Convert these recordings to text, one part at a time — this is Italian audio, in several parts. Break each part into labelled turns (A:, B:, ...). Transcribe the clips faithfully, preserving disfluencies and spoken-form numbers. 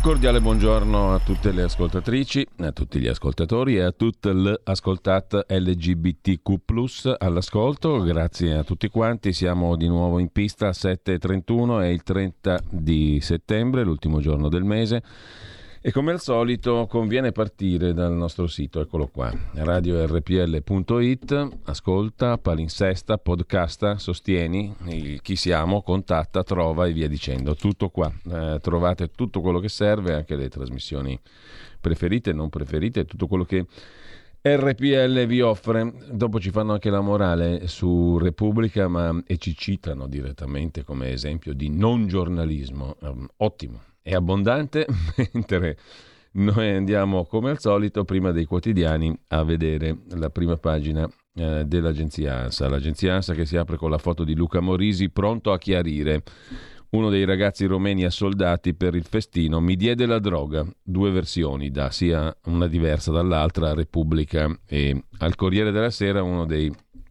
A: cordiale buongiorno a tutte le ascoltatrici, a tutti gli ascoltatori e a tutte le ascoltate L G B T Q plus all'ascolto. Grazie a tutti quanti, siamo di nuovo in pista. Sette e trentuno, è il trenta di settembre, l'ultimo giorno del mese, e come al solito conviene partire dal nostro sito, eccolo qua, radio R P L punto it. Ascolta, palinsesta, podcasta, sostieni, il chi siamo, contatta, trova e via dicendo. Tutto qua, eh, trovate tutto quello che serve, anche le trasmissioni preferite, non preferite, tutto quello che R P L vi offre. Dopo ci fanno anche la morale su Repubblica, ma e ci citano direttamente come esempio di non giornalismo. Um, ottimo. È abbondante, mentre noi andiamo come al solito prima dei quotidiani a vedere la prima pagina eh, dell'agenzia ANSA. L'agenzia ANSA che si apre con la foto di Luca Morisi pronto a chiarire. Uno dei ragazzi romeni assoldati per il festino mi diede la droga. Due versioni, da sia una diversa dall'altra, a Repubblica e al Corriere della Sera, uno dei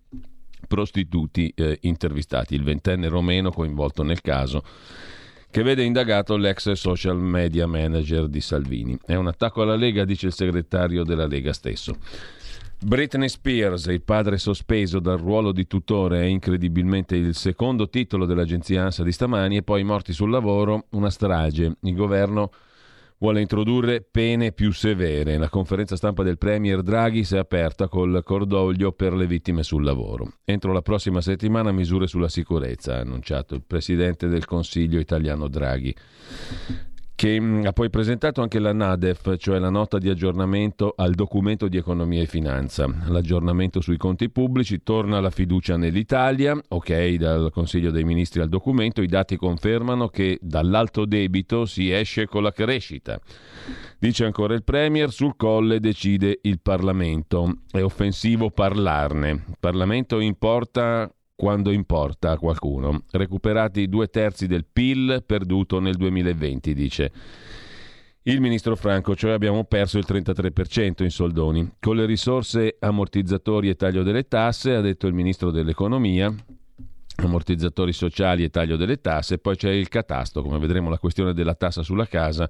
A: prostituti eh, intervistati, il ventenne romeno coinvolto nel caso, che vede indagato l'ex social media manager di Salvini. È un attacco alla Lega, dice il segretario della Lega stesso. Britney Spears, il padre sospeso dal ruolo di tutore, è incredibilmente il secondo titolo dell'agenzia ANSA di stamani, e poi morti sul lavoro, una strage. Il governo vuole introdurre pene più severe. La conferenza stampa del premier Draghi si è aperta col cordoglio per le vittime sul lavoro. Entro la prossima settimana misure sulla sicurezza, ha annunciato il presidente del Consiglio italiano Draghi, che ha poi presentato anche la NADEF, cioè la nota di aggiornamento al documento di economia e finanza. L'aggiornamento sui conti pubblici, torna la fiducia nell'Italia, ok dal Consiglio dei Ministri al documento, i dati confermano che dall'alto debito si esce con la crescita. Dice ancora il Premier, sul Colle decide il Parlamento, è offensivo parlarne. Il Parlamento importa quando importa a qualcuno. Recuperati due terzi del P I L perduto nel duemilaventi, dice il ministro Franco, cioè abbiamo perso il trentatré per cento in soldoni. Con le risorse ammortizzatori e taglio delle tasse, ha detto il ministro dell'economia, ammortizzatori sociali e taglio delle tasse, poi c'è il catasto, come vedremo la questione della tassa sulla casa.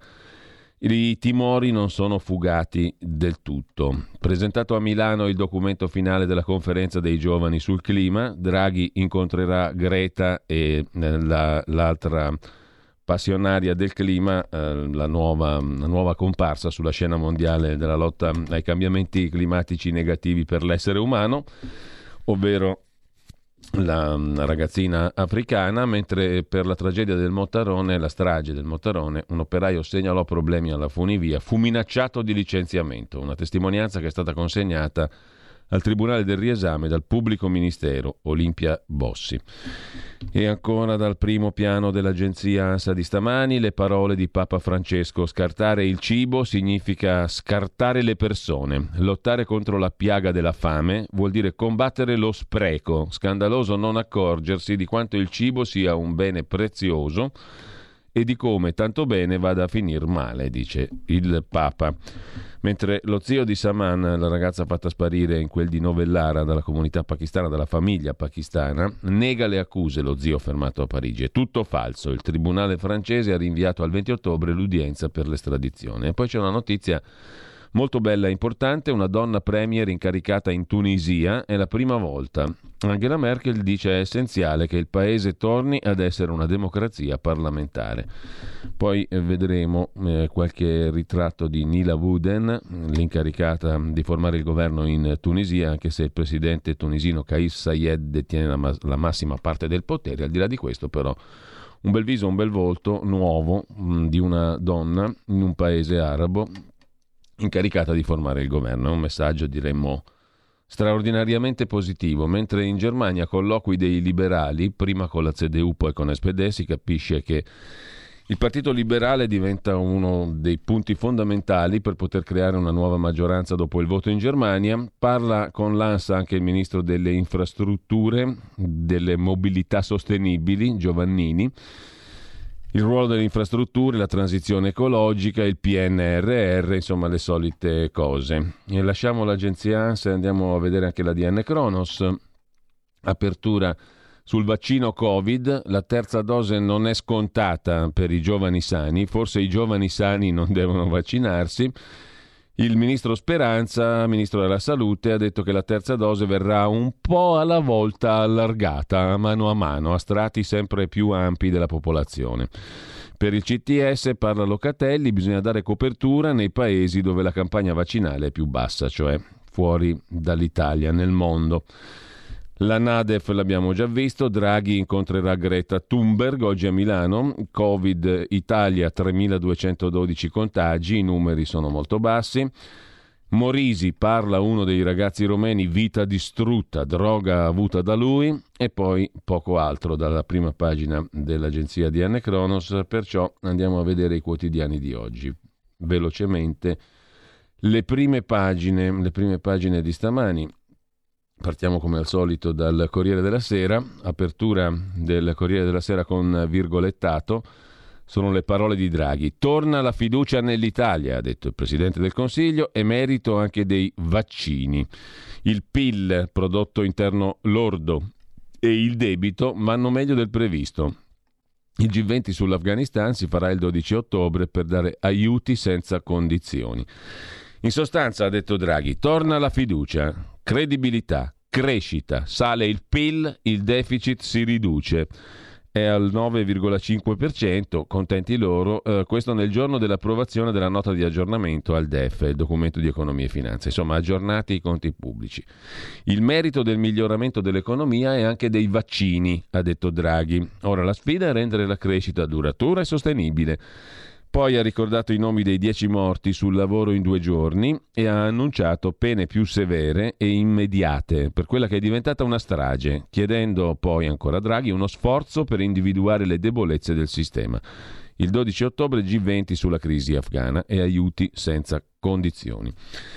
A: I timori non sono fugati del tutto. Presentato a Milano il documento finale della conferenza dei giovani sul clima, Draghi incontrerà Greta e la, l'altra passionaria del clima, eh, la, nuova, la nuova comparsa sulla scena mondiale della lotta ai cambiamenti climatici negativi per l'essere umano, ovvero la ragazzina africana, mentre per la tragedia del Mottarone, la strage del Mottarone, un operaio segnalò problemi alla funivia, fu minacciato di licenziamento, una testimonianza che è stata consegnata al Tribunale del Riesame dal pubblico ministero Olimpia Bossi. E ancora dal primo piano dell'agenzia ANSA di stamani le parole di Papa Francesco: scartare il cibo significa scartare le persone, lottare contro la piaga della fame vuol dire combattere lo spreco, scandaloso non accorgersi di quanto il cibo sia un bene prezioso e di come tanto bene vada a finir male, dice il Papa. Mentre lo zio di Saman, la ragazza fatta sparire in quel di Novellara dalla comunità pakistana, dalla famiglia pakistana, nega le accuse, lo zio fermato a Parigi. È tutto falso. Il tribunale francese ha rinviato al venti ottobre l'udienza per l'estradizione. E poi c'è una notizia molto bella e importante, una donna premier incaricata in Tunisia, è la prima volta. Angela Merkel dice è essenziale che il paese torni ad essere una democrazia parlamentare. Poi eh, vedremo eh, qualche ritratto di Nila Wooden, l'incaricata di formare il governo in Tunisia, anche se il presidente tunisino Kais Saied detiene la, ma- la massima parte del potere. Al di là di questo però un bel viso, un bel volto nuovo mh, di una donna in un paese arabo incaricata di formare il governo. È un messaggio, diremmo, straordinariamente positivo. Mentre in Germania colloqui dei liberali, prima con la C D U poi con S P D, si capisce che il Partito Liberale diventa uno dei punti fondamentali per poter creare una nuova maggioranza dopo il voto in Germania. Parla con l'ANSA anche il ministro delle infrastrutture, delle mobilità sostenibili, Giovannini. Il ruolo delle infrastrutture, la transizione ecologica, il P N R R, insomma le solite cose. E lasciamo l'agenzia ANSA e andiamo a vedere anche la D N Cronos. Apertura Sul vaccino Covid, la terza dose non è scontata per i giovani sani, forse i giovani sani non devono vaccinarsi. Il ministro Speranza, ministro della Salute, ha detto che la terza dose verrà un po' alla volta allargata, mano a mano, a strati sempre più ampi della popolazione. Per il C T S, parla Locatelli, bisogna dare copertura nei paesi dove la campagna vaccinale è più bassa, cioè fuori dall'Italia, nel mondo. La NADEF l'abbiamo già visto, Draghi incontrerà Greta Thunberg oggi a Milano, Covid Italia tremiladuecentododici contagi, i numeri sono molto bassi. Morisi parla uno dei ragazzi romeni, vita distrutta, droga avuta da lui, e poi poco altro dalla prima pagina dell'agenzia di Anne Kronos, perciò andiamo a vedere i quotidiani di oggi. Velocemente le prime pagine, le prime pagine di stamani. Partiamo come al solito dal Corriere della Sera, apertura del Corriere della Sera con virgolettato, sono le parole di Draghi. Torna la fiducia nell'Italia, ha detto il Presidente del Consiglio, e merito anche dei vaccini. Il P I L, prodotto interno lordo, e il debito vanno meglio del previsto. Il G venti sull'Afghanistan si farà il dodici ottobre per dare aiuti senza condizioni. In sostanza, ha detto Draghi, torna la fiducia, credibilità, crescita, sale il P I L, il deficit si riduce, è al nove virgola cinque per cento, contenti loro, eh, questo nel giorno dell'approvazione della nota di aggiornamento al D E F, il documento di economia e finanza, insomma aggiornati i conti pubblici. Il merito del miglioramento dell'economia e anche dei vaccini, ha detto Draghi. Ora la sfida è rendere la crescita duratura e sostenibile. Poi ha ricordato i nomi dei dieci morti sul lavoro in due giorni e ha annunciato pene più severe e immediate per quella che è diventata una strage, chiedendo poi ancora a Draghi uno sforzo per individuare le debolezze del sistema. Il dodici ottobre G venti sulla crisi afghana e aiuti senza condizioni.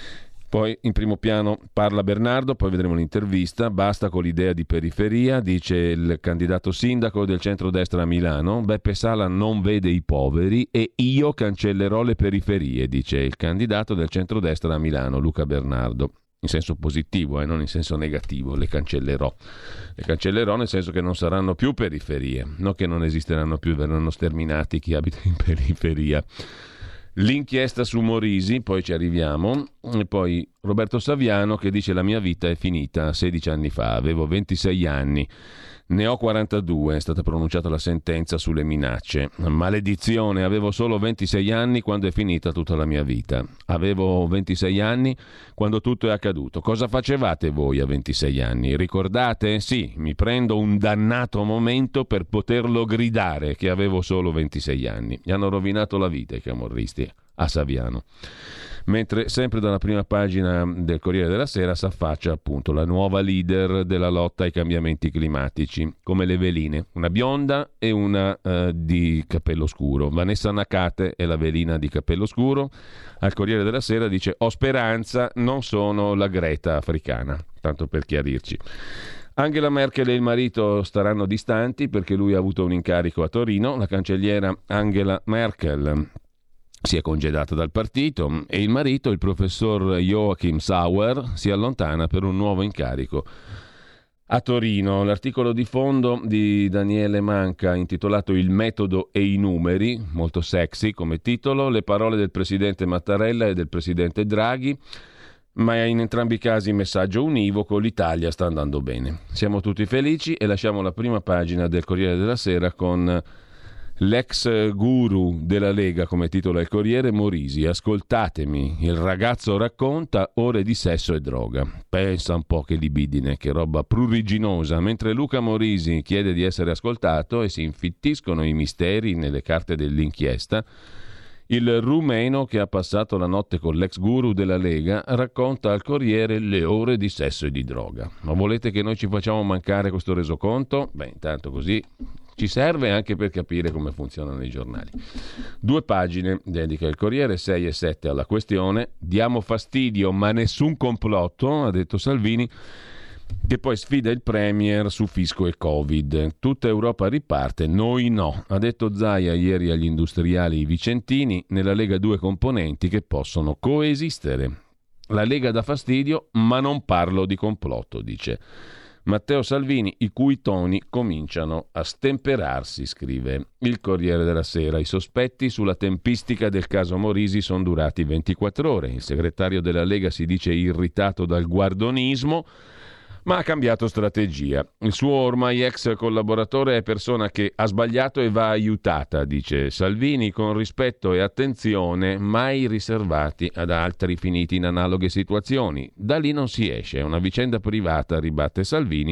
A: Poi in primo piano parla Bernardo, poi vedremo l'intervista. Basta con l'idea di periferia, dice il candidato sindaco del centrodestra a Milano. Beppe Sala non vede i poveri e io cancellerò le periferie, dice il candidato del centrodestra a Milano, Luca Bernardo. In senso positivo, eh, non in senso negativo, le cancellerò. Le cancellerò nel senso che non saranno più periferie, non che non esisteranno più, verranno sterminati chi abita in periferia. L'inchiesta su Morisi, poi ci arriviamo, e poi Roberto Saviano che dice la mia vita è finita sedici anni fa, avevo ventisei anni, ne ho quarantadue, è stata pronunciata la sentenza sulle minacce. Maledizione, avevo solo ventisei anni quando è finita tutta la mia vita, avevo ventisei anni quando tutto è accaduto. Cosa facevate voi a ventisei anni? Ricordate? Sì, mi prendo un dannato momento per poterlo gridare che avevo solo ventisei anni. Gli hanno rovinato la vita i camorristi a Saviano. Mentre sempre dalla prima pagina del Corriere della Sera si affaccia appunto la nuova leader della lotta ai cambiamenti climatici, come le veline, una bionda e una uh, di capello scuro. Vanessa Nakate è la velina di capello scuro. Al Corriere della Sera dice ho speranza, non sono la Greta africana, tanto per chiarirci. Angela Merkel e il marito staranno distanti perché lui ha avuto un incarico a Torino. La cancelliera Angela Merkel si è congedata dal partito e il marito, il professor Joachim Sauer, si allontana per un nuovo incarico a Torino. L'articolo di fondo di Daniele Manca, intitolato Il metodo e i numeri, molto sexy come titolo, le parole del presidente Mattarella e del presidente Draghi, ma in entrambi i casi messaggio univoco: l'Italia sta andando bene. Siamo tutti felici e lasciamo la prima pagina del Corriere della Sera con l'ex guru della Lega, come titola il Corriere, Morisi. Ascoltatemi, il ragazzo racconta ore di sesso e droga. Pensa un po' che libidine, che roba pruriginosa. Mentre Luca Morisi chiede di essere ascoltato e si infittiscono i misteri nelle carte dell'inchiesta, il rumeno che ha passato la notte con l'ex guru della Lega racconta al Corriere le ore di sesso e di droga. Ma volete che noi ci facciamo mancare questo resoconto? Beh, intanto così ci serve anche per capire come funzionano i giornali. Due pagine dedica il Corriere, sei e sette alla questione. Diamo fastidio ma nessun complotto, ha detto Salvini, che poi sfida il Premier su fisco e Covid. Tutta Europa riparte, noi no, ha detto Zaia ieri agli industriali vicentini. Nella Lega due componenti che possono coesistere. La Lega dà fastidio ma non parlo di complotto, dice Matteo Salvini, i cui toni cominciano a stemperarsi, scrive il Corriere della Sera. I sospetti sulla tempistica del caso Morisi sono durati ventiquattro ore. Il segretario della Lega si dice irritato dal guardonismo, ma ha cambiato strategia. Il suo ormai ex collaboratore è persona che ha sbagliato e va aiutata, dice Salvini, con rispetto e attenzione mai riservati ad altri finiti in analoghe situazioni. Da lì non si esce, è una vicenda privata, ribatte Salvini.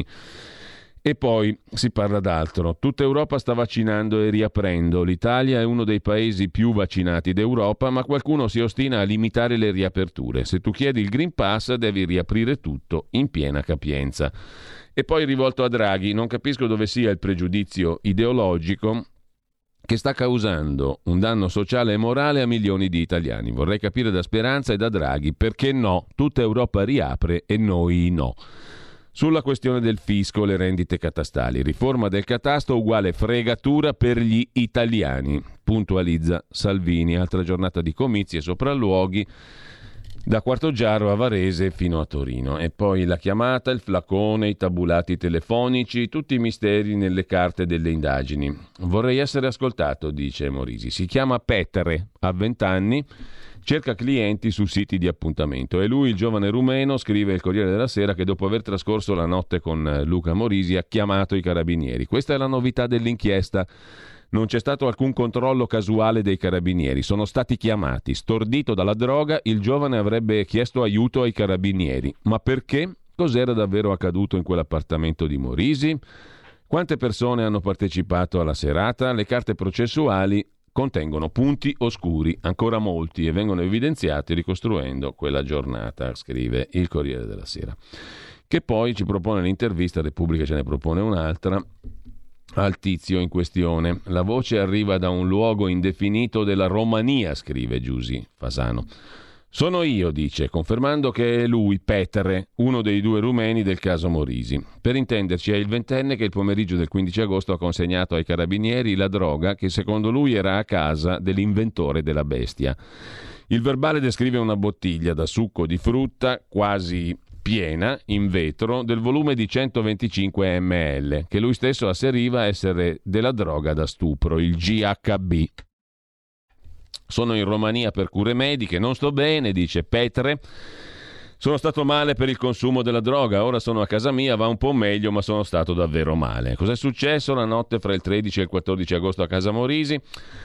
A: E poi si parla d'altro. Tutta Europa sta vaccinando e riaprendo. L'Italia è uno dei paesi più vaccinati d'Europa, ma qualcuno si ostina a limitare le riaperture. Se tu chiedi il Green Pass, devi riaprire tutto in piena capienza. E poi rivolto a Draghi, non capisco dove sia il pregiudizio ideologico che sta causando un danno sociale e morale a milioni di italiani. Vorrei capire da Speranza e da Draghi perché no, tutta Europa riapre e noi no. Sulla questione del fisco, le rendite catastali, riforma del catasto uguale fregatura per gli italiani, puntualizza Salvini. Altra giornata di comizi e sopralluoghi da Quartogiaro a Varese fino a Torino. E poi la chiamata, il flacone, i tabulati telefonici, tutti i misteri nelle carte delle indagini. Vorrei essere ascoltato, dice Morisi. Si chiama Petre, ha vent'anni. Cerca clienti su siti di appuntamento. E lui, il giovane rumeno, scrive il Corriere della Sera, che dopo aver trascorso la notte con Luca Morisi ha chiamato i carabinieri. Questa è la novità dell'inchiesta. Non c'è stato alcun controllo casuale dei carabinieri. Sono stati chiamati. Stordito dalla droga, il giovane avrebbe chiesto aiuto ai carabinieri. Ma perché? Cos'era davvero accaduto in quell'appartamento di Morisi? Quante persone hanno partecipato alla serata? Le carte processuali contengono punti oscuri, ancora molti, e vengono evidenziati ricostruendo quella giornata, scrive il Corriere della Sera. Che poi ci propone l'intervista, Repubblica ce ne propone un'altra, al tizio in questione. La voce arriva da un luogo indefinito della Romania, scrive Giusy Fasano. Sono io, dice, confermando che è lui, Petre, uno dei due rumeni del caso Morisi. Per intenderci, è il ventenne che il pomeriggio del quindici agosto ha consegnato ai carabinieri la droga che secondo lui era a casa dell'inventore della bestia. Il verbale descrive una bottiglia da succo di frutta quasi piena, in vetro, del volume di centoventicinque millilitri, che lui stesso asseriva essere della droga da stupro, il G H B. Sono in Romania per cure mediche, non sto bene, dice Petre. Sono stato male per il consumo della droga, ora sono a casa mia, va un po' meglio, ma sono stato davvero male. Cos'è successo la notte fra il tredici e il quattordici agosto a casa Morisi?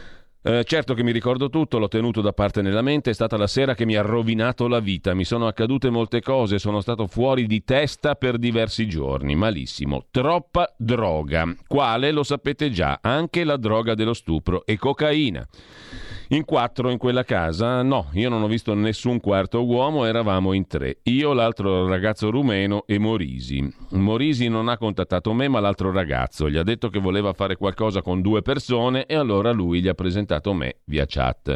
A: Eh, certo che mi ricordo tutto, l'ho tenuto da parte nella mente, è stata la sera che mi ha rovinato la vita, mi sono accadute molte cose, sono stato fuori di testa per diversi giorni, malissimo, troppa droga, quale lo sapete già, anche la droga dello stupro e cocaina. In quattro in quella casa? No, io non ho visto nessun quarto uomo, eravamo in tre. Io, l'altro ragazzo rumeno e Morisi. Morisi non ha contattato me, ma l'altro ragazzo. Gli ha detto che voleva fare qualcosa con due persone e allora lui gli ha presentato me via chat.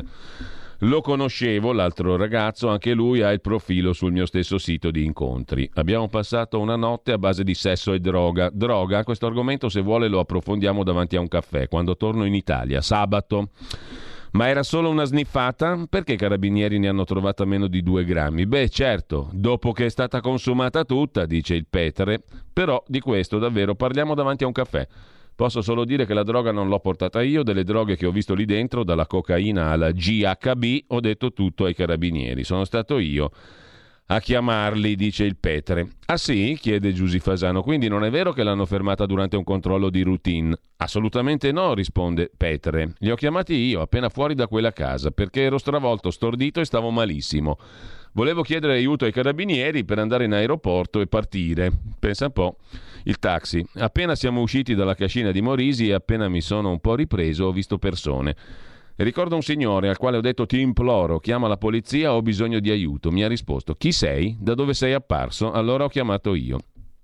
A: Lo conoscevo, l'altro ragazzo, anche lui ha il profilo sul mio stesso sito di incontri. Abbiamo passato una notte a base di sesso e droga. Droga, questo argomento se vuole lo approfondiamo davanti a un caffè, quando torno in Italia, sabato. Ma era solo una sniffata? Perché i carabinieri ne hanno trovata meno di due grammi? Beh, certo, dopo che è stata consumata tutta, dice il Petre, però di questo davvero parliamo davanti a un caffè. Posso solo dire che la droga non l'ho portata io, delle droghe che ho visto lì dentro, dalla cocaina alla G H B, ho detto tutto ai carabinieri. Sono stato io a chiamarli, dice il Petre. Ah sì? Chiede Giusy Fasano. Quindi non è vero che l'hanno fermata durante un controllo di routine? Assolutamente no, risponde Petre. Li ho chiamati io, appena fuori da quella casa, perché ero stravolto, stordito e stavo malissimo. Volevo chiedere aiuto ai carabinieri per andare in aeroporto e partire. Pensa un po'. Il taxi. Appena siamo usciti dalla cascina di Morisi e appena mi sono un po' ripreso, ho visto persone. Ricordo un signore al quale ho detto ti imploro, chiama la polizia, ho bisogno di aiuto. Mi ha risposto chi sei? Da dove sei apparso? Allora ho chiamato io.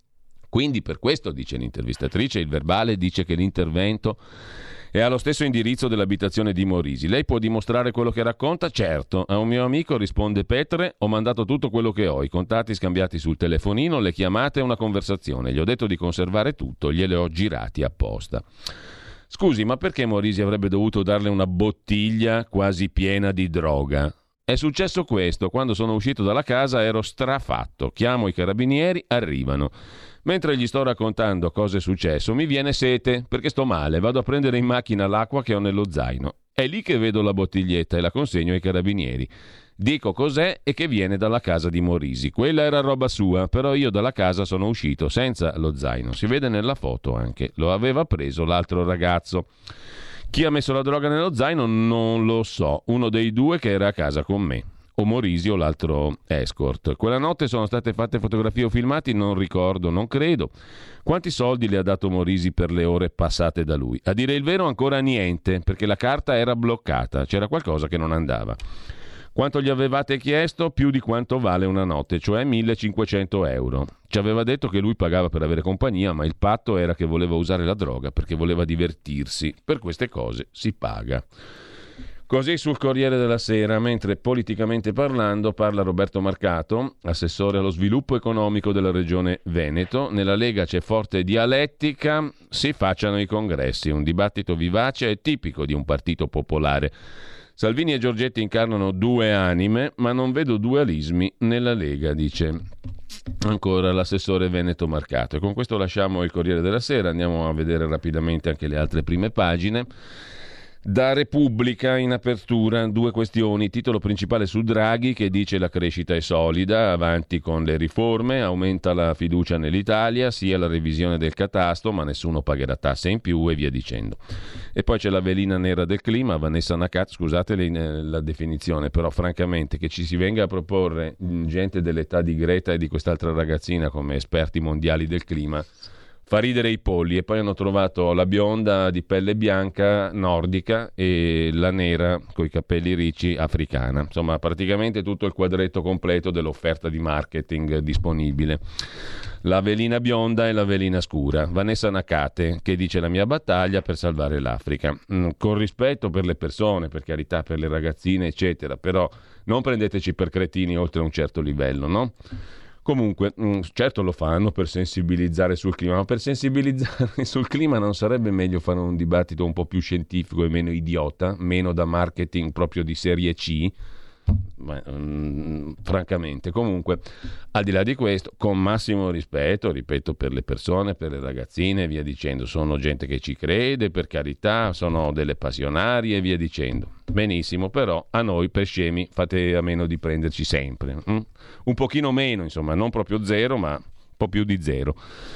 A: Quindi per questo, dice l'intervistatrice, il verbale dice che l'intervento è allo stesso indirizzo dell'abitazione di Morisi. Lei può dimostrare quello che racconta? Certo. A un mio amico, risponde Petre, ho mandato tutto quello che ho, i contatti scambiati sul telefonino, le chiamate e una conversazione. Gli ho detto di conservare tutto, gliele ho girati apposta. Scusi, ma perché Morisi avrebbe dovuto darle una bottiglia quasi piena di droga? È successo questo, quando sono uscito dalla casa ero strafatto, chiamo i carabinieri, arrivano. Mentre gli sto raccontando cosa è successo, mi viene sete, perché sto male, vado a prendere in macchina l'acqua che ho nello zaino. È lì che vedo la bottiglietta e la consegno ai carabinieri. Dico cos'è e che viene dalla casa di Morisi. Quella era roba sua, però io dalla casa sono uscito senza lo zaino. Si vede nella foto anche, lo aveva preso l'altro ragazzo. Chi ha messo la droga nello zaino non lo so, uno dei due che era a casa con me, o Morisi o l'altro escort. Quella notte sono state fatte fotografie o filmati, non ricordo, non credo. Quanti soldi le ha dato Morisi per le ore passate da lui? A dire il vero ancora niente, perché la carta era bloccata, c'era qualcosa che non andava. Quanto gli avevate chiesto? Più di quanto vale una notte, cioè millecinquecento euro. Ci aveva detto che lui pagava per avere compagnia, ma il patto era che voleva usare la droga perché voleva divertirsi. Per queste cose si paga. Così sul Corriere della Sera, mentre politicamente parlando parla Roberto Marcato, assessore allo sviluppo economico della regione Veneto. Nella Lega c'è forte dialettica, si facciano i congressi, un dibattito vivace e tipico di un partito popolare. Salvini e Giorgetti incarnano due anime, ma non vedo dualismi nella Lega, dice ancora l'assessore Veneto Marcato. E con questo lasciamo il Corriere della Sera, andiamo a vedere rapidamente anche le altre prime pagine. Da Repubblica in apertura due questioni, titolo principale su Draghi che dice la crescita è solida, avanti con le riforme, aumenta la fiducia nell'Italia, sia la revisione del catasto ma nessuno pagherà tasse in più e via dicendo. E poi c'è la velina nera del clima, Vanessa Nacat, scusate la definizione, però francamente che ci si venga a proporre gente dell'età di Greta e di quest'altra ragazzina come esperti mondiali del clima fa ridere i polli. E poi hanno trovato la bionda di pelle bianca nordica e la nera coi capelli ricci africana. Insomma, praticamente tutto il quadretto completo dell'offerta di marketing disponibile. La velina bionda e la velina scura. Vanessa Nakate che dice la mia battaglia per salvare l'Africa. Mm, con rispetto per le persone, per carità, per le ragazzine, eccetera, però non prendeteci per cretini oltre un certo livello, no? Comunque, certo lo fanno per sensibilizzare sul clima, ma per sensibilizzare sul clima non sarebbe meglio fare un dibattito un po' più scientifico e meno idiota, meno da marketing proprio di serie C? Ma, um, francamente, comunque, al di là di questo, con massimo rispetto, ripeto, per le persone, per le ragazzine e via dicendo, sono gente che ci crede, per carità, sono delle passionarie e via dicendo. Benissimo, però a noi per scemi fate a meno di prenderci sempre. Mm? Un pochino meno, insomma, non proprio zero, ma un po' più di zero.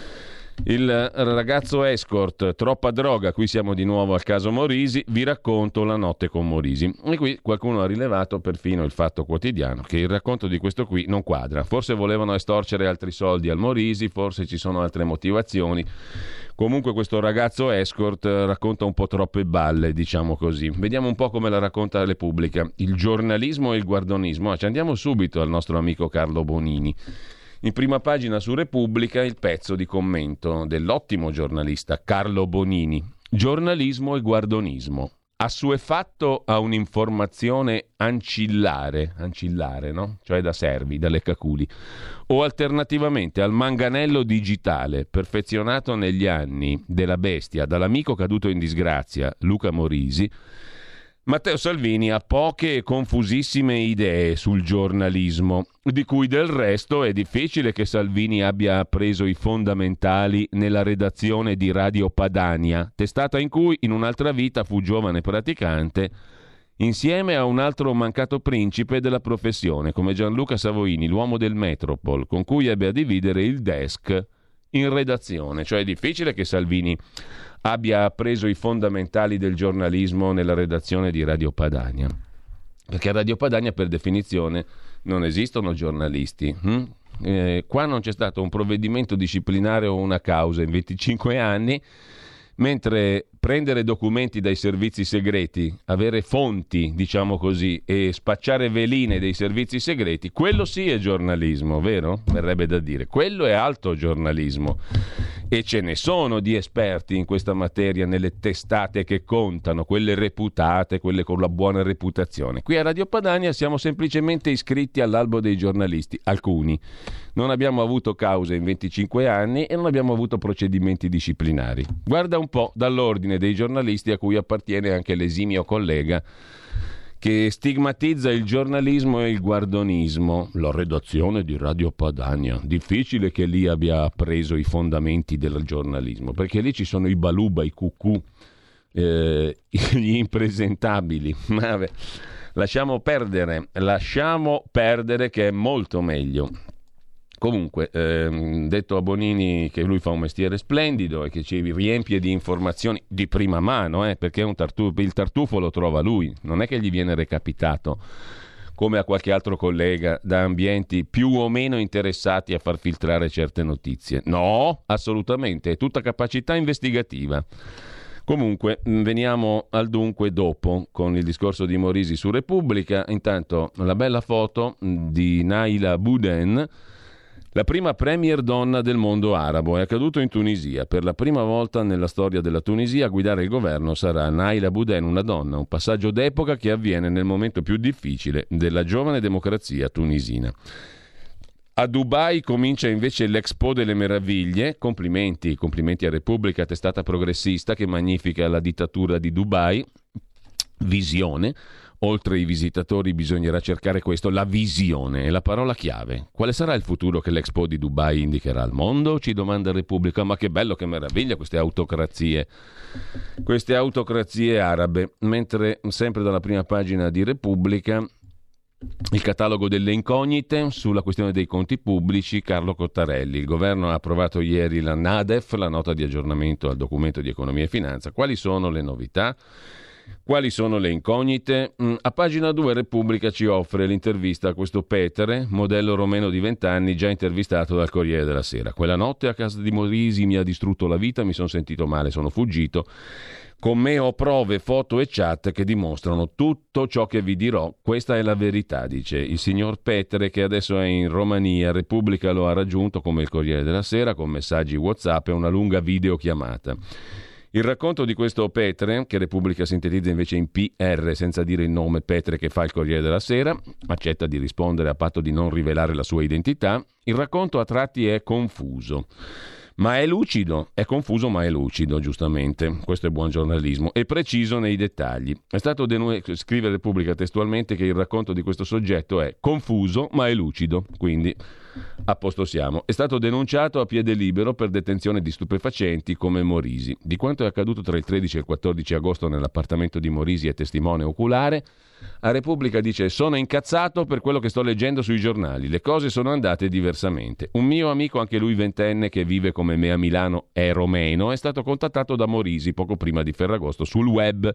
A: Il ragazzo escort, troppa droga, qui siamo di nuovo al caso Morisi, vi racconto la notte con Morisi. E qui qualcuno ha rilevato, perfino il Fatto Quotidiano, che il racconto di questo qui non quadra. Forse volevano estorcere altri soldi al Morisi, forse ci sono altre motivazioni. Comunque questo ragazzo escort racconta un po' troppe balle, diciamo così. Vediamo un po' come la racconta la Repubblica. Il giornalismo e il guardonismo. Ah, ci andiamo subito al nostro amico Carlo Bonini. In prima pagina su Repubblica il pezzo di commento dell'ottimo giornalista Carlo Bonini. Giornalismo e guardonismo. Assuefatto a un'informazione ancillare, ancillare, no? Cioè da servi, da leccaculi, o alternativamente al manganello digitale perfezionato negli anni della bestia dall'amico caduto in disgrazia Luca Morisi, Matteo Salvini ha poche e confusissime idee sul giornalismo, di cui del resto è difficile che Salvini abbia preso i fondamentali nella redazione di Radio Padania, testata in cui in un'altra vita fu giovane praticante, insieme a un altro mancato principe della professione, come Gianluca Savoini, l'uomo del Metropol, con cui ebbe a dividere il desk in redazione. Cioè è difficile che Salvini abbia preso i fondamentali del giornalismo nella redazione di Radio Padania, perché a Radio Padania per definizione non esistono giornalisti. Hm? Eh, qua non c'è stato un provvedimento disciplinare o una causa in venticinque anni, mentre prendere documenti dai servizi segreti, avere fonti, diciamo così, e spacciare veline dei servizi segreti, quello sì è giornalismo, vero? Verrebbe da dire. Quello è alto giornalismo. E ce ne sono di esperti in questa materia nelle testate che contano, quelle reputate, quelle con la buona reputazione. Qui a Radio Padania siamo semplicemente iscritti all'albo dei giornalisti, alcuni. Non abbiamo avuto cause in venticinque anni e non abbiamo avuto procedimenti disciplinari. Guarda un po' dall'ordine dei giornalisti a cui appartiene anche l'esimio collega che stigmatizza il giornalismo e il guardonismo. La redazione di Radio Padania, difficile che lì abbia preso i fondamenti del giornalismo, perché lì ci sono i baluba, i cucù, eh, gli impresentabili. Vabbè, lasciamo perdere, lasciamo perdere che è molto meglio. Comunque, ehm, detto a Bonini che lui fa un mestiere splendido e che ci riempie di informazioni di prima mano, eh, perché un tartufo, il tartufo lo trova lui, non è che gli viene recapitato come a qualche altro collega da ambienti più o meno interessati a far filtrare certe notizie. No, assolutamente, è tutta capacità investigativa. Comunque, veniamo al dunque dopo con il discorso di Morisi su Repubblica. Intanto la bella foto di Naila Bouden, la prima premier donna del mondo arabo. È accaduto in Tunisia. Per la prima volta nella storia della Tunisia a guidare il governo sarà Naila Bouden, una donna, un passaggio d'epoca che avviene nel momento più difficile della giovane democrazia tunisina. A Dubai comincia invece l'Expo delle Meraviglie. Complimenti, complimenti a Repubblica, testata progressista che magnifica la dittatura di Dubai. Visione. Oltre i visitatori bisognerà cercare questo, la visione è la parola chiave. Quale sarà il futuro che l'Expo di Dubai indicherà al mondo? Ci domanda Repubblica. Ma che bello, che meraviglia queste autocrazie, queste autocrazie arabe. Mentre sempre dalla prima pagina di Repubblica il catalogo delle incognite sulla questione dei conti pubblici, Carlo Cottarelli. Il governo ha approvato ieri la NADEF, la nota di aggiornamento al documento di economia e finanza. Quali sono le novità? Quali sono le incognite? A pagina due Repubblica ci offre l'intervista a questo Petere, modello romeno di venti anni, già intervistato dal Corriere della Sera. Quella notte a casa di Morisi mi ha distrutto la vita, mi sono sentito male, sono fuggito. Con me ho prove, foto e chat che dimostrano tutto ciò che vi dirò. Questa è la verità, dice il signor Petere, che adesso è in Romania. Repubblica lo ha raggiunto, come il Corriere della Sera, con messaggi WhatsApp e una lunga videochiamata. Il racconto di questo Petre, che Repubblica sintetizza invece in P R senza dire il nome Petre che fa il Corriere della Sera, accetta di rispondere a patto di non rivelare la sua identità, il racconto a tratti è confuso. Ma è lucido, è confuso ma è lucido, giustamente, questo è buon giornalismo, e preciso nei dettagli. È stato denu- scrive Repubblica testualmente che il racconto di questo soggetto è confuso ma è lucido, quindi a posto siamo. È stato denunciato a piede libero per detenzione di stupefacenti come Morisi. Di quanto è accaduto tra il tredici e il quattordici agosto nell'appartamento di Morisi è testimone oculare. A Repubblica dice: sono incazzato per quello che sto leggendo sui giornali, le cose sono andate diversamente. Un mio amico, anche lui ventenne, che vive come me a Milano, è romeno, è stato contattato da Morisi poco prima di Ferragosto sul web.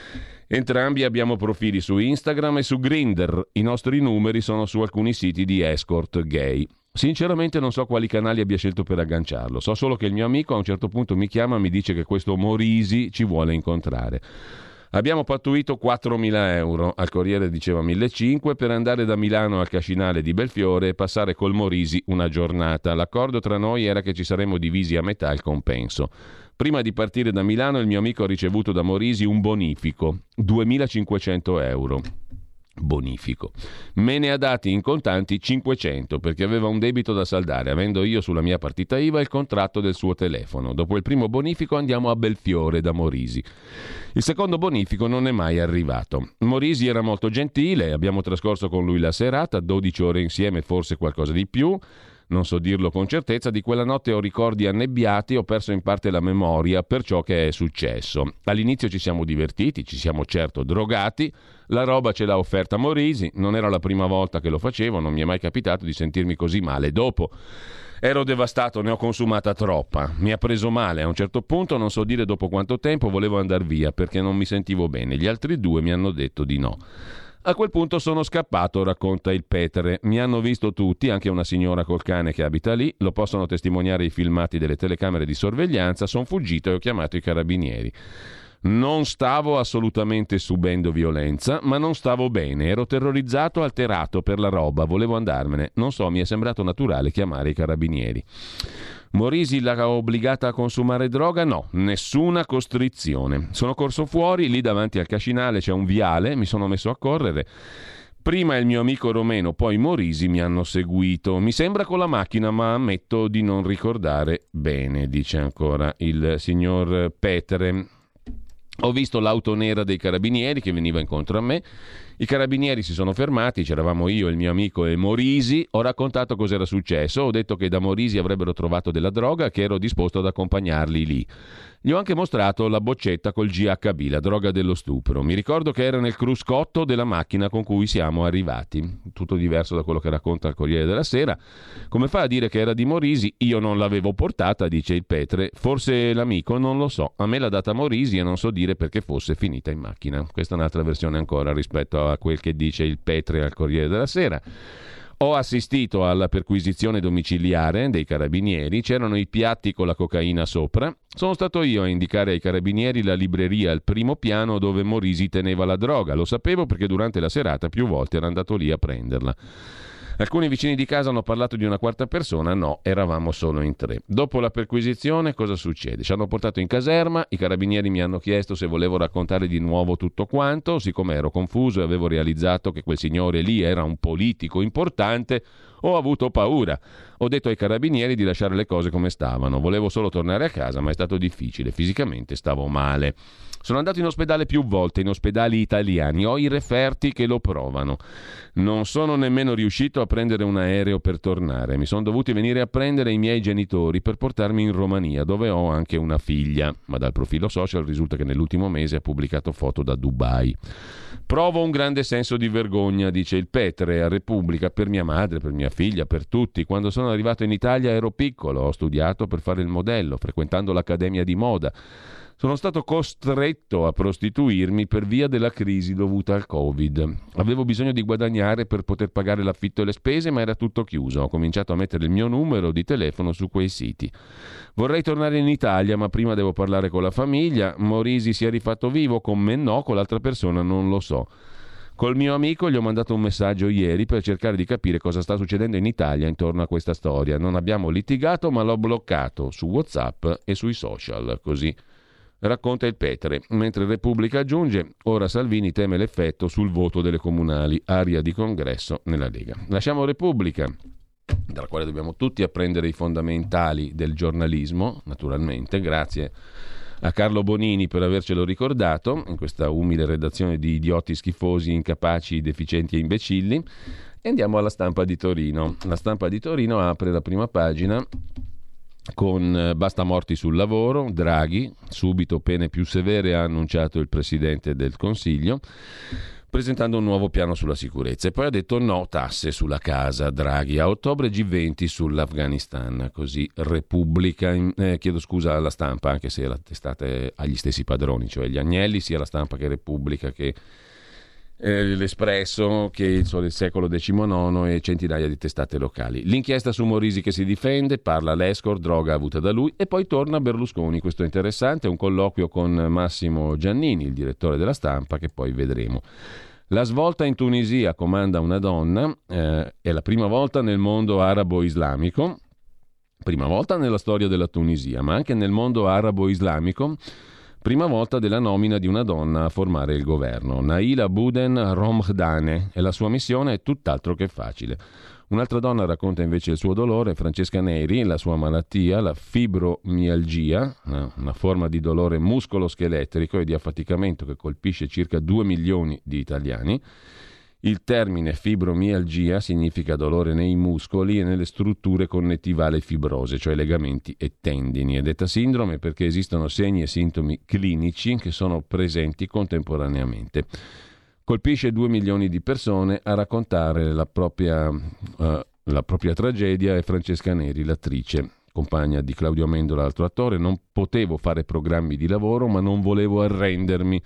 A: Entrambi abbiamo profili su Instagram e su Grindr, i nostri numeri sono su alcuni siti di escort gay. Sinceramente non so quali canali abbia scelto per agganciarlo, so solo che il mio amico a un certo punto mi chiama e mi dice che questo Morisi ci vuole incontrare. Abbiamo pattuito quattromila euro, al Corriere diceva millecinquecento, per andare da Milano al Cascinale di Belfiore e passare col Morisi una giornata. L'accordo tra noi era che ci saremmo divisi a metà il compenso. Prima di partire da Milano il mio amico ha ricevuto da Morisi un bonifico, duemilacinquecento euro. Bonifico. Me ne ha dati in contanti cinquecento perché aveva un debito da saldare, avendo io sulla mia partita I V A il contratto del suo telefono. Dopo il primo bonifico andiamo a Belfiore da Morisi. Il secondo bonifico non è mai arrivato. Morisi era molto gentile, abbiamo trascorso con lui la serata, dodici ore insieme, forse qualcosa di più. Non so dirlo con certezza, di quella notte ho ricordi annebbiati, ho perso in parte la memoria per ciò che è successo. All'inizio ci siamo divertiti, ci siamo certo drogati, la roba ce l'ha offerta Morisi, non era la prima volta che lo facevo, non mi è mai capitato di sentirmi così male dopo. Ero devastato, ne ho consumata troppa, mi ha preso male, a un certo punto, non so dire dopo quanto tempo, volevo andar via perché non mi sentivo bene, gli altri due mi hanno detto di no. A quel punto sono scappato, racconta il Petere. Mi hanno visto tutti, anche una signora col cane che abita lì, lo possono testimoniare i filmati delle telecamere di sorveglianza, sono fuggito e ho chiamato i carabinieri. Non stavo assolutamente subendo violenza, ma non stavo bene, ero terrorizzato, alterato per la roba, volevo andarmene. Non so, mi è sembrato naturale chiamare i carabinieri. Morisi l'ha obbligata a consumare droga? No, nessuna costrizione. Sono corso fuori, lì davanti al Cascinale c'è un viale, mi sono messo a correre. Prima il mio amico romeno, poi Morisi mi hanno seguito. Mi sembra con la macchina, ma ammetto di non ricordare bene, dice ancora il signor Petere. Ho visto l'auto nera dei carabinieri che veniva incontro a me. I carabinieri si sono fermati, c'eravamo io, il mio amico e Morisi, ho raccontato cosa era successo, ho detto che da Morisi avrebbero trovato della droga, che ero disposto ad accompagnarli lì. Gli ho anche mostrato la boccetta col G H B, la droga dello stupro. Mi ricordo che era nel cruscotto della macchina con cui siamo arrivati. Tutto diverso da quello che racconta il Corriere della Sera. Come fa a dire che era di Morisi? Io non l'avevo portata, dice il Petre. Forse l'amico, non lo so. A me l'ha data Morisi e non so dire perché fosse finita in macchina. Questa è un'altra versione ancora rispetto a quel che dice il Petre al Corriere della Sera. Ho assistito alla perquisizione domiciliare dei carabinieri, c'erano i piatti con la cocaina sopra. Sono stato io a indicare ai carabinieri la libreria al primo piano dove Morisi teneva la droga. Lo sapevo perché durante la serata più volte era andato lì a prenderla. Alcuni vicini di casa hanno parlato di una quarta persona, no, eravamo solo in tre. Dopo la perquisizione cosa succede? Ci hanno portato in caserma, i carabinieri mi hanno chiesto se volevo raccontare di nuovo tutto quanto, siccome ero confuso e avevo realizzato che quel signore lì era un politico importante, ho avuto paura. Ho detto ai carabinieri di lasciare le cose come stavano, volevo solo tornare a casa, ma è stato difficile, fisicamente stavo male. Sono andato in ospedale più volte, in ospedali italiani, ho i referti che lo provano. Non sono nemmeno riuscito a prendere un aereo per tornare, mi sono dovuti venire a prendere i miei genitori per portarmi in Romania, dove ho anche una figlia, ma dal profilo social risulta che nell'ultimo mese ha pubblicato foto da Dubai. Provo un grande senso di vergogna, dice il Petre a Repubblica, per mia madre, per mia figlia, per tutti. Quando sono arrivato in Italia ero piccolo, ho studiato per fare il modello, frequentando l'accademia di moda. Sono stato costretto a prostituirmi per via della crisi dovuta al Covid. Avevo bisogno di guadagnare per poter pagare l'affitto e le spese, ma era tutto chiuso. Ho cominciato a mettere il mio numero di telefono su quei siti. Vorrei tornare in Italia, ma prima devo parlare con la famiglia. Morisi si è rifatto vivo, con me no, con l'altra persona non lo so. Col mio amico gli ho mandato un messaggio ieri per cercare di capire cosa sta succedendo in Italia intorno a questa storia. Non abbiamo litigato, ma l'ho bloccato su WhatsApp e sui social, così racconta il Petre, mentre Repubblica aggiunge: ora Salvini teme l'effetto sul voto delle comunali, aria di congresso nella Lega. Lasciamo Repubblica, dalla quale dobbiamo tutti apprendere i fondamentali del giornalismo, naturalmente, grazie a Carlo Bonini per avercelo ricordato in questa umile redazione di idioti schifosi, incapaci, deficienti e imbecilli, e andiamo alla Stampa di Torino. La Stampa di Torino apre la prima pagina con basta morti sul lavoro, Draghi, subito pene più severe ha annunciato il Presidente del Consiglio, presentando un nuovo piano sulla sicurezza, e poi ha detto no tasse sulla casa, Draghi, a ottobre G venti sull'Afghanistan, così Repubblica, eh, chiedo scusa alla Stampa, anche se la testata è agli stessi padroni, cioè gli Agnelli, sia la Stampa che Repubblica che Eh, l'Espresso, che il Sole Secolo diciannove e centinaia di testate locali. L'inchiesta su Morisi che si difende, parla l'escort, droga avuta da lui, e poi torna Berlusconi. Questo è interessante, un colloquio con Massimo Giannini, il direttore della Stampa, che poi vedremo. La svolta in Tunisia, comanda una donna, eh, è la prima volta nel mondo arabo-islamico, prima volta nella storia della Tunisia, ma anche nel mondo arabo-islamico. Prima volta della nomina di una donna a formare il governo. Naila Bouden Romhdane, e la sua missione è tutt'altro che facile. Un'altra donna racconta invece il suo dolore, Francesca Neri, la sua malattia, la fibromialgia, una forma di dolore muscolo-scheletrico e di affaticamento che colpisce circa due milioni di italiani. Il termine fibromialgia significa dolore nei muscoli e nelle strutture connettivali fibrose, cioè legamenti e tendini. È detta sindrome perché esistono segni e sintomi clinici che sono presenti contemporaneamente. Colpisce due milioni di persone. A raccontare la propria, uh, la propria tragedia è Francesca Neri, l'attrice, compagna di Claudio Amendola, altro attore. Non potevo fare programmi di lavoro, ma non volevo arrendermi.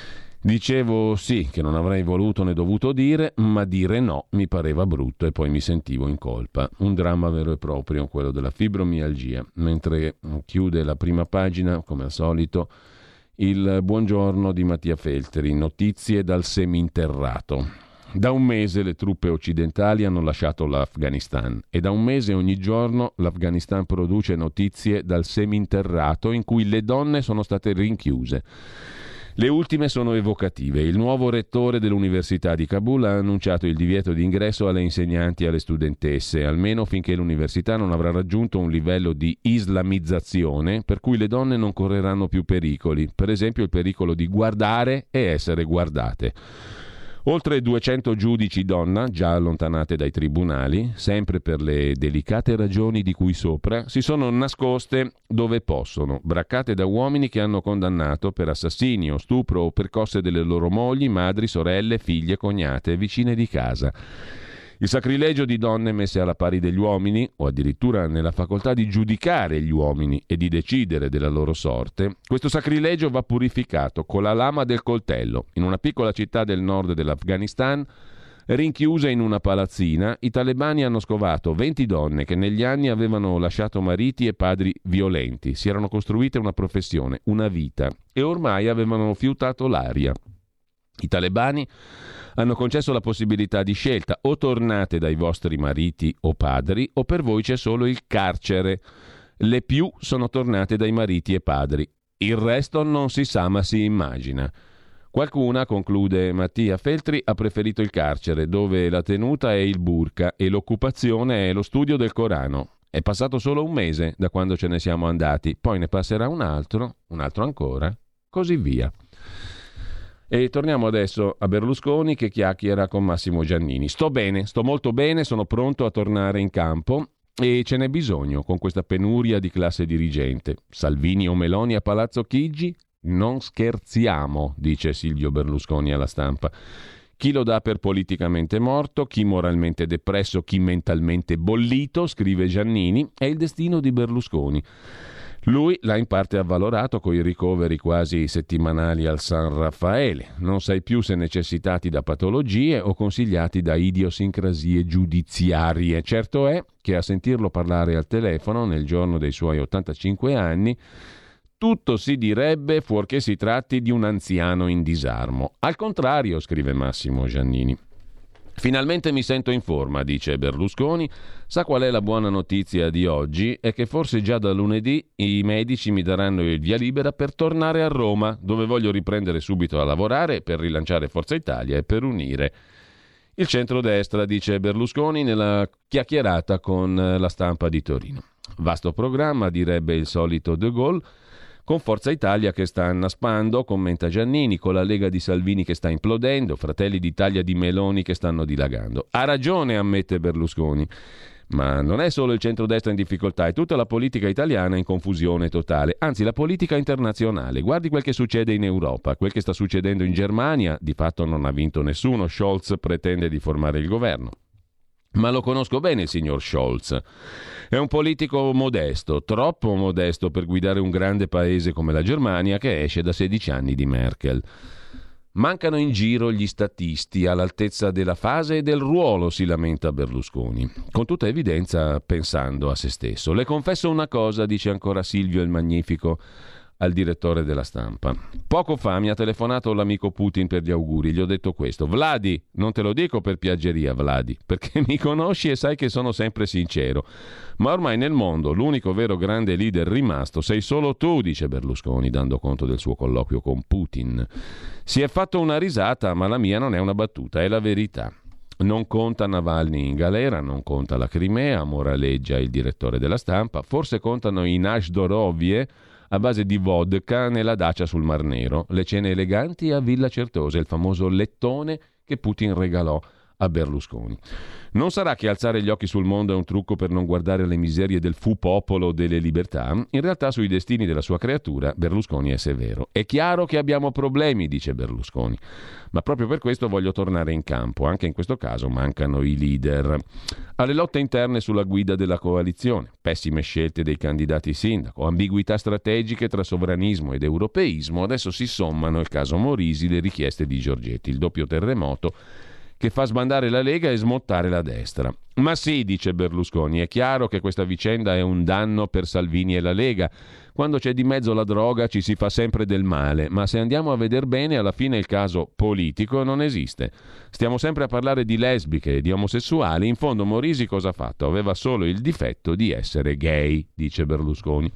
A: Dicevo sì, che non avrei voluto né dovuto dire, ma dire no mi pareva brutto e poi mi sentivo in colpa. Un dramma vero e proprio, quello della fibromialgia. Mentre chiude la prima pagina, come al solito, il buongiorno di Mattia Feltri, notizie dal seminterrato. Da un mese le truppe occidentali hanno lasciato l'Afghanistan e da un mese ogni giorno l'Afghanistan produce notizie dal seminterrato in cui le donne sono state rinchiuse. Le ultime sono evocative. Il nuovo rettore dell'Università di Kabul ha annunciato il divieto di ingresso alle insegnanti e alle studentesse, almeno finché l'università non avrà raggiunto un livello di islamizzazione per cui le donne non correranno più pericoli, per esempio il pericolo di guardare e essere guardate. Oltre duecento giudici donna, già allontanate dai tribunali, sempre per le delicate ragioni di cui sopra, si sono nascoste dove possono, braccate da uomini che hanno condannato per assassinio, stupro o percosse delle loro mogli, madri, sorelle, figlie, cognate, vicine di casa. Il sacrilegio di donne messe alla pari degli uomini, o addirittura nella facoltà di giudicare gli uomini e di decidere della loro sorte, questo sacrilegio va purificato con la lama del coltello. In una piccola città del nord dell'Afghanistan, rinchiuse in una palazzina, i talebani hanno scovato venti donne che negli anni avevano lasciato mariti e padri violenti, si erano costruite una professione, una vita, e ormai avevano fiutato l'aria. I talebani hanno concesso la possibilità di scelta: o tornate dai vostri mariti o padri, o per voi c'è solo il carcere. Le più sono tornate dai mariti e padri. Il resto non si sa ma si immagina. Qualcuna, conclude Mattia Feltri, ha preferito il carcere, dove la tenuta è il burqa e l'occupazione è lo studio del Corano. È passato solo un mese da quando ce ne siamo andati, poi ne passerà un altro, un altro ancora, così via. E torniamo adesso a Berlusconi che chiacchiera con Massimo Giannini. Sto bene, sto molto bene, sono pronto a tornare in campo e ce n'è bisogno con questa penuria di classe dirigente. Salvini o Meloni a Palazzo Chigi? Non scherziamo, dice Silvio Berlusconi alla Stampa. Chi lo dà per politicamente morto, chi moralmente depresso, chi mentalmente bollito, scrive Giannini, è il destino di Berlusconi. Lui l'ha in parte avvalorato coi ricoveri quasi settimanali al San Raffaele. Non sai più se necessitati da patologie o consigliati da idiosincrasie giudiziarie. Certo è che a sentirlo parlare al telefono nel giorno dei suoi ottantacinque anni, tutto si direbbe fuorché si tratti di un anziano in disarmo. Al contrario, scrive Massimo Giannini. Finalmente mi sento in forma, dice Berlusconi. Sa qual è la buona notizia di oggi? È che forse già da lunedì i medici mi daranno il via libera per tornare a Roma, dove voglio riprendere subito a lavorare per rilanciare Forza Italia e per unire il centrodestra, dice Berlusconi nella chiacchierata con la Stampa di Torino. Vasto programma, direbbe il solito De Gaulle, con Forza Italia che sta annaspando, commenta Giannini, con la Lega di Salvini che sta implodendo, Fratelli d'Italia di Meloni che stanno dilagando. Ha ragione, ammette Berlusconi, ma non è solo il centrodestra in difficoltà, è tutta la politica italiana in confusione totale, anzi la politica internazionale. Guardi quel che succede in Europa, quel che sta succedendo in Germania, di fatto non ha vinto nessuno, Scholz pretende di formare il governo. Ma lo conosco bene il signor Scholz. È un politico modesto, troppo modesto per guidare un grande paese come la Germania che esce da sedici anni di Merkel. Mancano in giro gli statisti all'altezza della fase e del ruolo, si lamenta Berlusconi, con tutta evidenza pensando a se stesso. Le confesso una cosa, dice ancora Silvio il Magnifico al direttore della Stampa. Poco fa mi ha telefonato l'amico Putin per gli auguri, gli ho detto questo: Vladi, non te lo dico per piaggeria Vladi, perché mi conosci e sai che sono sempre sincero, ma ormai nel mondo l'unico vero grande leader rimasto sei solo tu, dice Berlusconi dando conto del suo colloquio con Putin. Si è fatto una risata, ma la mia non è una battuta, è la verità. Non conta Navalny in galera, non conta la Crimea, moraleggia il direttore della Stampa, forse contano i Nashdorovie a base di vodka nella dacia sul Mar Nero, le cene eleganti a Villa Certosa, il famoso lettone che Putin regalò a Berlusconi. Non sarà che alzare gli occhi sul mondo è un trucco per non guardare le miserie del fu popolo delle libertà? In realtà sui destini della sua creatura Berlusconi è severo. È chiaro che abbiamo problemi, dice Berlusconi, ma proprio per questo voglio tornare in campo. Anche in questo caso mancano i leader. Alle lotte interne sulla guida della coalizione, pessime scelte dei candidati sindaco, ambiguità strategiche tra sovranismo ed europeismo, adesso si sommano il caso Morisi, le richieste di Giorgetti, il doppio terremoto che fa sbandare la Lega e smottare la destra. Ma sì, dice Berlusconi, è chiaro che questa vicenda è un danno per Salvini e la Lega. Quando c'è di mezzo la droga ci si fa sempre del male, ma se andiamo a veder bene, alla fine il caso politico non esiste. Stiamo sempre a parlare di lesbiche e di omosessuali. In fondo Morisi cosa ha fatto? Aveva solo il difetto di essere gay, dice Berlusconi.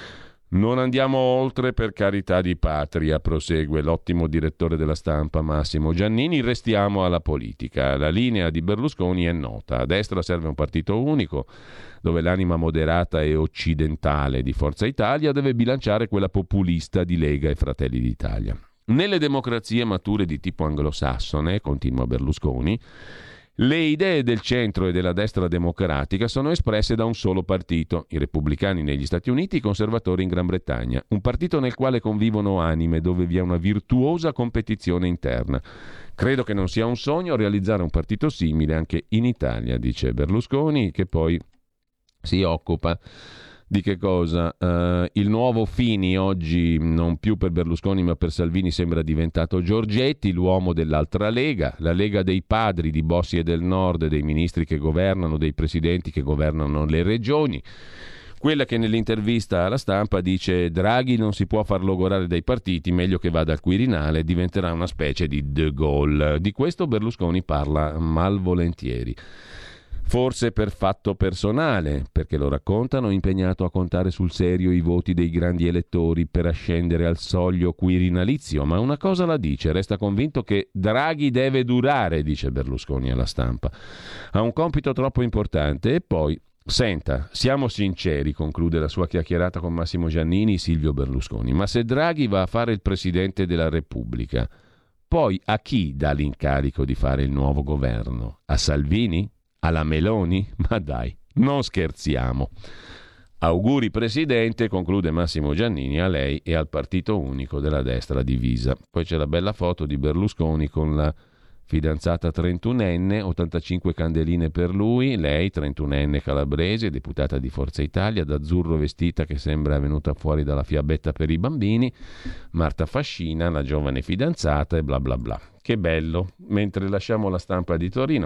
A: Non andiamo oltre, per carità di patria, prosegue l'ottimo direttore della Stampa Massimo Giannini, restiamo alla politica. La linea di Berlusconi è nota. A destra serve un partito unico, dove l'anima moderata e occidentale di Forza Italia deve bilanciare quella populista di Lega e Fratelli d'Italia. Nelle democrazie mature di tipo anglosassone, continua Berlusconi, le idee del centro e della destra democratica sono espresse da un solo partito, i repubblicani negli Stati Uniti, i conservatori in Gran Bretagna, un partito nel quale convivono anime, dove vi è una virtuosa competizione interna. Credo che non sia un sogno realizzare un partito simile anche in Italia, dice Berlusconi, che poi si occupa di che cosa? Uh, il nuovo Fini oggi, non più per Berlusconi ma per Salvini, sembra diventato Giorgetti, l'uomo dell'altra Lega, la Lega dei padri di Bossi e del Nord, dei ministri che governano, dei presidenti che governano le regioni. Quella che nell'intervista alla Stampa dice Draghi non si può far logorare dai partiti, meglio che vada al Quirinale, diventerà una specie di De Gaulle. Di questo Berlusconi parla malvolentieri. Forse per fatto personale, perché lo raccontano impegnato a contare sul serio i voti dei grandi elettori per ascendere al soglio quirinalizio, ma una cosa la dice, resta convinto che Draghi deve durare, dice Berlusconi alla Stampa. Ha un compito troppo importante e poi, senta, siamo sinceri, conclude la sua chiacchierata con Massimo Giannini, Silvio Berlusconi, ma se Draghi va a fare il Presidente della Repubblica, poi a chi dà l'incarico di fare il nuovo governo? A Salvini? Alla Meloni? Ma dai, non scherziamo. Auguri Presidente, conclude Massimo Giannini, a lei e al partito unico della destra divisa. Poi c'è la bella foto di Berlusconi con la fidanzata trentunenne, ottantacinque candeline per lui, lei trentunenne calabrese, deputata di Forza Italia, d'azzurro vestita che sembra venuta fuori dalla fiabetta per i bambini, Marta Fascina, la giovane fidanzata e bla bla bla. Che bello, mentre lasciamo la Stampa di Torino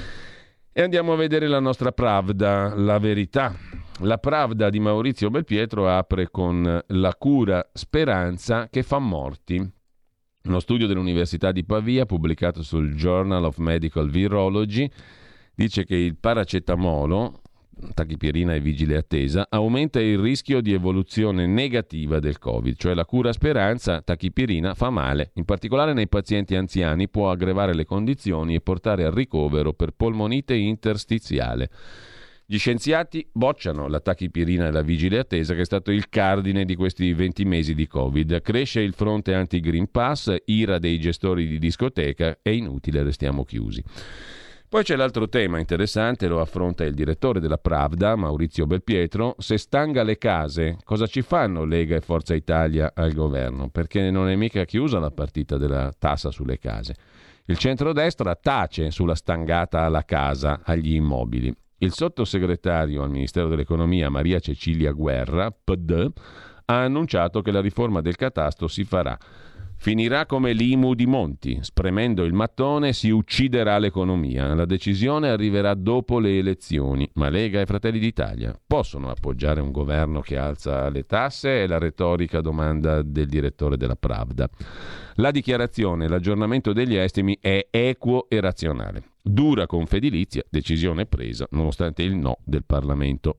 A: e andiamo a vedere la nostra Pravda, la verità. La Pravda di Maurizio Belpietro apre con la cura speranza che fa morti. Uno studio dell'Università di Pavia, pubblicato sul Journal of Medical Virology, dice che il paracetamolo, tachipirina e vigile attesa, aumenta il rischio di evoluzione negativa del Covid, cioè la cura speranza, tachipirina, fa male. In particolare nei pazienti anziani può aggravare le condizioni e portare al ricovero per polmonite interstiziale. Gli scienziati bocciano la tachipirina e la vigile attesa, che è stato il cardine di questi venti mesi di Covid. Cresce il fronte anti-Green Pass, ira dei gestori di discoteca, è inutile, restiamo chiusi. Poi c'è l'altro tema interessante, lo affronta il direttore della Pravda, Maurizio Belpietro. Se stanga le case, cosa ci fanno Lega e Forza Italia al governo? Perché non è mica chiusa la partita della tassa sulle case. Il centrodestra tace sulla stangata alla casa, agli immobili. Il sottosegretario al Ministero dell'Economia, Maria Cecilia Guerra, P D, ha annunciato che la riforma del catasto si farà. Finirà come l'I M U di Monti, spremendo il mattone si ucciderà l'economia. La decisione arriverà dopo le elezioni, ma Lega e Fratelli d'Italia possono appoggiare un governo che alza le tasse? È la retorica domanda del direttore della Pravda. La dichiarazione, l'aggiornamento degli estimi è equo e razionale. Dura Confedilizia, decisione presa nonostante il no del Parlamento.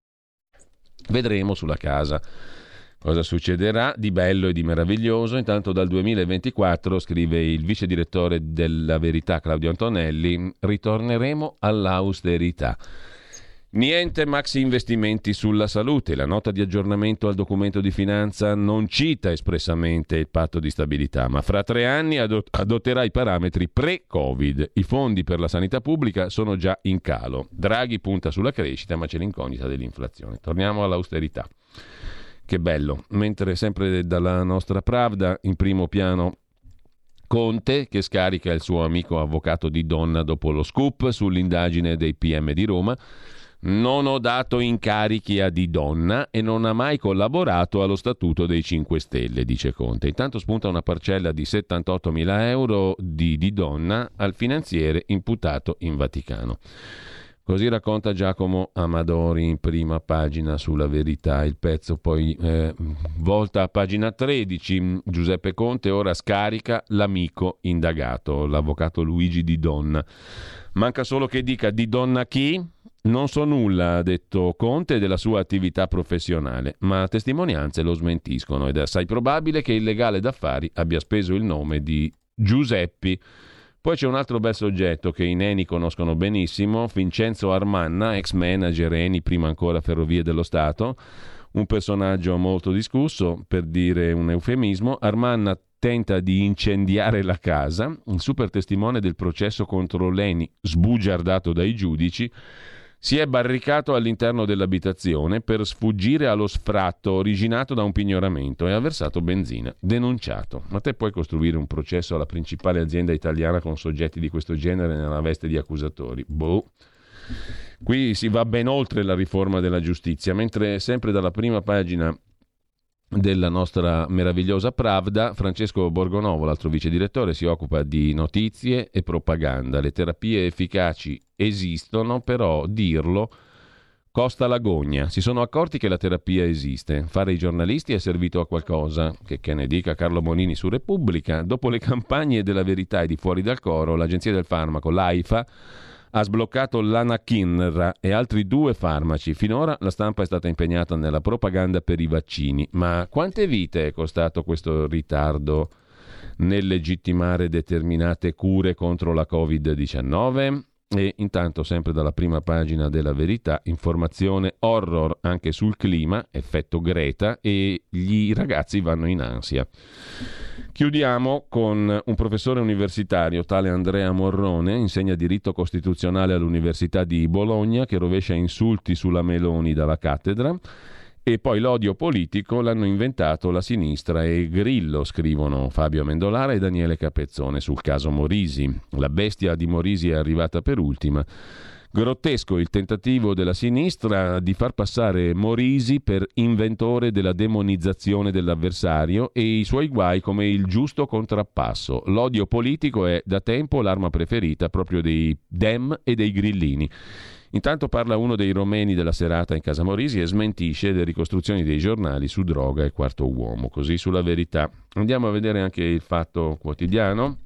A: Vedremo sulla casa cosa succederà di bello e di meraviglioso. Intanto dal duemilaventiquattro, scrive il vice direttore della Verità Claudio Antonelli, ritorneremo all'austerità. Niente maxi investimenti sulla salute. La nota di aggiornamento al documento di finanza non cita espressamente il patto di stabilità, ma fra tre anni adot- adotterà i parametri pre-Covid. I fondi per la sanità pubblica sono già in calo. Draghi punta sulla crescita, ma c'è l'incognita dell'inflazione. Torniamo all'austerità. Che bello. Mentre sempre dalla nostra Pravda, in primo piano Conte, che scarica il suo amico avvocato Di Donna dopo lo scoop sull'indagine dei P M di Roma. Non ho dato incarichi a Di Donna e non ha mai collaborato allo statuto dei cinque Stelle, dice Conte. Intanto spunta una parcella di settantottomila euro di Di Donna al finanziere imputato in Vaticano. Così racconta Giacomo Amadori in prima pagina sulla Verità. Il pezzo poi eh, volta a pagina tredici. Giuseppe Conte ora scarica l'amico indagato, l'avvocato Luigi Di Donna. Manca solo che dica Di Donna chi? Non so nulla, ha detto Conte, della sua attività professionale, ma testimonianze lo smentiscono ed è assai probabile che il legale d'affari abbia speso il nome di Giuseppi. Poi c'è un altro bel soggetto che i neni conoscono benissimo, Vincenzo Armanna, ex manager Eni, prima ancora Ferrovie dello Stato, un personaggio molto discusso, per dire un eufemismo. Armanna tenta di incendiare la casa. Il super testimone del processo contro Leni, sbugiardato dai giudici, si è barricato all'interno dell'abitazione per sfuggire allo sfratto originato da un pignoramento e ha versato benzina. Denunciato. Ma te puoi costruire un processo alla principale azienda italiana con soggetti di questo genere nella veste di accusatori? Boh. Qui si va ben oltre la riforma della giustizia, mentre sempre dalla prima pagina della nostra meravigliosa Pravda, Francesco Borgonovo, l'altro vice direttore, si occupa di notizie e propaganda. Le terapie efficaci esistono, però dirlo costa l'agonia. Si sono accorti che la terapia esiste. Fare i giornalisti è servito a qualcosa, che, che ne dica Carlo Monini su Repubblica. Dopo le campagne della Verità e di Fuori dal Coro, l'Agenzia del Farmaco, l'AIFA, ha sbloccato l'Anakinra e altri due farmaci. Finora la stampa è stata impegnata nella propaganda per i vaccini. Ma quante vite è costato questo ritardo nel legittimare determinate cure contro la covid diciannove? E intanto, sempre dalla prima pagina della Verità, informazione horror anche sul clima, effetto Greta, e gli ragazzi vanno in ansia. Chiudiamo con un professore universitario, tale Andrea Morrone, insegna diritto costituzionale all'Università di Bologna, che rovescia insulti sulla Meloni dalla cattedra. E poi l'odio politico l'hanno inventato la sinistra e Grillo, scrivono Fabio Amendolara e Daniele Capezzone sul caso Morisi. La bestia di Morisi è arrivata per ultima. Grottesco il tentativo della sinistra di far passare Morisi per inventore della demonizzazione dell'avversario e i suoi guai come il giusto contrappasso. L'odio politico è da tempo l'arma preferita proprio dei Dem e dei grillini. Intanto parla uno dei romeni della serata in casa Morisi e smentisce le ricostruzioni dei giornali su droga e quarto uomo, così sulla Verità. Andiamo a vedere anche il Fatto Quotidiano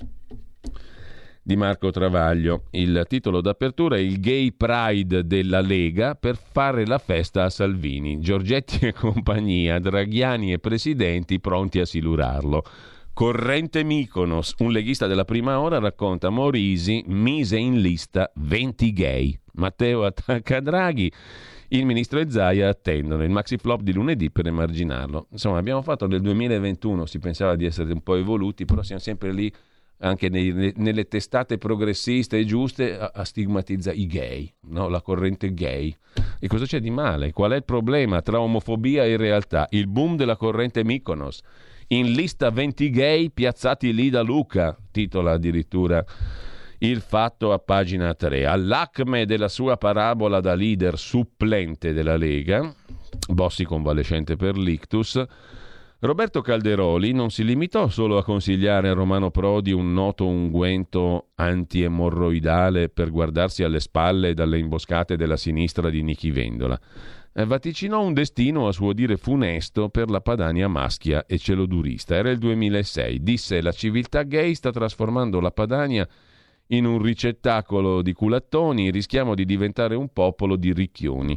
A: di Marco Travaglio. Il titolo d'apertura è il Gay Pride della Lega per fare la festa a Salvini. Giorgetti e compagnia, Draghiani e presidenti pronti a silurarlo. Corrente Mykonos, un leghista della prima ora racconta: Morisi mise in lista venti gay. Matteo attacca Draghi, il ministro e Zaia attendono il maxi flop di lunedì per emarginarlo. Insomma, abbiamo fatto nel duemilaventuno, si pensava di essere un po' evoluti, però siamo sempre lì anche nei, nelle testate progressiste e giuste a, a stigmatizzare i gay, no? La corrente gay. E cosa c'è di male? Qual è il problema tra omofobia e realtà? Il boom della corrente Mykonos. In lista venti gay piazzati lì da Luca, titola addirittura il Fatto a pagina tre. All'acme della sua parabola da leader supplente della Lega, Bossi convalescente per l'ictus, Roberto Calderoli non si limitò solo a consigliare a Romano Prodi un noto unguento antiemorroidale per guardarsi alle spalle dalle imboscate della sinistra di Nichi Vendola. Vaticinò un destino a suo dire funesto per la Padania maschia e celodurista. Era il duemilasei. Disse: la civiltà gay sta trasformando la Padania in un ricettacolo di culattoni, rischiamo di diventare un popolo di ricchioni.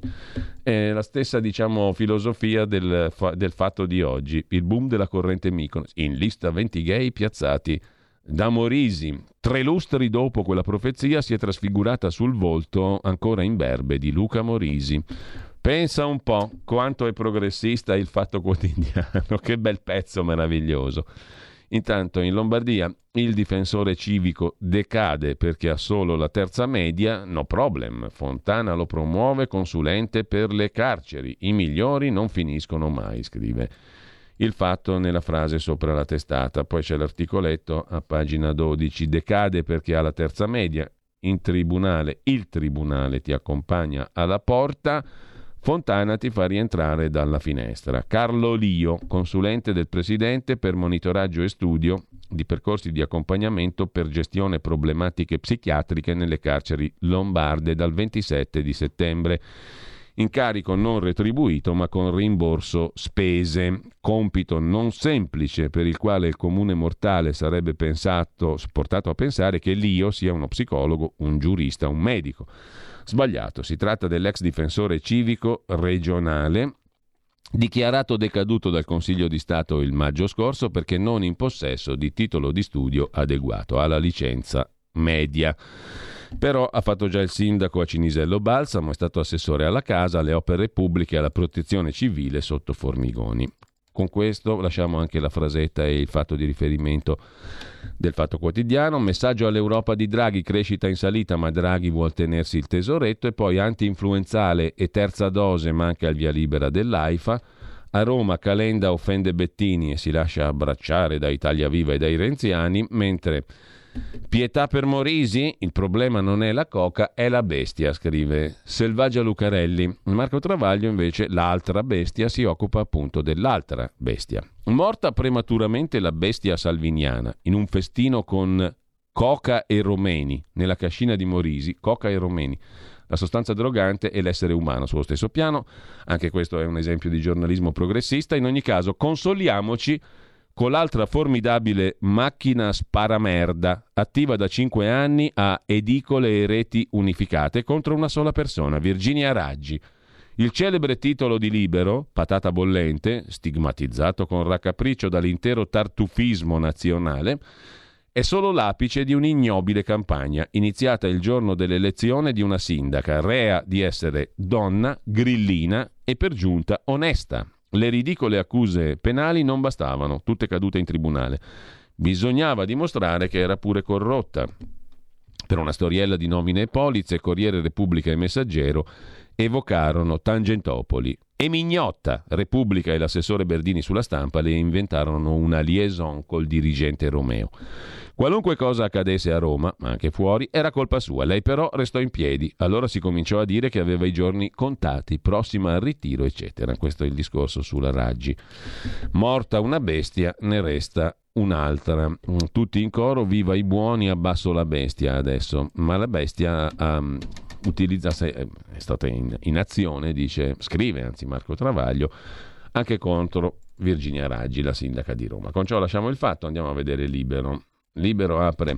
A: È la stessa, diciamo, filosofia del, fa- del fatto di oggi. Il boom della corrente Mykonos. In lista venti gay piazzati da Morisi. Tre lustri dopo quella profezia si è trasfigurata sul volto ancora imberbe di Luca Morisi. Pensa un po' quanto è progressista il Fatto Quotidiano, che bel pezzo meraviglioso. Intanto in Lombardia il difensore civico decade perché ha solo la terza media, no problem. Fontana lo promuove consulente per le carceri. I migliori non finiscono mai, scrive il Fatto nella frase sopra la testata. Poi c'è l'articoletto a pagina dodici. Decade perché ha la terza media. In tribunale, il tribunale ti accompagna alla porta. Fontana ti fa rientrare dalla finestra. Carlo Lio, consulente del presidente per monitoraggio e studio di percorsi di accompagnamento per gestione problematiche psichiatriche nelle carceri lombarde dal ventisette di settembre. Incarico non retribuito ma con rimborso spese. Compito non semplice per il quale il comune mortale sarebbe pensato, portato a pensare che Lio sia uno psicologo, un giurista, un medico. Sbagliato, si tratta dell'ex difensore civico regionale dichiarato decaduto dal Consiglio di Stato il maggio scorso perché non in possesso di titolo di studio adeguato alla licenza media. Però ha fatto già il sindaco a Cinisello Balsamo, è stato assessore alla casa, alle opere pubbliche e alla protezione civile sotto Formigoni. Con questo lasciamo anche la frasetta e il fatto di riferimento del Fatto Quotidiano. Messaggio all'Europa di Draghi, crescita in salita ma Draghi vuol tenersi il tesoretto, e poi anti-influenzale e terza dose manca il via libera dell'AIFA. A Roma Calenda offende Bettini e si lascia abbracciare da Italia Viva e dai renziani, mentre pietà per Morisi, il problema non è la coca, è la bestia, scrive Selvaggia Lucarelli. Marco Travaglio invece, l'altra bestia, si occupa appunto dell'altra bestia. Morta prematuramente la bestia salviniana in un festino con coca e romeni nella cascina di Morisi, coca e romeni. La sostanza drogante e l'essere umano sullo stesso piano. Anche questo è un esempio di giornalismo progressista. In ogni caso, consoliamoci con l'altra formidabile macchina sparamerda, attiva da cinque anni a edicole e reti unificate contro una sola persona, Virginia Raggi. Il celebre titolo di Libero, Patata bollente, stigmatizzato con raccapriccio dall'intero tartufismo nazionale, è solo l'apice di un'ignobile campagna, iniziata il giorno dell'elezione di una sindaca, rea di essere donna, grillina e per giunta onesta. Le ridicole accuse penali non bastavano, tutte cadute in tribunale. Bisognava dimostrare che era pure corrotta. Per una storiella di nomine e polizze, Corriere, Repubblica e Messaggero evocarono Tangentopoli. E Mignotta, Repubblica e l'assessore Berdini sulla Stampa le inventarono una liaison col dirigente Romeo. Qualunque cosa accadesse a Roma, ma anche fuori, era colpa sua. Lei però restò in piedi. Allora si cominciò a dire che aveva i giorni contati, prossima al ritiro, eccetera. Questo è il discorso sulla Raggi. Morta una bestia, ne resta un'altra. Tutti in coro, viva i buoni, abbasso la bestia adesso. Ma la bestia um, utilizza, è stata in, in azione, dice, scrive anzi Marco Travaglio, anche contro Virginia Raggi, la sindaca di Roma. Con ciò lasciamo il Fatto, andiamo a vedere Libero. Libero apre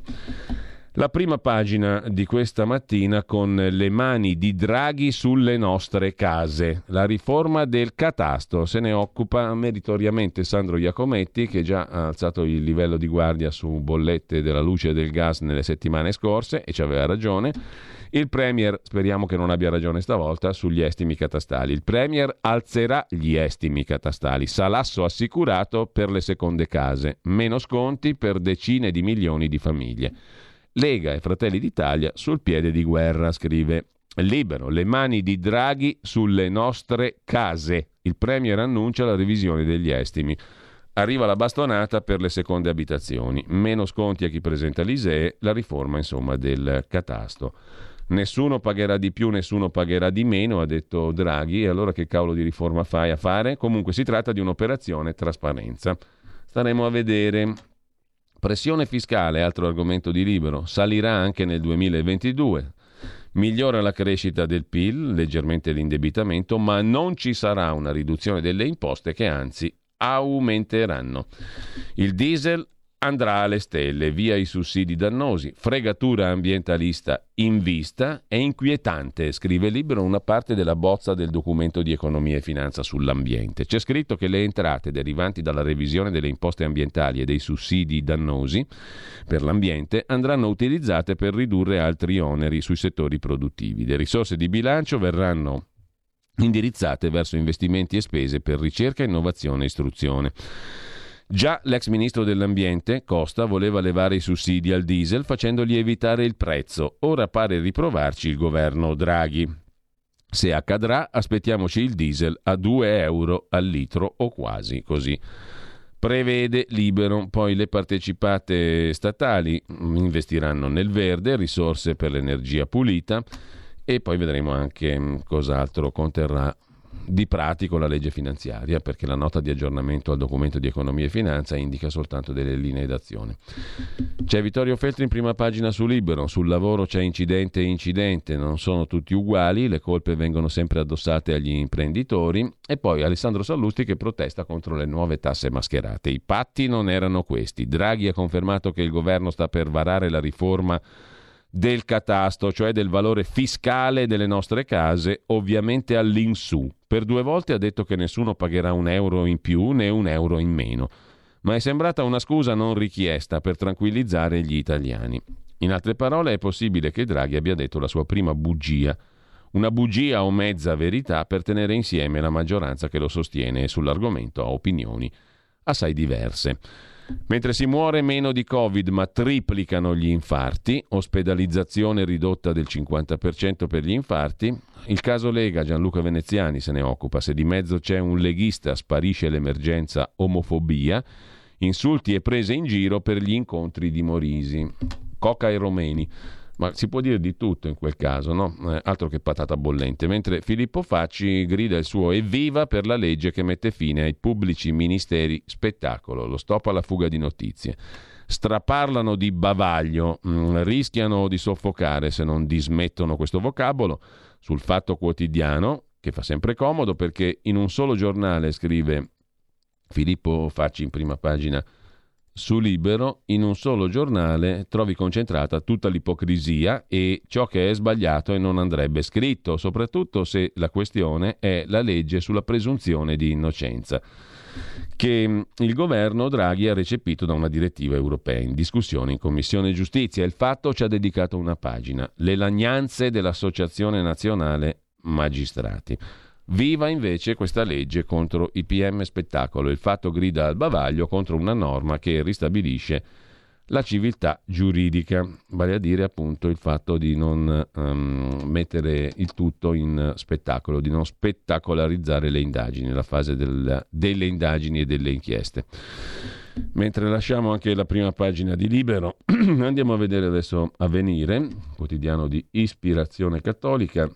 A: la prima pagina di questa mattina con le mani di Draghi sulle nostre case. La riforma del catasto, se ne occupa meritoriamente Sandro Iacometti, che già ha alzato il livello di guardia su bollette della luce e del gas nelle settimane scorse, e ci aveva ragione. Il Premier, speriamo che non abbia ragione stavolta, sugli estimi catastali. Il Premier alzerà gli estimi catastali, salasso assicurato per le seconde case, meno sconti per decine di milioni di famiglie. Lega e Fratelli d'Italia sul piede di guerra, scrive Libero. Le mani di Draghi sulle nostre case. Il Premier annuncia la revisione degli estimi. Arriva la bastonata per le seconde abitazioni, meno sconti a chi presenta l'I S E E, la riforma insomma del catasto. Nessuno pagherà di più, nessuno pagherà di meno, ha detto Draghi, e allora che cavolo di riforma fai a fare? Comunque si tratta di un'operazione trasparenza. Staremo a vedere. Pressione fiscale, altro argomento di Libero, salirà anche nel duemilaventidue. Migliora la crescita del P I L, leggermente l'indebitamento, ma non ci sarà una riduzione delle imposte che anzi aumenteranno. Il diesel andrà alle stelle, via i sussidi dannosi, fregatura ambientalista in vista, è inquietante, scrive Libero una parte della bozza del documento di economia e finanza sull'ambiente. C'è scritto che le entrate derivanti dalla revisione delle imposte ambientali e dei sussidi dannosi per l'ambiente andranno utilizzate per ridurre altri oneri sui settori produttivi. Le risorse di bilancio verranno indirizzate verso investimenti e spese per ricerca, innovazione e istruzione. Già l'ex ministro dell'ambiente, Costa, voleva levare i sussidi al diesel facendo lievitare il prezzo. Ora pare riprovarci il governo Draghi. Se accadrà, aspettiamoci il diesel a due euro al litro o quasi così. Prevede Libero. Poi le partecipate statali investiranno nel verde, risorse per l'energia pulita, e poi vedremo anche cos'altro conterrà di pratico la legge finanziaria, perché la nota di aggiornamento al documento di economia e finanza indica soltanto delle linee d'azione. C'è Vittorio Feltri in prima pagina su Libero. Sul lavoro c'è incidente e incidente, non sono tutti uguali, le colpe vengono sempre addossate agli imprenditori. E poi Alessandro Sallusti che protesta contro le nuove tasse mascherate. I patti non erano questi. Draghi ha confermato che il governo sta per varare la riforma del catasto, cioè del valore fiscale delle nostre case, ovviamente all'insù. Per due volte ha detto che nessuno pagherà un euro in più né un euro in meno, ma è sembrata una scusa non richiesta per tranquillizzare gli italiani. In altre parole, è possibile che Draghi abbia detto la sua prima bugia, una bugia o mezza verità per tenere insieme la maggioranza che lo sostiene e sull'argomento ha opinioni assai diverse. Mentre si muore meno di Covid ma triplicano gli infarti, ospedalizzazione ridotta del cinquanta per cento per gli infarti, il caso Lega, Gianluca Veneziani se ne occupa, se di mezzo c'è un leghista sparisce l'emergenza omofobia, insulti e prese in giro per gli incontri di Morisi, Coca e Romeni. Ma si può dire di tutto in quel caso, no? Eh, altro che patata bollente. Mentre Filippo Facci grida il suo evviva per la legge che mette fine ai pubblici ministeri spettacolo, lo stop alla fuga di notizie. Straparlano di bavaglio, mh, rischiano di soffocare se non dismettono questo vocabolo. Sul Fatto Quotidiano, che fa sempre comodo perché in un solo giornale, scrive Filippo Facci in prima pagina su Libero, in un solo giornale trovi concentrata tutta l'ipocrisia e ciò che è sbagliato e non andrebbe scritto, soprattutto se la questione è la legge sulla presunzione di innocenza, che il governo Draghi ha recepito da una direttiva europea in discussione in Commissione Giustizia. Il Fatto ci ha dedicato una pagina, le lagnanze dell'Associazione Nazionale Magistrati. Viva invece questa legge contro i P M spettacolo. Il Fatto grida al bavaglio contro una norma che ristabilisce la civiltà giuridica, vale a dire appunto il fatto di non um, mettere il tutto in spettacolo, di non spettacolarizzare le indagini, la fase del, delle indagini e delle inchieste. Mentre lasciamo anche la prima pagina di Libero, andiamo a vedere adesso Avvenire, quotidiano di ispirazione cattolica,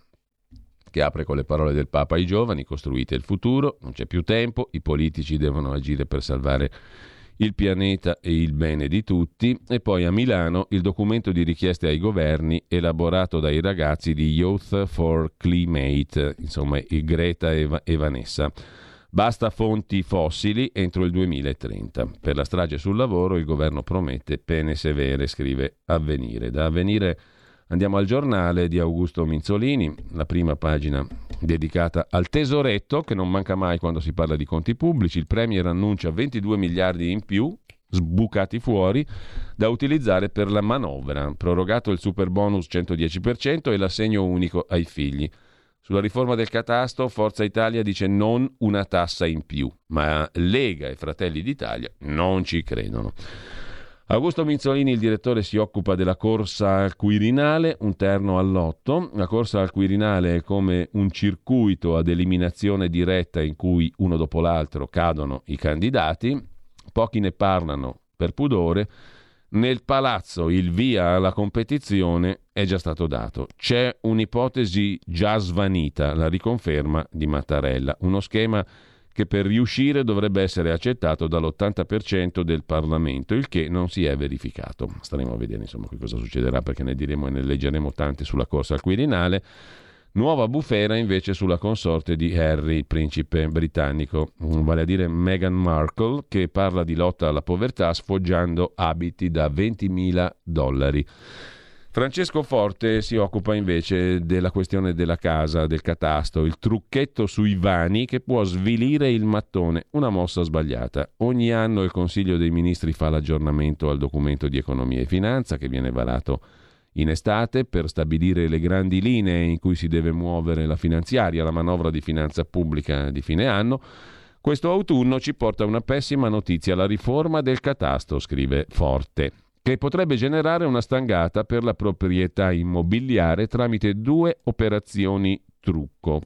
A: che apre con le parole del Papa ai giovani: costruite il futuro, non c'è più tempo, i politici devono agire per salvare il pianeta e il bene di tutti. E poi a Milano il documento di richieste ai governi elaborato dai ragazzi di Youth for Climate, insomma i Greta e, Va- e Vanessa. Basta fonti fossili entro il duemilatrenta. Per la strage sul lavoro il governo promette pene severe, scrive Avvenire. Da Avvenire andiamo al Giornale di Augusto Minzolini, la prima pagina dedicata al tesoretto, che non manca mai quando si parla di conti pubblici. Il Premier annuncia ventidue miliardi in più, sbucati fuori, da utilizzare per la manovra. Prorogato il superbonus cento dieci per cento e l'assegno unico ai figli. Sulla riforma del catasto, Forza Italia dice non una tassa in più, ma Lega e Fratelli d'Italia non ci credono. Augusto Minzolini, il direttore, si occupa della corsa al Quirinale, un terno al lotto. La corsa al Quirinale è come un circuito ad eliminazione diretta in cui uno dopo l'altro cadono i candidati. Pochi ne parlano per pudore. Nel palazzo il via alla competizione è già stato dato. C'è un'ipotesi già svanita, la riconferma di Mattarella. Uno schema che per riuscire dovrebbe essere accettato dall'ottanta per cento del Parlamento, il che non si è verificato. Staremo a vedere insomma che cosa succederà, perché ne diremo e ne leggeremo tante sulla corsa al Quirinale. Nuova bufera invece sulla consorte di Harry, il principe britannico, vale a dire Meghan Markle, che parla di lotta alla povertà sfoggiando abiti da ventimila dollari. Francesco Forte si occupa invece della questione della casa, del catasto, il trucchetto sui vani che può svilire il mattone, una mossa sbagliata. Ogni anno il Consiglio dei Ministri fa l'aggiornamento al documento di economia e finanza che viene varato in estate per stabilire le grandi linee in cui si deve muovere la finanziaria, la manovra di finanza pubblica di fine anno. Questo autunno ci porta una pessima notizia: la riforma del catasto, scrive Forte, che potrebbe generare una stangata per la proprietà immobiliare tramite due operazioni trucco.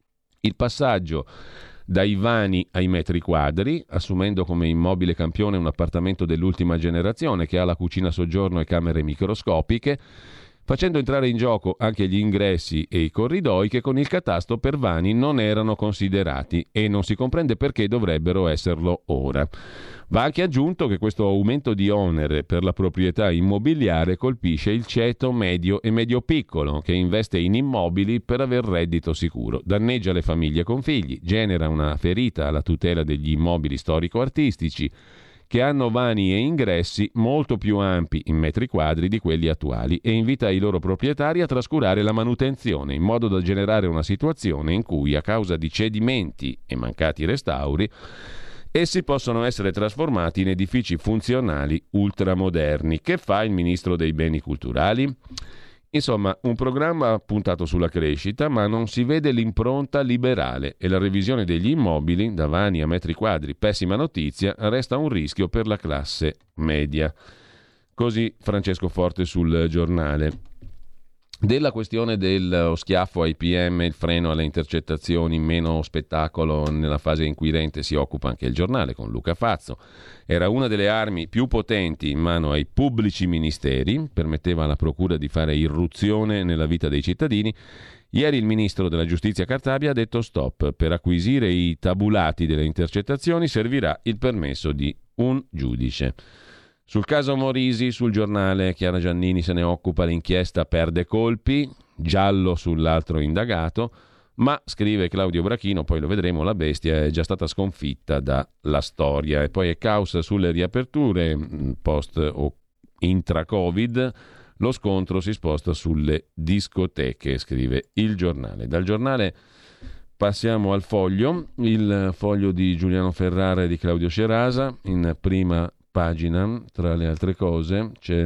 A: Il passaggio dai vani ai metri quadri, assumendo come immobile campione un appartamento dell'ultima generazione che ha la cucina soggiorno e camere microscopiche, facendo entrare in gioco anche gli ingressi e i corridoi che con il catasto per vani non erano considerati e non si comprende perché dovrebbero esserlo ora. Va anche aggiunto che questo aumento di onere per la proprietà immobiliare colpisce il ceto medio e medio-piccolo, che investe in immobili per aver reddito sicuro, danneggia le famiglie con figli, genera una ferita alla tutela degli immobili storico-artistici, che hanno vani e ingressi molto più ampi in metri quadri di quelli attuali, e invita i loro proprietari a trascurare la manutenzione, in modo da generare una situazione in cui, a causa di cedimenti e mancati restauri, essi possono essere trasformati in edifici funzionali ultramoderni. Che fa il ministro dei beni culturali? Insomma, un programma puntato sulla crescita, ma non si vede l'impronta liberale e la revisione degli immobili, da vani a metri quadri, pessima notizia, resta un rischio per la classe media. Così Francesco Forte sul Giornale. Della questione dello schiaffo ai P M, il freno alle intercettazioni, meno spettacolo nella fase inquirente, si occupa anche il Giornale con Luca Fazzo. Era una delle armi più potenti in mano ai pubblici ministeri, permetteva alla procura di fare irruzione nella vita dei cittadini. Ieri il ministro della Giustizia Cartabia ha detto stop. Per acquisire i tabulati delle intercettazioni servirà il permesso di un giudice. Sul caso Morisi, sul Giornale, Chiara Giannini se ne occupa, l'inchiesta perde colpi, giallo sull'altro indagato, ma, scrive Claudio Brachino, poi lo vedremo, la bestia è già stata sconfitta dalla storia. E poi è caos sulle riaperture post o intra-Covid, lo scontro si sposta sulle discoteche, scrive il Giornale. Dal Giornale passiamo al Foglio, il Foglio di Giuliano Ferrara e di Claudio Cerasa, in prima pagina, tra le altre cose, c'è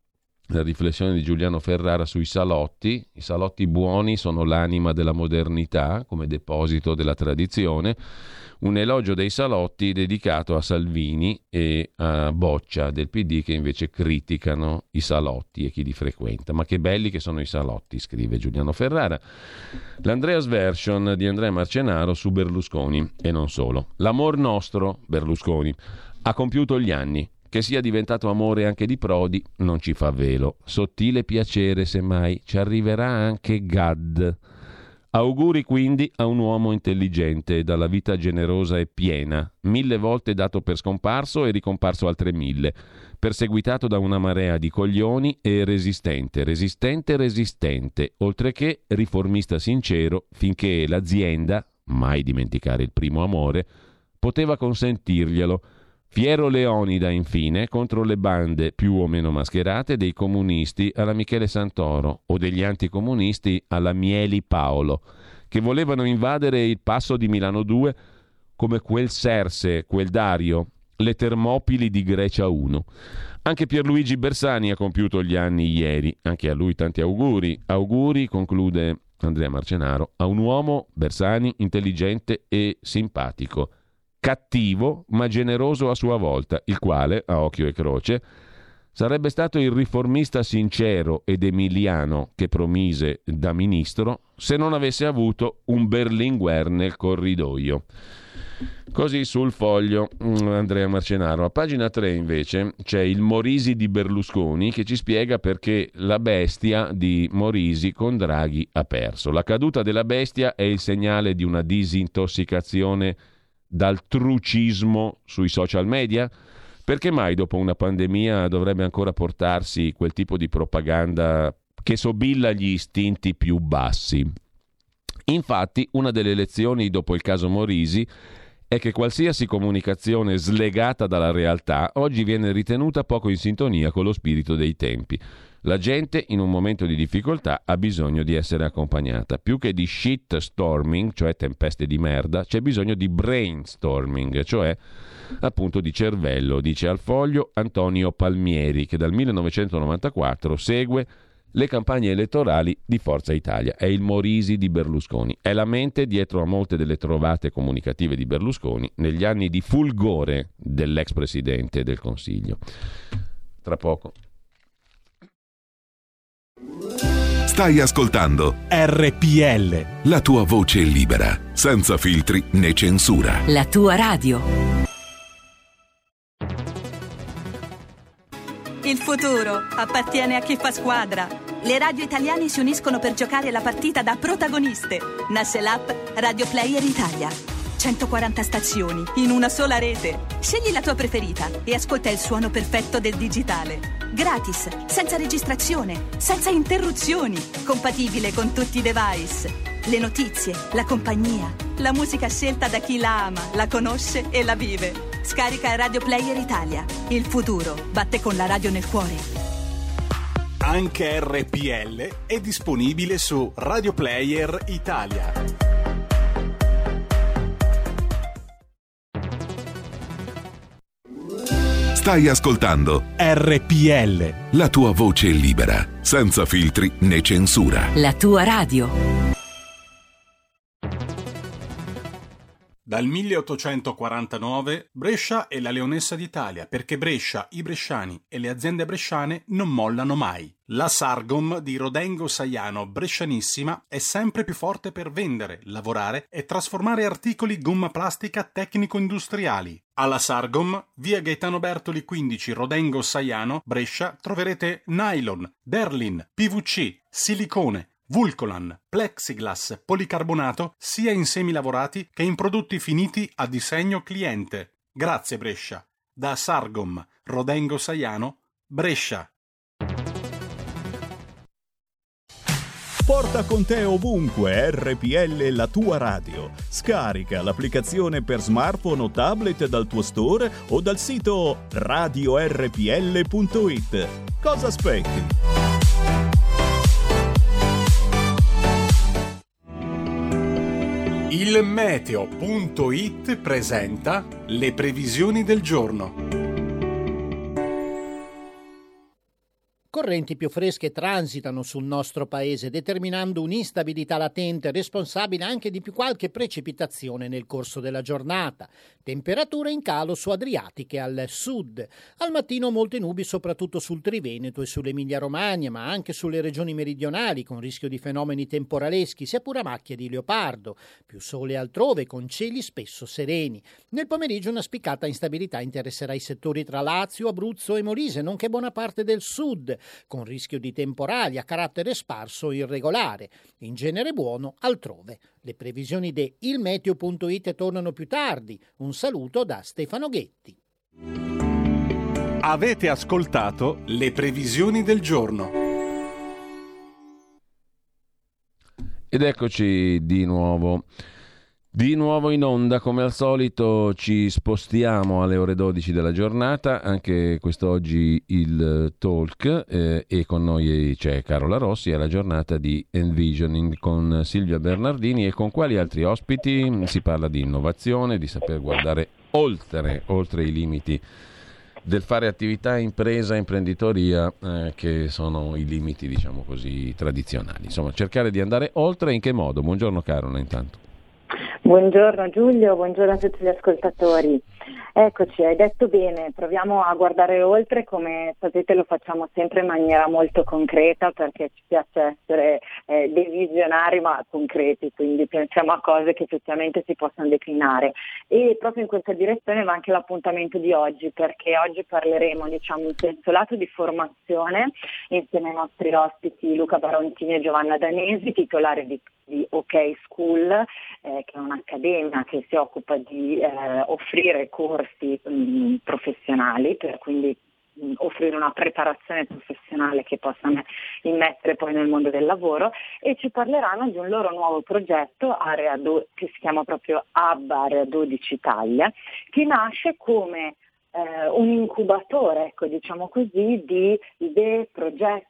A: la riflessione di Giuliano Ferrara sui salotti. I salotti buoni sono l'anima della modernità, come deposito della tradizione. Un elogio dei salotti dedicato a Salvini e a Boccia del P D, che invece criticano i salotti e chi li frequenta. Ma che belli che sono i salotti, scrive Giuliano Ferrara. L'Andreas Version di Andrea Marcenaro su Berlusconi, e non solo. L'amor nostro, Berlusconi, ha compiuto gli anni. Che sia diventato amore anche di Prodi non ci fa velo. Sottile piacere, semmai, ci arriverà anche Gad. Auguri quindi a un uomo intelligente, dalla vita generosa e piena, mille volte dato per scomparso e ricomparso altre mille, perseguitato da una marea di coglioni e resistente, resistente, resistente, oltre che riformista sincero, finché l'azienda, mai dimenticare il primo amore, poteva consentirglielo. Fiero Leonida, infine, contro le bande più o meno mascherate dei comunisti alla Michele Santoro o degli anticomunisti alla Mieli Paolo, che volevano invadere il passo di Milano due come quel Serse, quel Dario, le Termopili di Grecia uno. Anche Pierluigi Bersani ha compiuto gli anni ieri, anche a lui tanti auguri. Auguri, conclude Andrea Marcenaro, a un uomo, Bersani, intelligente e simpatico. Cattivo ma generoso a sua volta, il quale, a occhio e croce, sarebbe stato il riformista sincero ed emiliano che promise da ministro se non avesse avuto un Berlinguer nel corridoio. Così sul Foglio Andrea Marcenaro. A pagina tre invece c'è il Morisi di Berlusconi che ci spiega perché la bestia di Morisi con Draghi ha perso. La caduta della bestia è il segnale di una disintossicazione dal trucismo sui social media? Perché mai dopo una pandemia dovrebbe ancora portarsi quel tipo di propaganda che sobilla gli istinti più bassi? Infatti, una delle lezioni dopo il caso Morisi è che qualsiasi comunicazione slegata dalla realtà oggi viene ritenuta poco in sintonia con lo spirito dei tempi. La gente in un momento di difficoltà ha bisogno di essere accompagnata. Più che di shitstorming, cioè tempeste di merda, c'è bisogno di brainstorming, cioè appunto di cervello, dice al Foglio Antonio Palmieri, che dal millenovecentonovantaquattro segue le campagne elettorali di Forza Italia. È il Morisi di Berlusconi. È la mente dietro a molte delle trovate comunicative di Berlusconi negli anni di fulgore dell'ex presidente del Consiglio. Tra poco.
B: Stai ascoltando
C: R P L,
B: la tua voce libera, senza filtri né censura.
D: La tua radio.
E: Il futuro appartiene a chi fa squadra. Le radio italiane si uniscono per giocare la partita da protagoniste. Nasce l'app Radio Player Italia. centoquaranta stazioni in una sola rete. Scegli la tua preferita e ascolta il suono perfetto del digitale. Gratis, senza registrazione, senza interruzioni, compatibile con tutti i device. Le notizie, la compagnia, la musica scelta da chi la ama, la conosce e la vive. Scarica Radio Player Italia. Il futuro batte con la radio nel cuore.
C: Anche R P L è disponibile su Radio Player Italia.
B: Stai ascoltando
C: R P L,
B: la tua voce libera, senza filtri né censura.
D: La tua radio.
C: Dal milleottocentoquarantanove Brescia è la leonessa d'Italia, perché Brescia, i bresciani e le aziende bresciane non mollano mai. La Sargom di Rodengo Saiano, brescianissima, è sempre più forte per vendere, lavorare e trasformare articoli gomma plastica tecnico-industriali. Alla Sargom, via Gaetano Bertoli quindici, Rodengo Saiano, Brescia, troverete nylon, derlin, P V C, silicone, Vulcolan, plexiglass, policarbonato, sia in semi lavorati che in prodotti finiti a disegno cliente. Grazie Brescia. Da Sargom, Rodengo Saiano, Brescia.
F: Porta con te ovunque R P L, la tua radio. Scarica l'applicazione per smartphone o tablet dal tuo store o dal sito radio erre pi elle punto it. Cosa aspetti?
C: Il meteo punto it presenta le previsioni del giorno.
G: Correnti più fresche transitano sul nostro paese, determinando un'instabilità latente responsabile anche di più qualche precipitazione nel corso della giornata. Temperature in calo su Adriatiche al sud. Al mattino molte nubi soprattutto sul Triveneto e sull'Emilia-Romagna, ma anche sulle regioni meridionali, con rischio di fenomeni temporaleschi, sia pure a macchia di leopardo. Più sole altrove, con cieli spesso sereni. Nel pomeriggio una spiccata instabilità interesserà i settori tra Lazio, Abruzzo e Molise, nonché buona parte del sud, con rischio di temporali a carattere sparso o irregolare. In genere buono altrove. Le previsioni di il meteo punto it tornano più tardi. Un saluto da Stefano Ghetti.
C: Avete ascoltato le previsioni del giorno.
A: Ed eccoci di nuovo. Di nuovo in onda, come al solito ci spostiamo alle ore dodici della giornata, anche quest'oggi il talk eh, e con noi c'è Carola Rossi, è la giornata di Envisioning con Silvia Bernardini. E con quali altri ospiti? Si parla di innovazione, di saper guardare oltre, oltre i limiti del fare attività, impresa, imprenditoria, eh, che sono i limiti, diciamo così, tradizionali. Insomma, cercare di andare oltre. In che modo? Buongiorno Carola intanto.
H: Buongiorno Giulio, buongiorno a tutti gli ascoltatori. Eccoci, hai detto bene, proviamo a guardare oltre, come sapete lo facciamo sempre in maniera molto concreta, perché ci piace essere eh, dei visionari ma concreti, quindi pensiamo a cose che effettivamente si possano declinare. E proprio in questa direzione va anche l'appuntamento di oggi, perché oggi parleremo, diciamo, in senso lato di formazione insieme ai nostri ospiti Luca Barontini e Giovanna Danesi, titolari di di OK School, eh, che è un'accademia che si occupa di eh, offrire corsi mh, professionali, per quindi mh, offrire una preparazione professionale che possano immettere poi nel mondo del lavoro, e ci parleranno di un loro nuovo progetto Area do- che si chiama proprio Hub Area dodici Italia, che nasce come eh, un incubatore, ecco, diciamo così, di idee, progetti,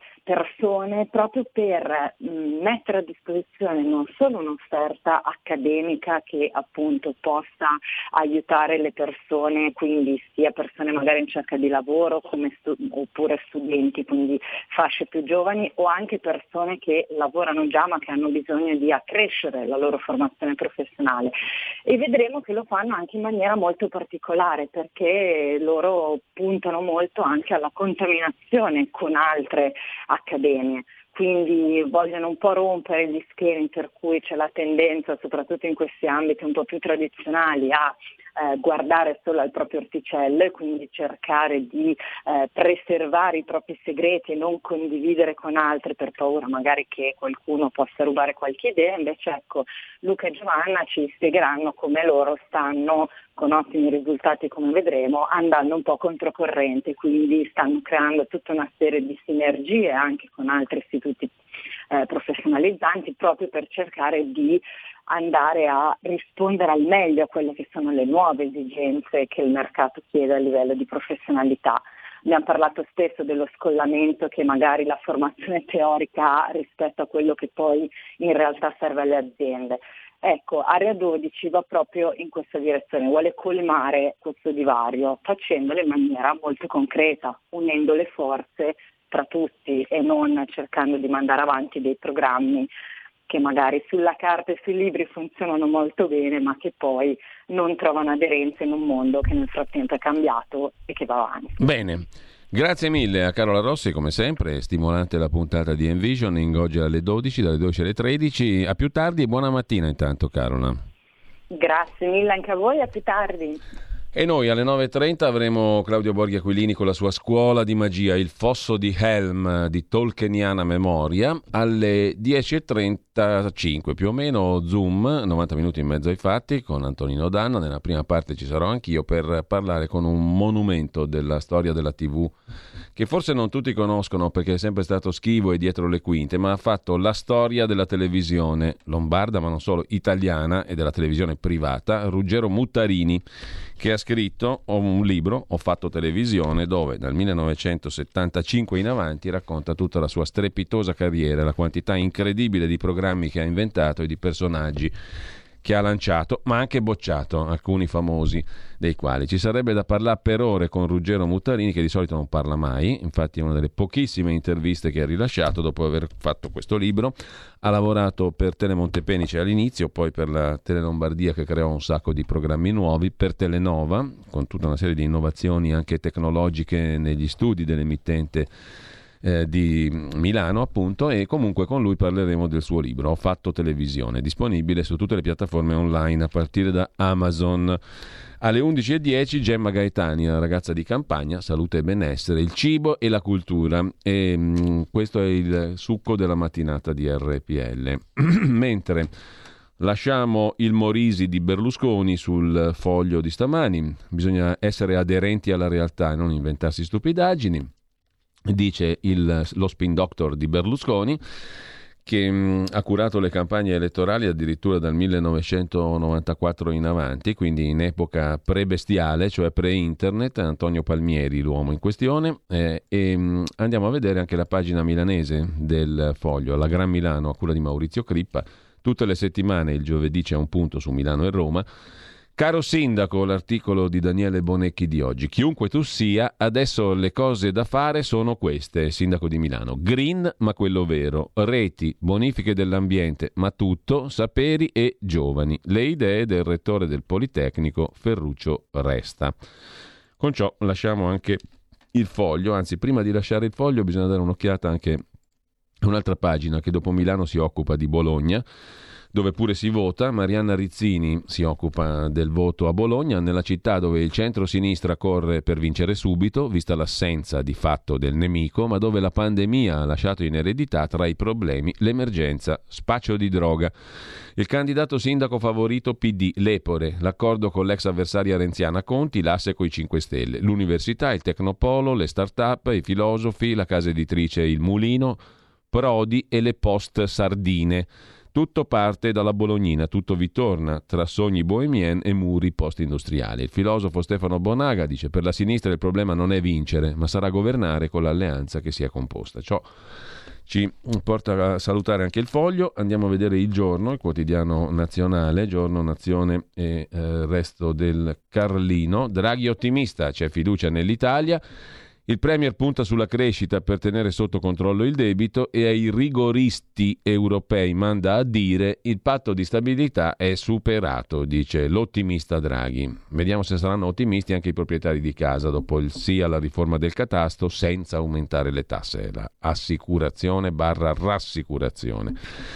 H: persone, proprio per mh, mettere a disposizione non solo un'offerta accademica che appunto possa aiutare le persone, quindi sia persone magari in cerca di lavoro come stu- oppure studenti, quindi fasce più giovani, o anche persone che lavorano già ma che hanno bisogno di accrescere la loro formazione professionale. E vedremo che lo fanno anche in maniera molto particolare, perché loro puntano molto anche alla contaminazione con altre accademie, quindi vogliono un po' rompere gli schemi per cui c'è la tendenza, soprattutto in questi ambiti un po' più tradizionali, a eh, guardare solo al proprio orticello e quindi cercare di eh, preservare i propri segreti e non condividere con altri per paura magari che qualcuno possa rubare qualche idea. Invece ecco, Luca e Giovanna ci spiegheranno come loro stanno, con ottimi risultati come vedremo, andando un po' controcorrente, quindi stanno creando tutta una serie di sinergie anche con altri istituti eh, professionalizzanti, proprio per cercare di andare a rispondere al meglio a quelle che sono le nuove esigenze che il mercato chiede a livello di professionalità. Abbiamo parlato spesso dello scollamento che magari la formazione teorica ha rispetto a quello che poi in realtà serve alle aziende. Ecco, Area dodici va proprio in questa direzione, vuole colmare questo divario facendolo in maniera molto concreta, unendo le forze tra tutti e non cercando di mandare avanti dei programmi che magari sulla carta e sui libri funzionano molto bene, ma che poi non trovano aderenza in un mondo che nel frattempo è cambiato e che va avanti.
A: Bene. Grazie mille a Carola Rossi, come sempre, stimolante la puntata di Envisioning, oggi alle dodici, dalle dodici alle tredici. A più tardi e buona mattina intanto, Carola.
H: Grazie mille anche a voi, a più tardi.
A: E noi alle nove e trenta avremo Claudio Borghi Aquilini con la sua scuola di magia, il fosso di Helm di Tolkieniana memoria. Alle dieci e trentacinque più o meno Zoom, novanta minuti in mezzo ai fatti, con Antonino Danna. Nella prima parte ci sarò anch'io per parlare con un monumento della storia della tivù che forse non tutti conoscono perché è sempre stato schivo e dietro le quinte, ma ha fatto la storia della televisione lombarda, ma non solo, italiana e della televisione privata, Ruggero Muttarini, che ha scritto un libro, Ho fatto televisione, dove dal millenovecentosettantacinque in avanti racconta tutta la sua strepitosa carriera, la quantità incredibile di programmi che ha inventato e di personaggi che ha lanciato, ma anche bocciato, alcuni famosi dei quali. Ci sarebbe da parlare per ore con Ruggero Muttarini, che di solito non parla mai, infatti è una delle pochissime interviste che ha rilasciato dopo aver fatto questo libro. Ha lavorato per Telemontepenice all'inizio, poi per la Tele Lombardia, che creò un sacco di programmi nuovi, per Telenova, con tutta una serie di innovazioni anche tecnologiche negli studi dell'emittente Eh, di Milano, appunto, e comunque con lui parleremo del suo libro Ho fatto televisione, disponibile su tutte le piattaforme online a partire da Amazon. Alle undici e dieci Gemma Gaetani, la ragazza di campagna, salute e benessere, il cibo e la cultura, e mh, questo è il succo della mattinata di R P L. Mentre lasciamo il Morisi di Berlusconi sul Foglio di stamani, bisogna essere aderenti alla realtà e non inventarsi stupidaggini, dice il, lo spin doctor di Berlusconi, che mh, ha curato le campagne elettorali addirittura dal millenovecentonovantaquattro in avanti, quindi in epoca pre-bestiale, cioè pre-internet. Antonio Palmieri, l'uomo in questione, eh, e mh, andiamo a vedere anche la pagina milanese del Foglio, la Gran Milano, a cura di Maurizio Crippa. Tutte le settimane il giovedì c'è un punto su Milano e Roma. Caro sindaco, l'articolo di Daniele Bonecchi di oggi. Chiunque tu sia, adesso le cose da fare sono queste, sindaco di Milano. Green, ma quello vero. Reti, bonifiche dell'ambiente, ma tutto, saperi e giovani. Le idee del rettore del Politecnico, Ferruccio Resta. Con ciò lasciamo anche il Foglio, anzi prima di lasciare il Foglio bisogna dare un'occhiata anche a un'altra pagina che dopo Milano si occupa di Bologna, dove pure si vota. Marianna Rizzini si occupa del voto a Bologna, nella città dove il centro-sinistra corre per vincere subito, vista l'assenza di fatto del nemico, ma dove la pandemia ha lasciato in eredità tra i problemi l'emergenza spaccio di droga. Il candidato sindaco favorito P D, Lepore, l'accordo con l'ex avversaria renziana Conti, l'asse coi cinque Stelle, l'università, il Tecnopolo, le start-up, i filosofi, la casa editrice Il Mulino, Prodi e le post sardine. Tutto parte dalla Bolognina, tutto vi torna, tra sogni bohemien e muri post-industriali. Il filosofo Stefano Bonaga dice: per la sinistra il problema non è vincere, ma sarà governare con l'alleanza che si è composta. Ciò ci porta a salutare anche il Foglio. Andiamo a vedere Il Giorno, il quotidiano nazionale, Giorno, Nazione e eh, resto del Carlino. Draghi ottimista, c'è fiducia nell'Italia. Il Premier punta sulla crescita per tenere sotto controllo il debito e ai rigoristi europei manda a dire il patto di stabilità è superato, dice l'ottimista Draghi. Vediamo se saranno ottimisti anche i proprietari di casa dopo il sì alla riforma del catasto senza aumentare le tasse, la assicurazione barra rassicurazione.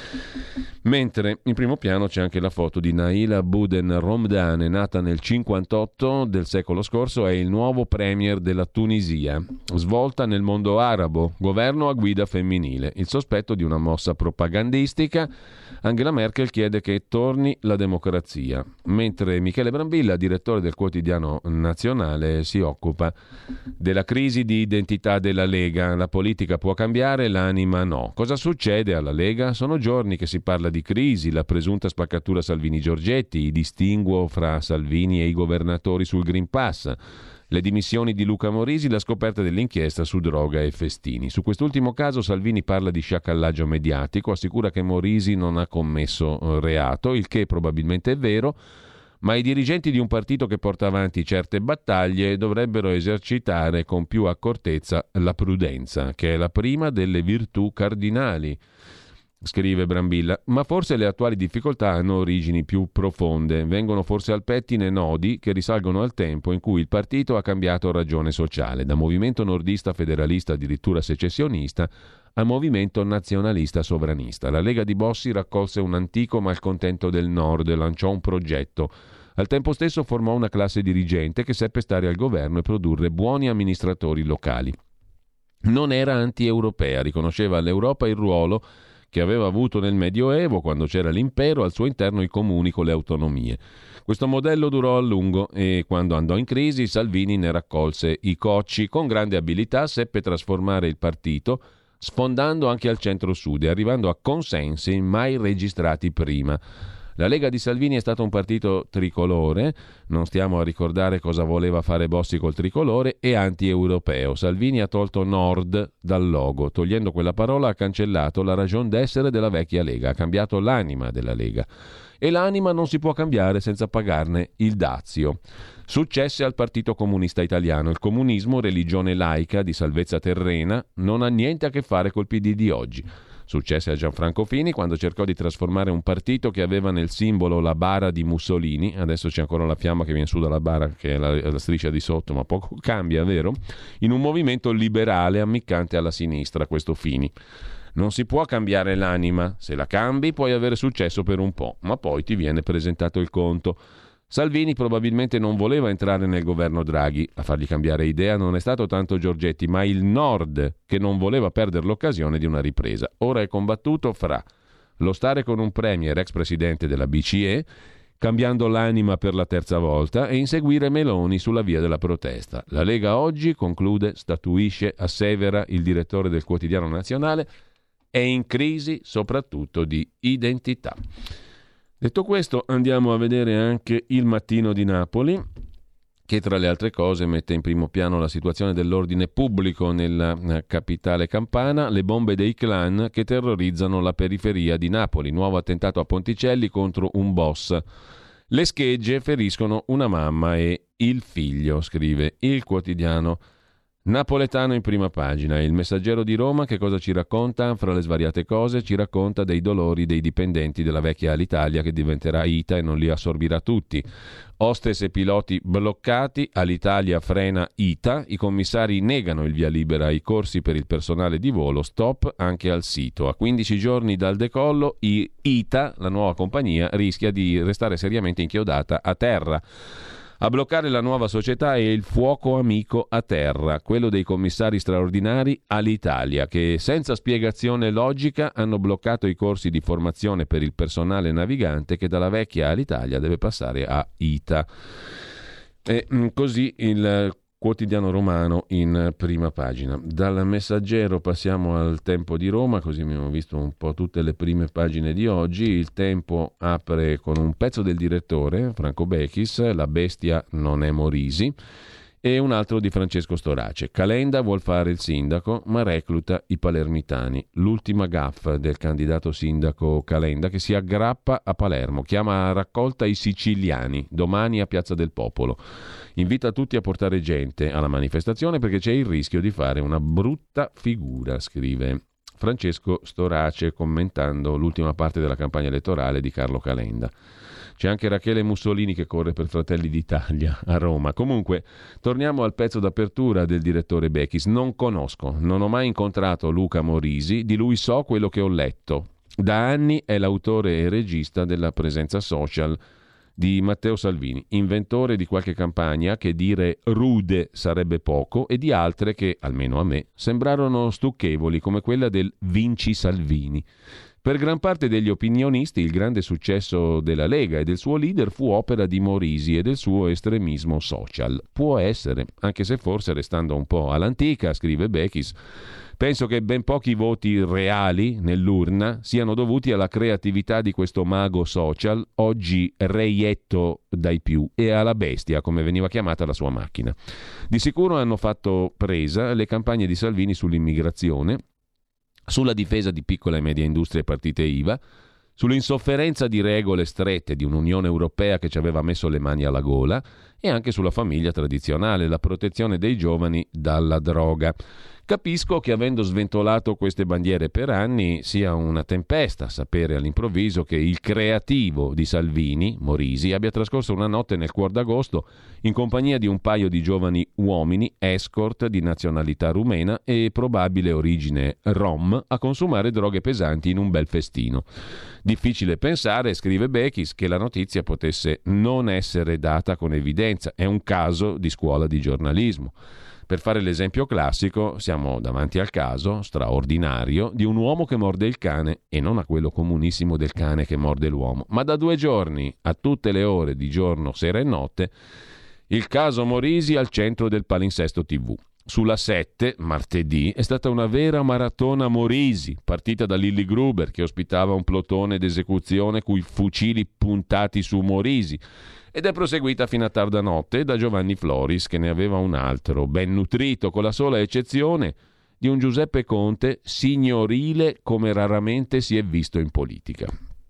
A: Mentre in primo piano c'è anche la foto di Naila Bouden Romdane, nata nel cinquantotto del secolo scorso, è il nuovo premier della Tunisia. Svolta nel mondo arabo, governo a guida femminile. Il sospetto di una mossa propagandistica. Angela Merkel chiede che torni la democrazia, mentre Michele Brambilla, direttore del quotidiano nazionale, si occupa della crisi di identità della Lega. La politica può cambiare, l'anima no. Cosa succede alla Lega? Sono giorni che si parla di di crisi, la presunta spaccatura Salvini-Giorgetti, i distinguo fra Salvini e i governatori sul Green Pass, le dimissioni di Luca Morisi, la scoperta dell'inchiesta su droga e festini. Su quest'ultimo caso Salvini parla di sciacallaggio mediatico, assicura che Morisi non ha commesso reato, il che probabilmente è vero, ma i dirigenti di un partito che porta avanti certe battaglie dovrebbero esercitare con più accortezza la prudenza, che è la prima delle virtù cardinali, scrive Brambilla. Ma forse le attuali difficoltà hanno origini più profonde, vengono forse al pettine nodi che risalgono al tempo in cui il partito ha cambiato ragione sociale, da movimento nordista federalista addirittura secessionista a movimento nazionalista sovranista. La Lega di Bossi raccolse un antico malcontento del Nord e lanciò un progetto. Al tempo stesso formò una classe dirigente che seppe stare al governo e produrre buoni amministratori locali. Non era anti-europea, riconosceva all'Europa il ruolo che aveva avuto nel Medioevo, quando c'era l'impero, al suo interno i comuni con le autonomie. Questo modello durò a lungo e quando andò in crisi Salvini ne raccolse i cocci. Con grande abilità seppe trasformare il partito, sfondando anche al centro-sud e arrivando a consensi mai registrati prima. La Lega di Salvini è stato un partito tricolore, non stiamo a ricordare cosa voleva fare Bossi col tricolore, e anti-europeo. Salvini ha tolto Nord dal logo, togliendo quella parola ha cancellato la ragion d'essere della vecchia Lega, ha cambiato l'anima della Lega. E l'anima non si può cambiare senza pagarne il dazio. Successe al Partito Comunista Italiano. Il comunismo, religione laica di salvezza terrena, non ha niente a che fare col P D di oggi. Successe a Gianfranco Fini quando cercò di trasformare un partito che aveva nel simbolo la bara di Mussolini, adesso c'è ancora la fiamma che viene su dalla bara, che è la, la striscia di sotto, ma poco cambia, vero? In un movimento liberale ammiccante alla sinistra, questo Fini. Non si può cambiare l'anima, se la cambi puoi avere successo per un po', ma poi ti viene presentato il conto. Salvini probabilmente non voleva entrare nel governo Draghi. A fargli cambiare idea non è stato tanto Giorgetti, ma il Nord che non voleva perdere l'occasione di una ripresa. Ora è combattuto fra lo stare con un premier ex presidente della B C E, cambiando l'anima per la terza volta, e inseguire Meloni sulla via della protesta. La Lega oggi, conclude, statuisce, assevera il direttore del Quotidiano Nazionale, è in crisi soprattutto di identità. Detto questo, andiamo a vedere anche Il Mattino di Napoli, che tra le altre cose mette in primo piano la situazione dell'ordine pubblico nella capitale campana, le bombe dei clan che terrorizzano la periferia di Napoli, nuovo attentato a Ponticelli contro un boss. Le schegge feriscono una mamma e il figlio, scrive il quotidiano napoletano in prima pagina. Il Messaggero di Roma che cosa ci racconta? Fra le svariate cose ci racconta dei dolori dei dipendenti della vecchia Alitalia che diventerà I T A e non li assorbirà tutti. Hostess e piloti bloccati, Alitalia frena I T A, i commissari negano il via libera ai corsi per il personale di volo, stop anche al sito. A quindici giorni dal decollo I T A, la nuova compagnia, rischia di restare seriamente inchiodata a terra. A bloccare la nuova società è il fuoco amico a terra, quello dei commissari straordinari Alitalia, che senza spiegazione logica hanno bloccato i corsi di formazione per il personale navigante che dalla vecchia Alitalia deve passare a I T A. E così il Quotidiano Romano in prima pagina. Dal Messaggero passiamo al Tempo di Roma, così abbiamo visto un po' tutte le prime pagine di oggi. Il Tempo apre con un pezzo del direttore, Franco Bechis, La bestia non è Morisi, e un altro di Francesco Storace. Calenda vuol fare il sindaco, ma recluta i palermitani. L'ultima gaffa del candidato sindaco Calenda, che si aggrappa a Palermo, chiama a raccolta i siciliani, domani a Piazza del Popolo. Invita tutti a portare gente alla manifestazione perché c'è il rischio di fare una brutta figura, scrive Francesco Storace commentando l'ultima parte della campagna elettorale di Carlo Calenda. C'è anche Rachele Mussolini che corre per Fratelli d'Italia a Roma. Comunque, torniamo al pezzo d'apertura del direttore Bechis. Non conosco, non ho mai incontrato Luca Morisi, di lui so quello che ho letto. Da anni è l'autore e regista della presenza social di Matteo Salvini, inventore di qualche campagna che dire rude sarebbe poco e di altre che, almeno a me, sembrarono stucchevoli come quella del Vinci Salvini. Per gran parte degli opinionisti il grande successo della Lega e del suo leader fu opera di Morisi e del suo estremismo social. Può essere, anche se forse restando un po' all'antica, scrive Bechis, penso che ben pochi voti reali nell'urna siano dovuti alla creatività di questo mago social, oggi reietto dai più, e alla bestia, come veniva chiamata la sua macchina. Di sicuro hanno fatto presa le campagne di Salvini sull'immigrazione, sulla difesa di piccola e media industrie e partite I V A, sull'insofferenza di regole strette di un'Unione Europea che ci aveva messo le mani alla gola e anche sulla famiglia tradizionale, la protezione dei giovani dalla droga. Capisco che avendo sventolato queste bandiere per anni sia una tempesta sapere all'improvviso che il creativo di Salvini, Morisi, abbia trascorso una notte nel cuor d'agosto in compagnia di un paio di giovani uomini, escort di nazionalità rumena e probabile origine rom, a consumare droghe pesanti in un bel festino. Difficile pensare, scrive Bechis, che la notizia potesse non essere data con evidenza. È un caso di scuola di giornalismo. Per fare l'esempio classico, siamo davanti al caso straordinario di un uomo che morde il cane, e non a quello comunissimo del cane che morde l'uomo, ma da due giorni, a tutte le ore di giorno, sera e notte, il caso Morisi al centro del palinsesto tivù. Sulla sette, martedì, è stata una vera maratona Morisi, partita da Lilli Gruber, che ospitava un plotone d'esecuzione coi fucili puntati su Morisi, ed è proseguita fino a tarda notte da Giovanni Floris, che ne aveva un altro, ben nutrito, con la sola eccezione di un Giuseppe Conte signorile come raramente si è visto in politica.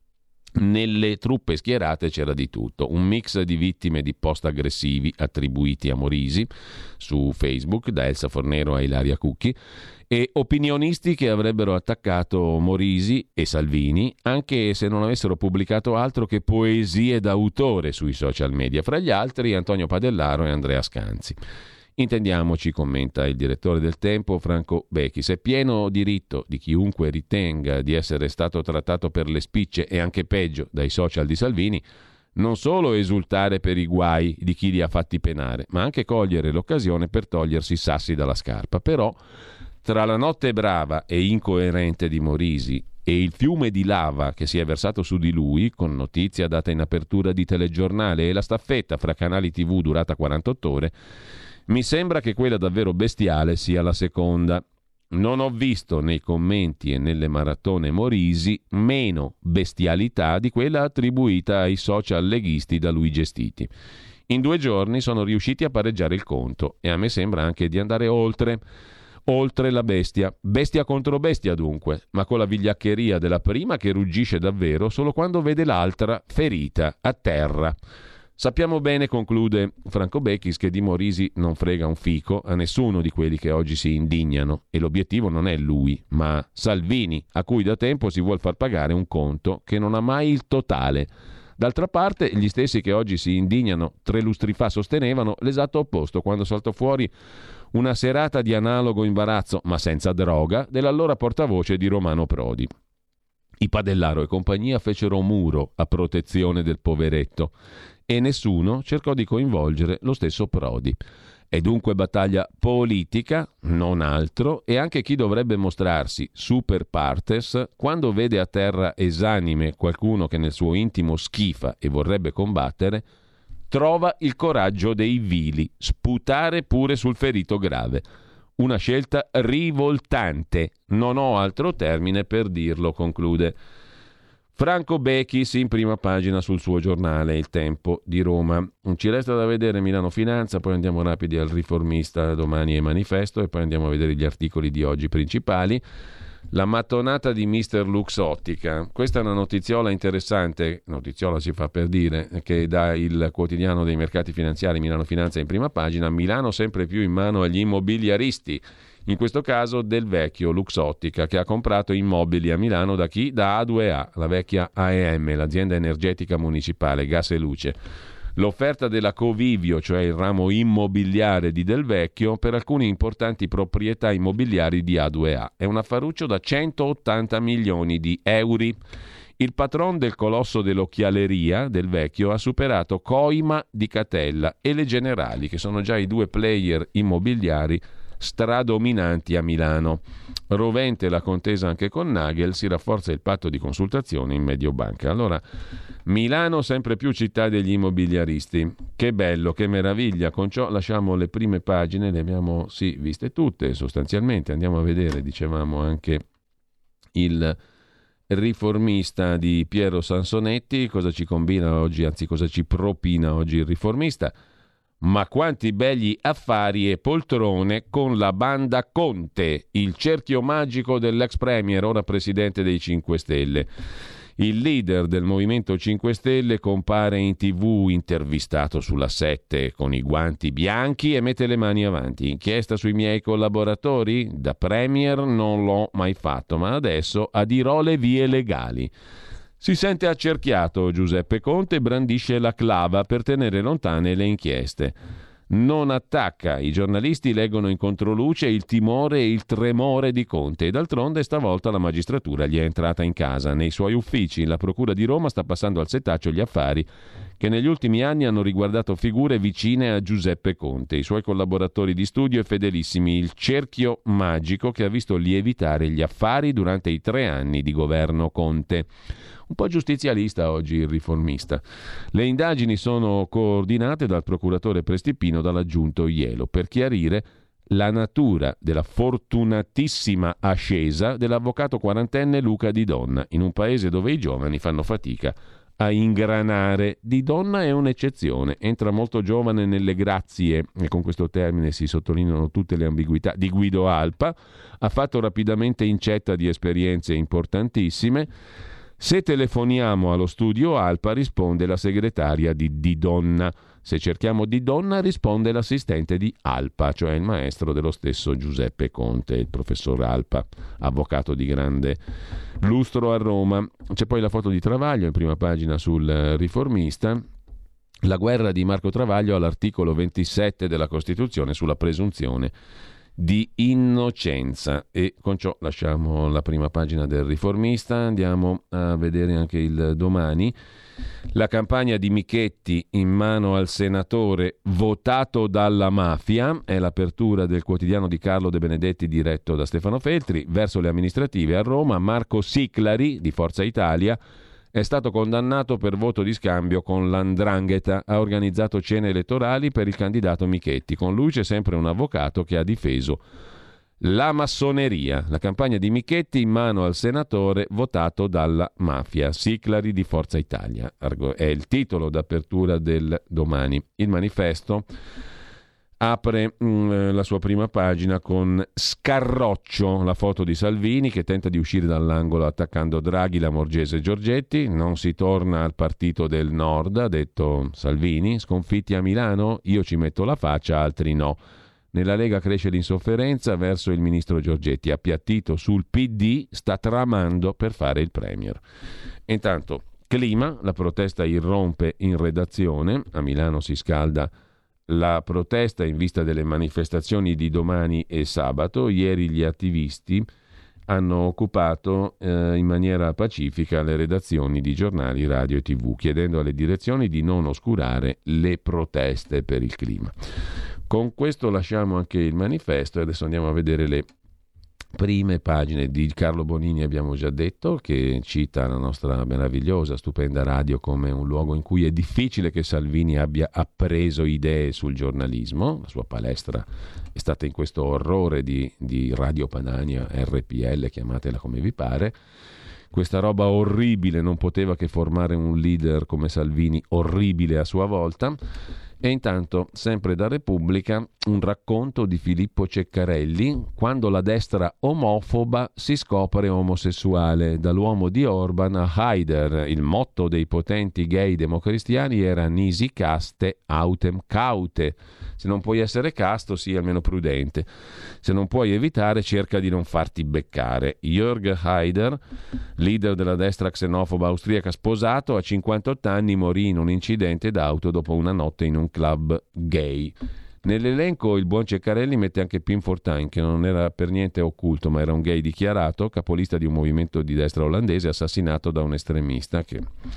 A: Nelle truppe schierate c'era di tutto, un mix di vittime di post aggressivi attribuiti a Morisi su Facebook, da Elsa Fornero a Ilaria Cucchi, e opinionisti che avrebbero attaccato Morisi e Salvini anche se non avessero pubblicato altro che poesie d'autore sui social media, fra gli altri Antonio Padellaro e Andrea Scanzi. Intendiamoci, commenta il direttore del Tempo Franco Bechis, è pieno diritto di chiunque ritenga di essere stato trattato per le spicce e anche peggio dai social di Salvini non solo esultare per i guai di chi li ha fatti penare, ma anche cogliere l'occasione per togliersi i sassi dalla scarpa. Però tra la notte brava e incoerente di Morisi e il fiume di lava che si è versato su di lui, con notizia data in apertura di telegiornale e la staffetta fra canali tivù durata quarantotto ore, mi sembra che quella davvero bestiale sia la seconda. Non ho visto nei commenti e nelle maratone Morisi meno bestialità di quella attribuita ai social leghisti da lui gestiti. In due giorni sono riusciti a pareggiare il conto e a me sembra anche di andare oltre, oltre la bestia. Bestia contro bestia dunque, ma con la vigliaccheria della prima che ruggisce davvero solo quando vede l'altra ferita a terra. Sappiamo bene, conclude Franco Bechis, che di Morisi non frega un fico a nessuno di quelli che oggi si indignano e l'obiettivo non è lui, ma Salvini, a cui da tempo si vuol far pagare un conto che non ha mai il totale. D'altra parte, gli stessi che oggi si indignano tre lustri fa sostenevano l'esatto opposto quando saltò fuori una serata di analogo imbarazzo, ma senza droga, dell'allora portavoce di Romano Prodi. I Padellaro e compagnia fecero muro a protezione del poveretto e nessuno cercò di coinvolgere lo stesso Prodi. È dunque battaglia politica, non altro, e anche chi dovrebbe mostrarsi super partes, quando vede a terra esanime qualcuno che nel suo intimo schifa e vorrebbe combattere, trova il coraggio dei vili, sputare pure sul ferito grave. Una scelta rivoltante, non ho altro termine per dirlo, conclude Franco Bechis in prima pagina sul suo giornale Il Tempo di Roma. Ci resta da vedere Milano Finanza, poi andiamo rapidi al Riformista domani e Manifesto e poi andiamo a vedere gli articoli di oggi principali. La mattonata di mister Luxottica. Questa è una notiziola interessante, notiziola si fa per dire, che dà il quotidiano dei mercati finanziari Milano Finanza in prima pagina. Milano sempre più in mano agli immobiliaristi. In questo caso del vecchio Luxottica, che ha comprato immobili a Milano da chi? Da A due A, la vecchia A E M, l'azienda energetica municipale, gas e luce. L'offerta della Covivio, cioè il ramo immobiliare di Del Vecchio, per alcune importanti proprietà immobiliari di A due A. È un affaruccio da centottanta milioni di euro. Il patron del colosso dell'occhialeria Del Vecchio ha superato Coima di Catella e le Generali, che sono già i due player immobiliari stradominanti a Milano. Rovente la contesa anche con Nagel, si rafforza il patto di consultazione in Mediobanca. Allora, Milano sempre più città degli immobiliaristi. Che bello, che meraviglia. Con ciò lasciamo le prime pagine, le abbiamo sì viste tutte sostanzialmente. Andiamo a vedere, dicevamo, anche il Riformista di Piero Sansonetti. Cosa ci combina oggi, anzi cosa ci propina oggi il Riformista? Ma quanti begli affari e poltrone con la banda Conte, il cerchio magico dell'ex premier, ora presidente dei cinque Stelle. Il leader del Movimento cinque Stelle compare in tivù intervistato sulla sette con i guanti bianchi e mette le mani avanti. Inchiesta sui miei collaboratori? Da premier non l'ho mai fatto, ma adesso adirò le vie legali. Si sente accerchiato Giuseppe Conte e brandisce la clava per tenere lontane le inchieste. Non attacca, i giornalisti leggono in controluce il timore e il tremore di Conte e d'altronde stavolta la magistratura gli è entrata in casa. Nei suoi uffici la Procura di Roma sta passando al setaccio gli affari che negli ultimi anni hanno riguardato figure vicine a Giuseppe Conte, i suoi collaboratori di studio e fedelissimi, il cerchio magico che ha visto lievitare gli affari durante i tre anni di governo Conte. Un po' giustizialista oggi il Riformista. Le indagini sono coordinate dal procuratore Prestipino, dall'aggiunto Ielo, per chiarire la natura della fortunatissima ascesa dell'avvocato quarantenne Luca Di Donna, in un paese dove i giovani fanno fatica a ingranare. Di Donna è un'eccezione, entra molto giovane nelle grazie, e con questo termine si sottolineano tutte le ambiguità, di Guido Alpa, ha fatto rapidamente incetta di esperienze importantissime. Se telefoniamo allo studio Alpa risponde la segretaria di Di Donna, se cerchiamo Di Donna risponde l'assistente di Alpa, cioè il maestro dello stesso Giuseppe Conte, il professor Alpa, avvocato di grande lustro a Roma. C'è poi la foto di Travaglio in prima pagina sul Riformista, la guerra di Marco Travaglio all'articolo ventisette della Costituzione sulla presunzione di innocenza. E con ciò lasciamo la prima pagina del Riformista, andiamo a vedere anche il Domani. La campagna di Michetti in mano al senatore votato dalla mafia è l'apertura del quotidiano di Carlo De Benedetti diretto da Stefano Feltri. Verso le amministrative a Roma, Marco Siclari di Forza Italia è stato condannato per voto di scambio con l'Andrangheta, ha organizzato cene elettorali per il candidato Michetti. Con lui c'è sempre un avvocato che ha difeso la massoneria. La campagna di Michetti in mano al senatore votato dalla mafia. Siclari di Forza Italia è il titolo d'apertura del Domani. Il Manifesto apre mh, la sua prima pagina con Scarroccio, la foto di Salvini che tenta di uscire dall'angolo attaccando Draghi, Lamorgese e Giorgetti. Non si torna al partito del Nord, ha detto Salvini. Sconfitti a Milano, io ci metto la faccia, altri no. Nella Lega cresce l'insofferenza verso il ministro Giorgetti, appiattito sul P D, sta tramando per fare il premier. Intanto clima, la protesta irrompe in redazione, a Milano si scalda la protesta in vista delle manifestazioni di domani e sabato. Ieri gli attivisti hanno occupato eh, in maniera pacifica le redazioni di giornali, radio e tivù, chiedendo alle direzioni di non oscurare le proteste per il clima. Con questo lasciamo anche il Manifesto e adesso andiamo a vedere le prime pagine di Carlo Bonini. Abbiamo già detto che cita la nostra meravigliosa, stupenda radio come un luogo in cui è difficile che Salvini abbia appreso idee sul giornalismo. La sua palestra è stata in questo orrore di, di Radio Padania, R P L, chiamatela come vi pare. Questa roba orribile non poteva che formare un leader come Salvini, orribile a sua volta. E intanto, sempre da Repubblica, un racconto di Filippo Ceccarelli, quando la destra omofoba si scopre omosessuale. Dall'uomo di Orban a Haider, il motto dei potenti gay democristiani era nisi caste autem caute. Se non puoi essere casto, sii almeno prudente. Se non puoi evitare, cerca di non farti beccare. Jörg Haider, leader della destra xenofoba austriaca sposato, a cinquantotto anni morì in un incidente d'auto dopo una notte in un club gay. Nell'elenco il buon Ceccarelli mette anche Pim Fortuyn, che non era per niente occulto, ma era un gay dichiarato, capolista di un movimento di destra olandese, assassinato da un estremista che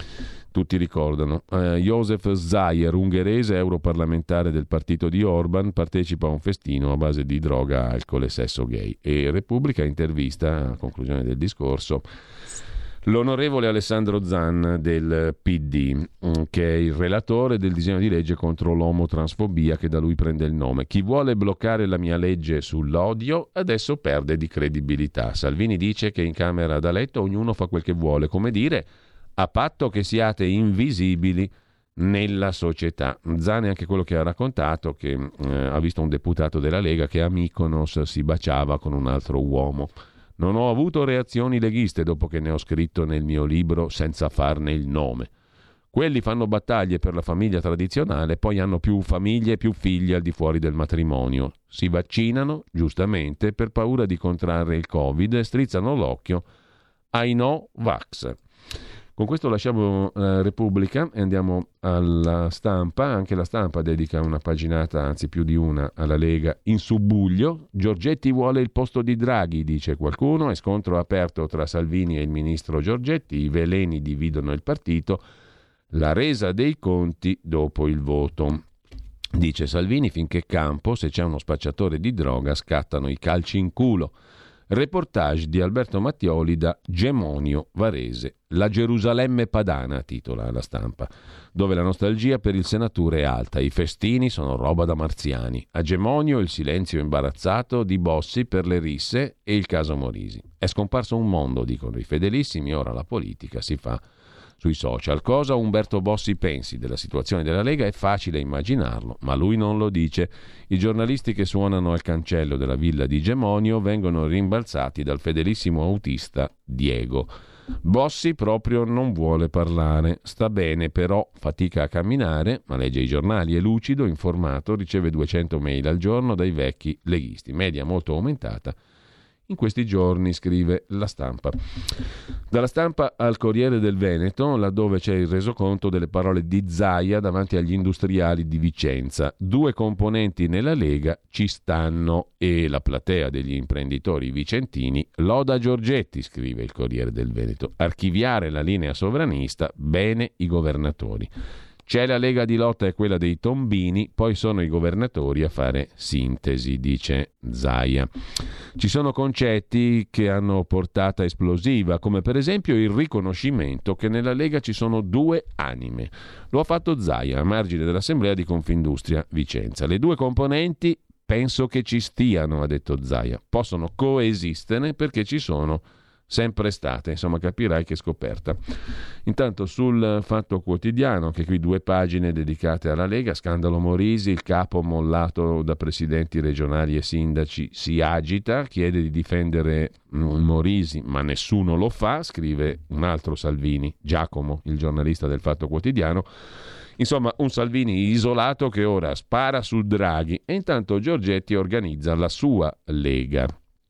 A: tutti ricordano. Eh, Josef Zayer, ungherese, europarlamentare del partito di Orban, partecipa a un festino a base di droga, alcol e sesso gay. E Repubblica intervista, a conclusione del discorso, l'onorevole Alessandro Zan del P D, che è il relatore del disegno di legge contro l'omotransfobia che da lui prende il nome. Chi vuole bloccare la mia legge sull'odio adesso perde di credibilità. Salvini dice che in camera da letto ognuno fa quel che vuole, come dire, a patto che siate invisibili nella società. Zan è anche quello che ha raccontato che eh, ha visto un deputato della Lega che a Mykonos si baciava con un altro uomo. Non ho avuto reazioni leghiste dopo che ne ho scritto nel mio libro senza farne il nome. Quelli fanno battaglie per la famiglia tradizionale, poi hanno più famiglie e più figli al di fuori del matrimonio. Si vaccinano, giustamente, per paura di contrarre il Covid e strizzano l'occhio ai no vax. Con questo lasciamo eh, Repubblica e andiamo alla Stampa. Anche la Stampa dedica una paginata, anzi più di una, alla Lega in subbuglio. Giorgetti vuole il posto di Draghi, dice qualcuno, e scontro aperto tra Salvini e il ministro Giorgetti. I veleni dividono il partito. La resa dei conti dopo il voto. Dice Salvini, finché campo, se c'è uno spacciatore di droga, scattano i calci in culo. Reportage di Alberto Mattioli da Gemonio Varese. La Gerusalemme padana, titola la Stampa, dove la nostalgia per il senatore è alta. I festini sono roba da marziani. A Gemonio il silenzio imbarazzato di Bossi per le risse e il caso Morisi. È scomparso un mondo, dicono i fedelissimi, ora la politica si fa sui social. Cosa Umberto Bossi pensi della situazione della Lega è facile immaginarlo, ma lui non lo dice. I giornalisti che suonano al cancello della villa di Gemonio vengono rimbalzati dal fedelissimo autista Diego. Bossi proprio non vuole parlare, sta bene però, fatica a camminare, ma legge i giornali, è lucido, informato, riceve duecento mail al giorno dai vecchi leghisti, media molto aumentata in questi giorni, scrive la Stampa. Dalla Stampa al Corriere del Veneto, laddove c'è il resoconto delle parole di Zaia davanti agli industriali di Vicenza. Due componenti nella Lega ci stanno e la platea degli imprenditori vicentini loda Giorgetti, scrive il Corriere del Veneto. Archiviare la linea sovranista, bene i governatori. C'è la Lega di lotta e quella dei tombini, poi sono i governatori a fare sintesi, dice Zaia. Ci sono concetti che hanno portata esplosiva, come per esempio il riconoscimento che nella Lega ci sono due anime. Lo ha fatto Zaia a margine dell'Assemblea di Confindustria Vicenza. Le due componenti penso che ci stiano, ha detto Zaia. Possono coesistere perché ci sono sempre state, insomma capirai che scoperta. Intanto sul Fatto Quotidiano, che qui due pagine dedicate alla Lega, scandalo Morisi, il capo mollato da presidenti regionali e sindaci si agita, chiede di difendere Morisi ma nessuno lo fa, scrive un altro Salvini, Giacomo, il giornalista del Fatto Quotidiano. Insomma, un Salvini isolato che ora spara su Draghi e intanto Giorgetti organizza la sua Lega.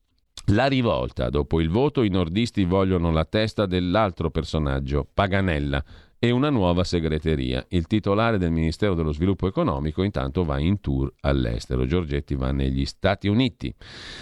A: La rivolta, dopo il voto i nordisti vogliono la testa dell'altro personaggio, Paganella, e una nuova segreteria. Il titolare del Ministero dello Sviluppo Economico intanto va in tour all'estero. Giorgetti va negli Stati Uniti.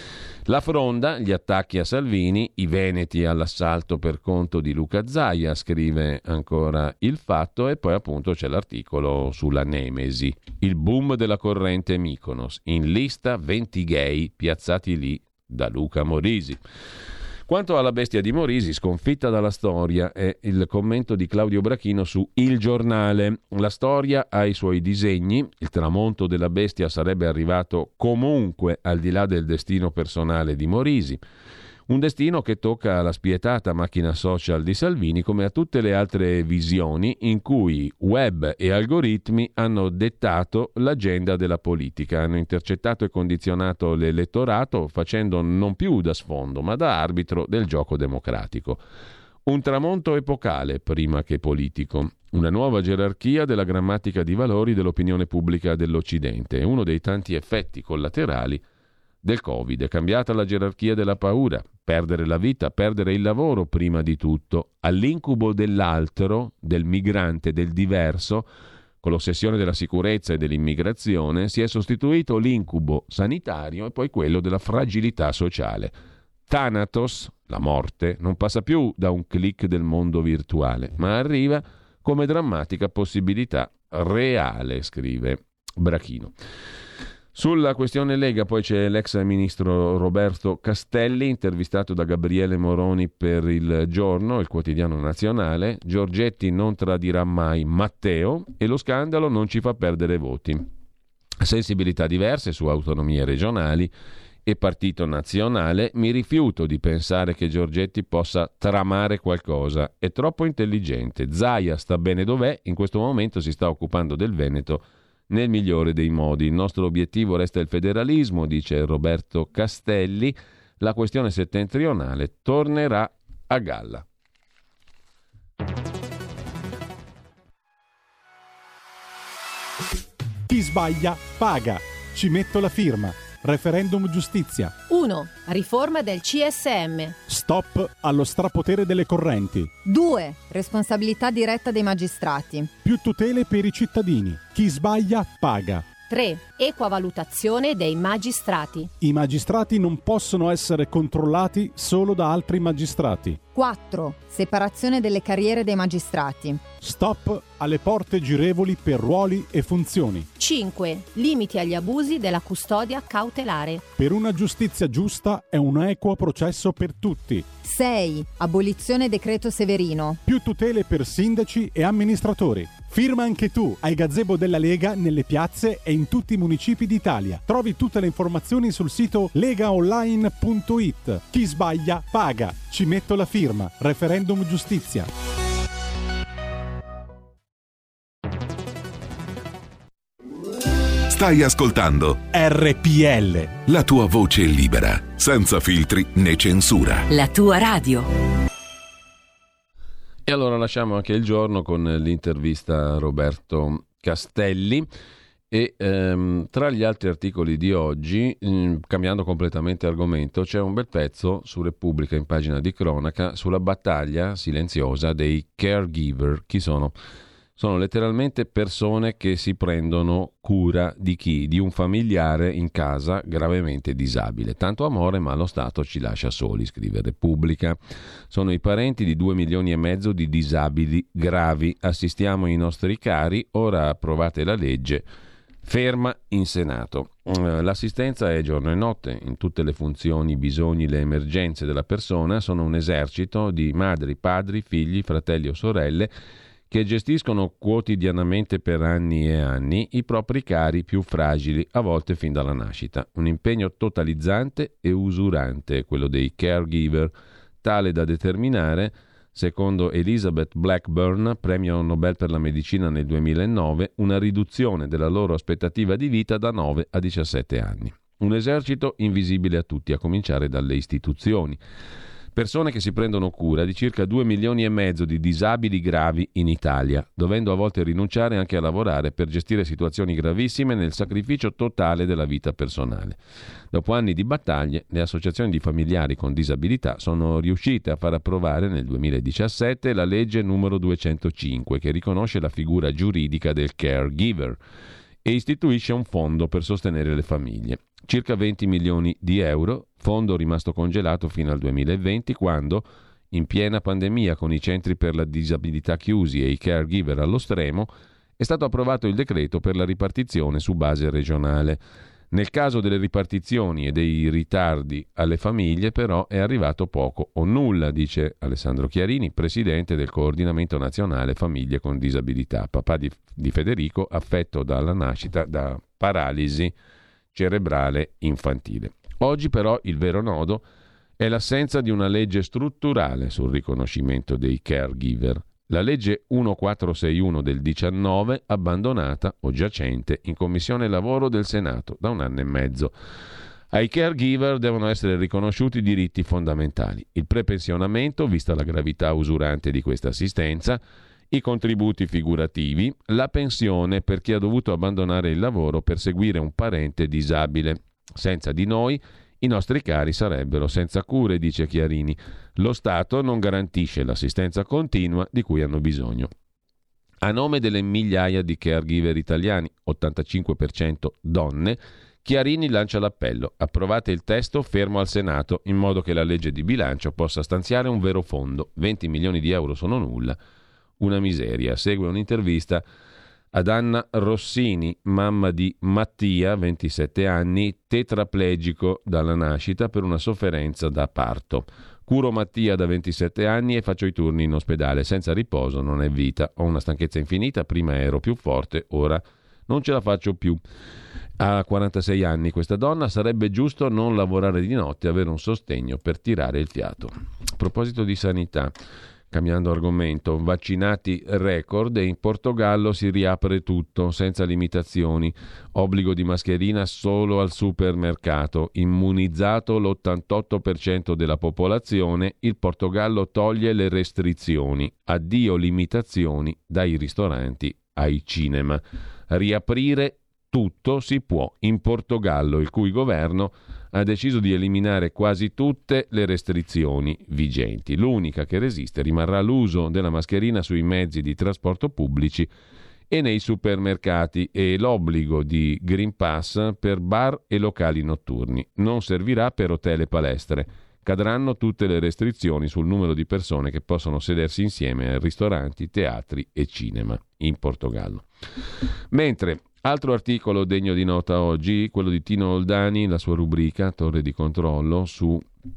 A: La fronda, gli attacchi a Salvini, i veneti all'assalto per conto di Luca Zaia, scrive ancora Il Fatto, e poi appunto c'è l'articolo sulla Nemesi. Il boom della corrente Mykonos, in lista venti gay piazzati lì da Luca Morisi. Quanto alla bestia di Morisi, sconfitta dalla storia, è il commento di Claudio Brachino su Il Giornale. La storia ha i suoi disegni, il tramonto della bestia sarebbe arrivato comunque al di là del destino personale di Morisi. Un destino che tocca alla spietata macchina social di Salvini come a tutte le altre visioni in cui web e algoritmi hanno dettato l'agenda della politica, hanno intercettato e condizionato l'elettorato facendo non più da sfondo ma da arbitro del gioco democratico. Un tramonto epocale prima che politico, una nuova gerarchia della grammatica di valori dell'opinione pubblica dell'Occidente, è uno dei tanti effetti collaterali del Covid. È cambiata la gerarchia della paura, perdere la vita, perdere il lavoro prima di tutto. All'incubo dell'altro, del migrante, del diverso, con l'ossessione della sicurezza e dell'immigrazione, si è sostituito l'incubo sanitario e poi quello della fragilità sociale. Thanatos, la morte, non passa più da un click del mondo virtuale, ma arriva come drammatica possibilità reale, scrive Brachino. Sulla questione Lega poi c'è l'ex ministro Roberto Castelli, intervistato da Gabriele Moroni per Il Giorno, il quotidiano nazionale. Giorgetti non tradirà mai Matteo e lo scandalo non ci fa perdere voti. Sensibilità diverse su autonomie regionali e partito nazionale. Mi rifiuto di pensare che Giorgetti possa tramare qualcosa, è troppo intelligente. Zaia sta bene dov'è, in questo momento si sta occupando del Veneto nel migliore dei modi. Il nostro obiettivo resta il federalismo, dice Roberto Castelli. La questione settentrionale tornerà a galla.
D: Chi sbaglia paga. Ci metto la firma. Referendum giustizia.
I: uno. Riforma del C S M.
D: Stop allo strapotere delle correnti.
I: due. Responsabilità diretta dei magistrati.
D: Più tutele per i cittadini. Chi sbaglia paga.
I: tre. Equa valutazione dei magistrati.
D: I magistrati non possono essere controllati solo da altri magistrati.
I: quattro. Separazione delle carriere dei magistrati.
D: Stop alle porte girevoli per ruoli e funzioni.
I: cinque. Limiti agli abusi della custodia cautelare.
D: Per una giustizia giusta e un equo processo per tutti.
I: sei. Abolizione decreto Severino.
D: Più tutele per sindaci e amministratori. Firma anche tu ai gazebo della Lega nelle piazze e in tutti i municipi d'Italia. Trovi tutte le informazioni sul sito legaonline punto it. Chi sbaglia paga. Ci metto la firma. Referendum giustizia.
B: Stai ascoltando
D: R P L.
B: la tua voce libera, senza filtri né censura.
E: La tua radio.
A: E allora lasciamo anche Il Giorno con l'intervista a Roberto Castelli e ehm, tra gli altri articoli di oggi, mh, cambiando completamente argomento, c'è un bel pezzo su Repubblica in pagina di cronaca sulla battaglia silenziosa dei caregiver. Chi sono? Sono letteralmente persone che si prendono cura di chi? Di un familiare in casa gravemente disabile. Tanto amore, ma lo Stato ci lascia soli, scrive Repubblica. Sono i parenti di due milioni e mezzo di disabili gravi. Assistiamo i nostri cari, ora approvate la legge, ferma in Senato. L'assistenza è giorno e notte, in tutte le funzioni, i bisogni, le emergenze della persona. Sono un esercito di madri, padri, figli, fratelli o sorelle che gestiscono quotidianamente per anni e anni i propri cari più fragili, a volte fin dalla nascita. Un impegno totalizzante e usurante, quello dei caregiver, tale da determinare, secondo Elizabeth Blackburn, premio Nobel per la medicina nel duemilanove, una riduzione della loro aspettativa di vita da nove a diciassette anni. Un esercito invisibile a tutti, a cominciare dalle istituzioni. Persone che si prendono cura di circa due milioni e mezzo di disabili gravi in Italia, dovendo a volte rinunciare anche a lavorare per gestire situazioni gravissime nel sacrificio totale della vita personale. Dopo anni di battaglie, le associazioni di familiari con disabilità sono riuscite a far approvare nel duemiladiciassette la legge numero duecentocinque, che riconosce la figura giuridica del caregiver e istituisce un fondo per sostenere le famiglie. Circa venti milioni di euro, fondo rimasto congelato fino al duemilaventi, quando, in piena pandemia con i centri per la disabilità chiusi e i caregiver allo stremo, è stato approvato il decreto per la ripartizione su base regionale. Nel caso delle ripartizioni e dei ritardi alle famiglie, però, è arrivato poco o nulla, dice Alessandro Chiarini, presidente del Coordinamento Nazionale Famiglie con Disabilità, papà di, di Federico, affetto dalla nascita da paralisi cerebrale infantile. Oggi però il vero nodo è l'assenza di una legge strutturale sul riconoscimento dei caregiver. La legge millequattrocentosessantuno del diciannove, abbandonata o giacente in Commissione Lavoro del Senato da un anno e mezzo. Ai caregiver devono essere riconosciuti diritti fondamentali: il prepensionamento, vista la gravità usurante di questa assistenza, i contributi figurativi, la pensione per chi ha dovuto abbandonare il lavoro per seguire un parente disabile. Senza di noi i nostri cari sarebbero senza cure, dice Chiarini. Lo Stato non garantisce l'assistenza continua di cui hanno bisogno. A nome delle migliaia di caregiver italiani, ottantacinque per cento donne, Chiarini lancia l'appello: approvate il testo fermo al Senato, in modo che la legge di bilancio possa stanziare un vero fondo. venti milioni di euro sono nulla. una miseria. Segue un'intervista ad Anna Rossini, mamma di Mattia, ventisette anni, tetraplegico dalla nascita per una sofferenza da parto. Curo Mattia da ventisette anni e faccio i turni in ospedale. Senza riposo non è vita. Ho una stanchezza infinita, prima ero più forte, ora non ce la faccio più. Ha quarantasei anni questa donna, sarebbe giusto non lavorare di notte, avere un sostegno per tirare il fiato. A proposito di sanità, cambiando argomento, vaccinati record e in Portogallo si riapre tutto senza limitazioni, obbligo di mascherina solo al supermercato, immunizzato l'ottantotto per cento della popolazione, il Portogallo toglie le restrizioni, addio limitazioni dai ristoranti ai cinema. Riaprire tutto si può in Portogallo, il cui governo ha deciso di eliminare quasi tutte le restrizioni vigenti. L'unica che resiste rimarrà l'uso della mascherina sui mezzi di trasporto pubblici e nei supermercati e l'obbligo di Green Pass per bar e locali notturni. Non servirà per hotel e palestre. Cadranno tutte le restrizioni sul numero di persone che possono sedersi insieme a ristoranti, teatri e cinema in Portogallo. Mentre altro articolo degno di nota oggi, quello di Tino Oldani, la sua rubrica Torre di controllo su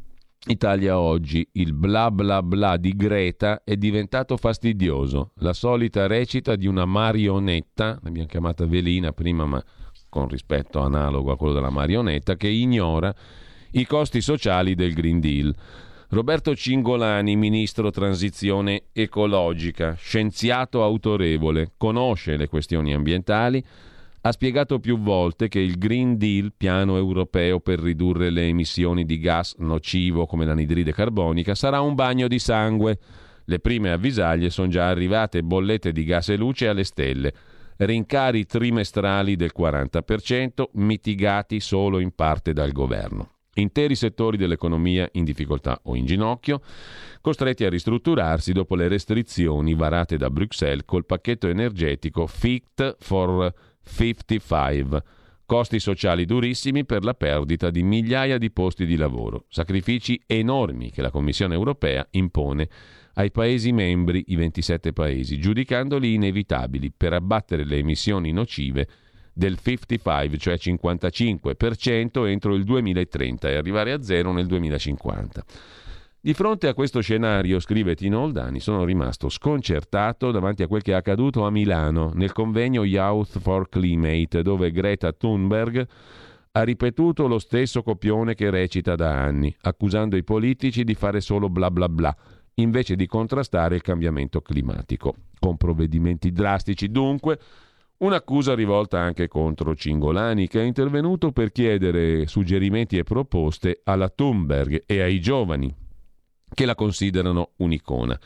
A: Italia Oggi. Il bla bla bla di Greta è diventato fastidioso. La solita recita di una marionetta, l'abbiamo chiamata velina prima ma con rispetto analogo a quello della marionetta, che ignora i costi sociali del Green Deal. Roberto Cingolani, ministro transizione ecologica, scienziato autorevole, conosce le questioni ambientali, ha spiegato più volte che il Green Deal, piano europeo per ridurre le emissioni di gas nocivo come l'anidride carbonica, sarà un bagno di sangue. Le prime avvisaglie sono già arrivate, bollette di gas e luce alle stelle, rincari trimestrali del quaranta per cento, mitigati solo in parte dal governo. Interi settori dell'economia in difficoltà o in ginocchio, costretti a ristrutturarsi dopo le restrizioni varate da Bruxelles col pacchetto energetico Fit for cinquantacinque, costi sociali durissimi per la perdita di migliaia di posti di lavoro, sacrifici enormi che la Commissione europea impone ai Paesi membri, i ventisette Paesi, giudicandoli inevitabili per abbattere le emissioni nocive del cinquantacinque, cioè cinquantacinque per cento entro il duemilatrenta e arrivare a zero nel duemilacinquanta. Di fronte a questo scenario, scrive Tino Oldani, sono rimasto sconcertato davanti a quel che è accaduto a Milano nel convegno Youth for Climate, dove Greta Thunberg ha ripetuto lo stesso copione che recita da anni, accusando i politici di fare solo bla bla bla, invece di contrastare il cambiamento climatico. Con provvedimenti drastici, dunque, un'accusa rivolta anche contro Cingolani, che è intervenuto per chiedere suggerimenti e proposte alla Thunberg e ai giovani, che la considerano un'icona.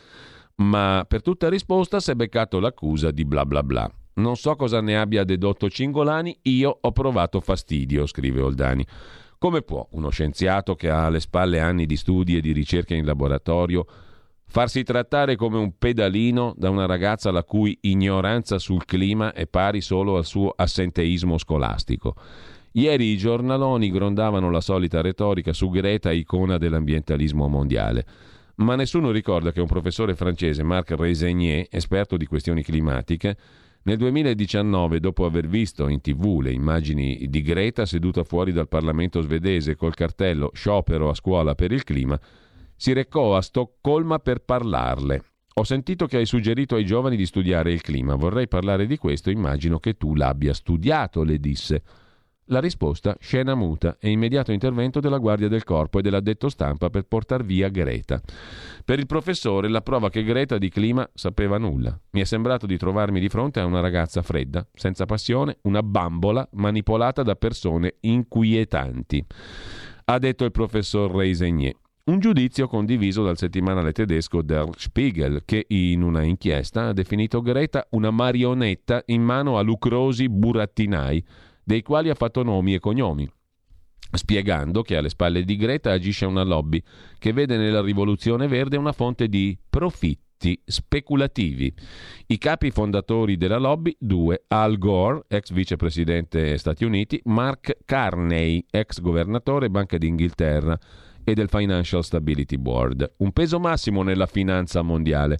A: Ma per tutta risposta si è beccato l'accusa di bla bla bla. Non so cosa ne abbia dedotto Cingolani, io ho provato fastidio, scrive Oldani. Come può uno scienziato che ha alle spalle anni di studi e di ricerca in laboratorio farsi trattare come un pedalino da una ragazza la cui ignoranza sul clima è pari solo al suo assenteismo scolastico? Ieri i giornaloni grondavano la solita retorica su Greta, icona dell'ambientalismo mondiale. Ma nessuno ricorda che un professore francese, Marc Resegnier, esperto di questioni climatiche, nel duemiladiciannove, dopo aver visto in tv le immagini di Greta seduta fuori dal Parlamento svedese col cartello "Sciopero a scuola per il clima", si recò a Stoccolma per parlarle. Ho sentito che hai suggerito ai giovani di studiare il clima. Vorrei parlare di questo, immagino che tu l'abbia studiato, le disse. La risposta, scena muta e immediato intervento della Guardia del Corpo e dell'addetto stampa per portar via Greta. Per il professore la prova che Greta di clima sapeva nulla. Mi è sembrato di trovarmi di fronte a una ragazza fredda, senza passione, una bambola manipolata da persone inquietanti, ha detto il professor Resegnier. Un giudizio condiviso dal settimanale tedesco Der Spiegel, che in una inchiesta ha definito Greta una marionetta in mano a lucrosi burattinai, dei quali ha fatto nomi e cognomi, spiegando che alle spalle di Greta agisce una lobby che vede nella rivoluzione verde una fonte di profitti speculativi. I capi fondatori della lobby, due, Al Gore, ex vicepresidente Stati Uniti, Mark Carney, ex governatore Banca d'Inghilterra e del Financial Stability Board. Un peso massimo nella finanza mondiale.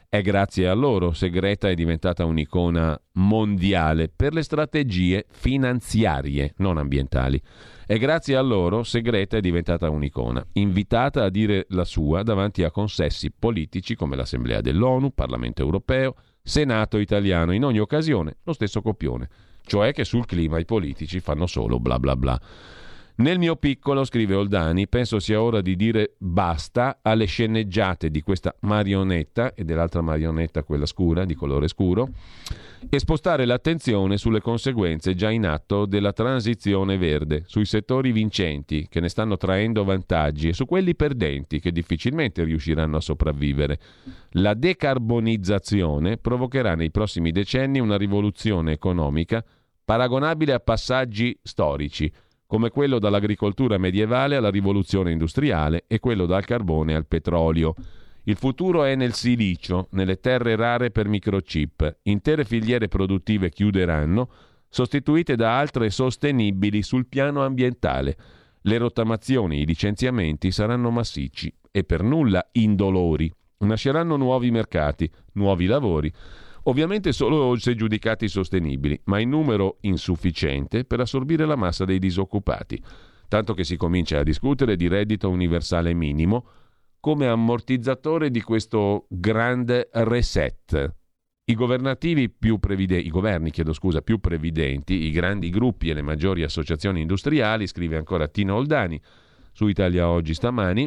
A: È grazie a loro se Greta è diventata un'icona mondiale per le strategie finanziarie, non ambientali. È grazie a loro se Greta è diventata un'icona, invitata a dire la sua davanti a consessi politici come l'Assemblea dell'ONU, Parlamento europeo, Senato italiano, in ogni occasione lo stesso copione, cioè che sul clima i politici fanno solo bla bla bla. Nel mio piccolo, scrive Oldani, penso sia ora di dire basta alle sceneggiate di questa marionetta e dell'altra marionetta, quella scura, di colore scuro, e spostare l'attenzione sulle conseguenze già in atto della transizione verde, sui settori vincenti che ne stanno traendo vantaggi e su quelli perdenti che difficilmente riusciranno a sopravvivere. La decarbonizzazione provocherà nei prossimi decenni una rivoluzione economica paragonabile a passaggi storici, come quello dall'agricoltura medievale alla rivoluzione industriale e quello dal carbone al petrolio. Il futuro è nel silicio, nelle terre rare per microchip. Intere filiere produttive chiuderanno, sostituite da altre sostenibili sul piano ambientale. Le rottamazioni, i licenziamenti saranno massicci e per nulla indolori. Nasceranno nuovi mercati, nuovi lavori. Ovviamente solo se giudicati sostenibili, ma in numero insufficiente per assorbire la massa dei disoccupati, tanto che si comincia a discutere di reddito universale minimo come ammortizzatore di questo grande reset. I governativi più previdenti, i governi, chiedo scusa, più previdenti, i grandi gruppi e le maggiori associazioni industriali, scrive ancora Tino Oldani su Italia Oggi stamani,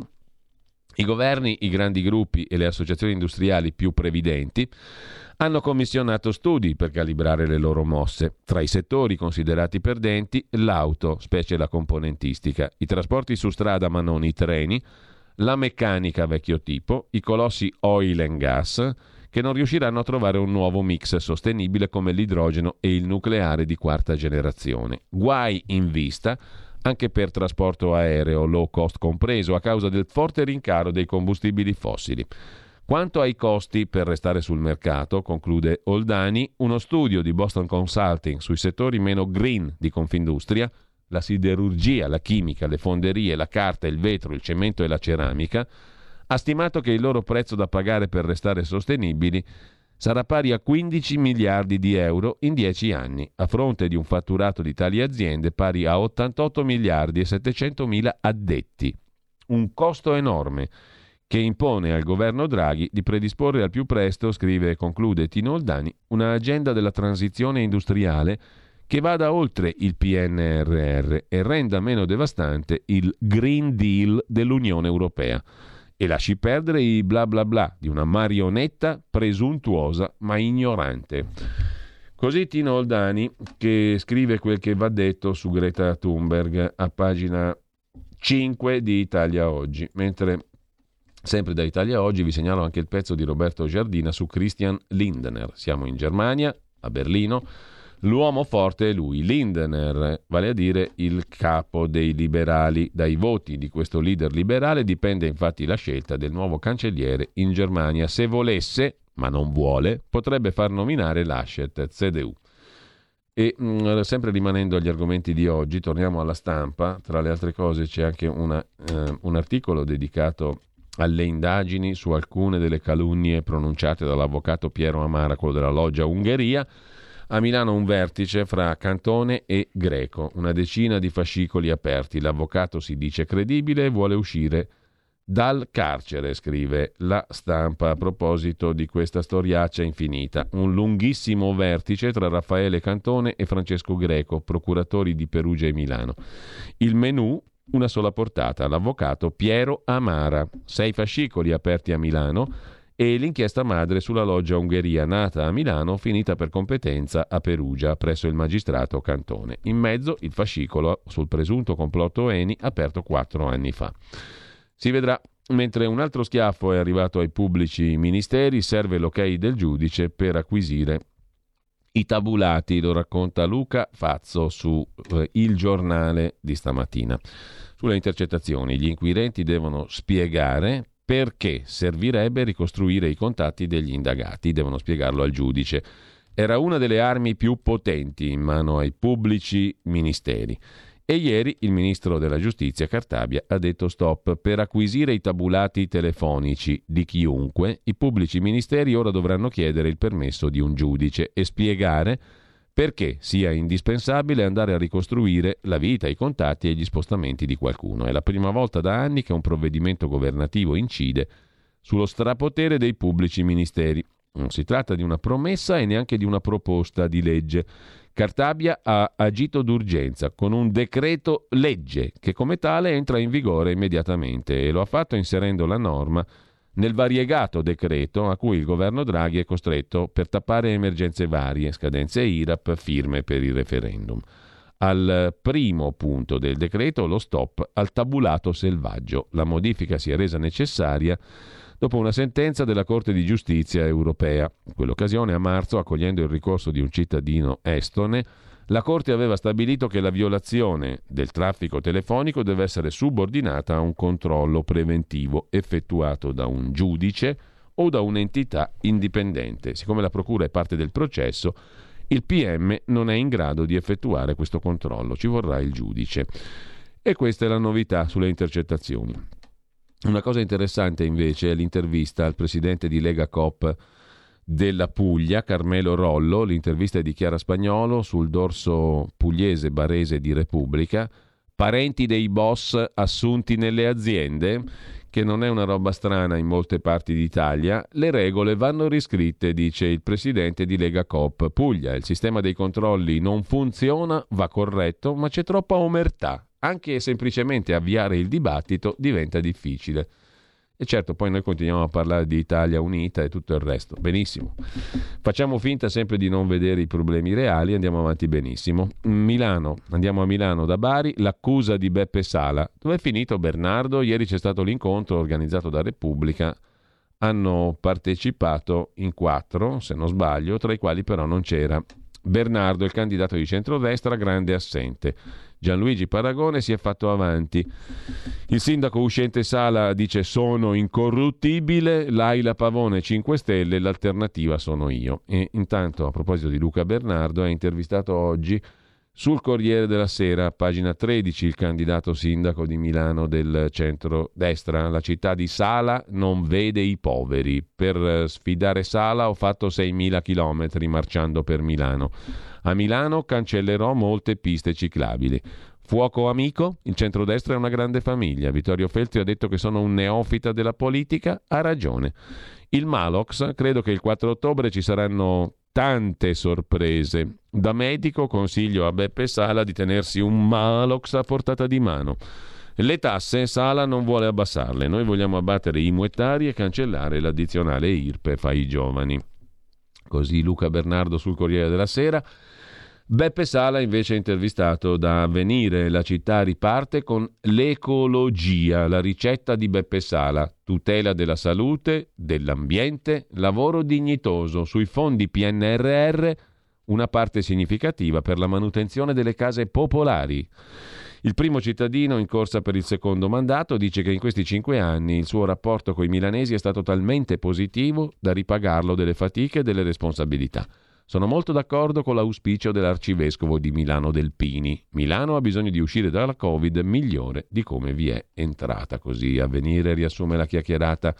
A: i governi, i grandi gruppi e le associazioni industriali più previdenti hanno commissionato studi per calibrare le loro mosse. Tra i settori considerati perdenti, l'auto, specie la componentistica, i trasporti su strada ma non i treni, la meccanica vecchio tipo, i colossi oil and gas, che non riusciranno a trovare un nuovo mix sostenibile come l'idrogeno e il nucleare di quarta generazione. Guai in vista anche per trasporto aereo low cost compreso a causa del forte rincaro dei combustibili fossili. Quanto ai costi per restare sul mercato, conclude Oldani, uno studio di Boston Consulting sui settori meno green di Confindustria, la siderurgia, la chimica, le fonderie, la carta, il vetro, il cemento e la ceramica, ha stimato che il loro prezzo da pagare per restare sostenibili sarà pari a quindici miliardi di euro in dieci anni, a fronte di un fatturato di tali aziende pari a ottantotto miliardi e settecentomila addetti. Un costo enorme che impone al governo Draghi di predisporre al più presto, scrive e conclude Tino Oldani, una agenda della transizione industriale che vada oltre il P N R R e renda meno devastante il Green Deal dell'Unione Europea e lasci perdere i bla bla bla di una marionetta presuntuosa ma ignorante. Così Tino Oldani, che scrive quel che va detto su Greta Thunberg a pagina cinque di Italia Oggi, mentre sempre da Italia Oggi vi segnalo anche il pezzo di Roberto Giardina su Christian Lindner. Siamo in Germania, a Berlino. L'uomo forte è lui, Lindner, vale a dire il capo dei liberali. Dai voti di questo leader liberale dipende infatti la scelta del nuovo cancelliere in Germania. Se volesse, ma non vuole, potrebbe far nominare Laschet, C D U. E mh, sempre rimanendo agli argomenti di oggi, torniamo alla Stampa. Tra le altre cose c'è anche una, eh, un articolo dedicato alle indagini su alcune delle calunnie pronunciate dall'avvocato Piero Amara, quello della loggia Ungheria. A Milano un vertice fra Cantone e Greco, una decina di fascicoli aperti. L'avvocato si dice credibile e vuole uscire dal carcere, scrive la Stampa a proposito di questa storiaccia infinita. Un lunghissimo vertice tra Raffaele Cantone e Francesco Greco, procuratori di Perugia e Milano. Il menù, una sola portata, l'avvocato Piero Amara, sei fascicoli aperti a Milano e l'inchiesta madre sulla loggia Ungheria, nata a Milano, finita per competenza a Perugia, presso il magistrato Cantone. In mezzo il fascicolo sul presunto complotto Eni, aperto quattro anni fa. Si vedrà. Mentre un altro schiaffo è arrivato ai pubblici ministeri, serve l'ok del giudice per acquisire i tabulati, lo racconta Luca Fazzo su eh, Il Giornale di stamattina. Sulle intercettazioni, gli inquirenti devono spiegare perché servirebbe ricostruire i contatti degli indagati, devono spiegarlo al giudice. Era una delle armi più potenti in mano ai pubblici ministeri E ieri il ministro della giustizia Cartabia ha detto stop. Per acquisire i tabulati telefonici di chiunque, i pubblici ministeri ora dovranno chiedere il permesso di un giudice e spiegare perché sia indispensabile andare a ricostruire la vita, i contatti e gli spostamenti di qualcuno. È la prima volta da anni che un provvedimento governativo incide sullo strapotere dei pubblici ministeri. Non si tratta di una promessa e neanche di una proposta di legge. Cartabia ha agito d'urgenza con un decreto legge che come tale entra in vigore immediatamente e lo ha fatto inserendo la norma nel variegato decreto a cui il governo Draghi è costretto per tappare emergenze varie, scadenze I R A P, firme per il referendum. Al primo punto del decreto, lo stop al tabulato selvaggio. La modifica si è resa necessaria dopo una sentenza della Corte di Giustizia europea. In quell'occasione, a marzo, accogliendo il ricorso di un cittadino estone, la Corte aveva stabilito che la violazione del traffico telefonico deve essere subordinata a un controllo preventivo effettuato da un giudice o da un'entità indipendente. Siccome la procura è parte del processo, il P M non è in grado di effettuare questo controllo, ci vorrà il giudice. E questa è la novità sulle intercettazioni. Una cosa interessante invece è l'intervista al presidente di Lega Coop della Puglia, Carmelo Rollo. L'intervista è di Chiara Spagnolo sul dorso pugliese barese di Repubblica. Parenti dei boss assunti nelle aziende, che non è una roba strana in molte parti d'Italia. Le regole vanno riscritte, dice il presidente di Lega Coop Puglia. Il sistema dei controlli non funziona, va corretto, ma c'è troppa omertà. Anche semplicemente avviare il dibattito diventa difficile. E certo, poi noi continuiamo a parlare di Italia unita e tutto il resto. Benissimo. Facciamo finta sempre di non vedere i problemi reali, andiamo avanti benissimo. Milano, andiamo a Milano da Bari, l'accusa di Beppe Sala. Dove è finito Bernardo? Ieri c'è stato l'incontro organizzato da Repubblica. Hanno partecipato in quattro, se non sbaglio, tra i quali però non c'era Bernardo, il candidato di centrodestra, grande assente. Gianluigi Paragone si è fatto avanti. Il sindaco uscente Sala dice sono incorruttibile, Laila Pavone cinque Stelle, l'alternativa sono io. E intanto, a proposito di Luca Bernardo, è intervistato oggi sul Corriere della Sera, pagina tredici, il candidato sindaco di Milano del centro-destra. La città di Sala non vede i poveri. Per sfidare Sala ho fatto seimila chilometri marciando per Milano. A Milano cancellerò molte piste ciclabili. Fuoco amico? Il centrodestra è una grande famiglia. Vittorio Feltri ha detto che sono un neofita della politica. Ha ragione. Il Malox, credo che il quattro ottobre ci saranno tante sorprese. Da medico consiglio a Beppe Sala di tenersi un Malox a portata di mano. Le tasse Sala non vuole abbassarle. Noi vogliamo abbattere i muettari e cancellare l'addizionale I R P E F ai giovani. Così Luca Bernardo sul Corriere della Sera. Beppe Sala invece è intervistato da Avvenire. La città riparte con l'ecologia, la ricetta di Beppe Sala: tutela della salute, dell'ambiente, lavoro dignitoso, sui fondi P N R R una parte significativa per la manutenzione delle case popolari. Il primo cittadino in corsa per il secondo mandato dice che in questi cinque anni il suo rapporto con i milanesi è stato talmente positivo da ripagarlo delle fatiche e delle responsabilità. Sono molto d'accordo con l'auspicio dell'arcivescovo di Milano Delpini. Milano ha bisogno di uscire dalla Covid migliore di come vi è entrata. Così Avvenire riassume la chiacchierata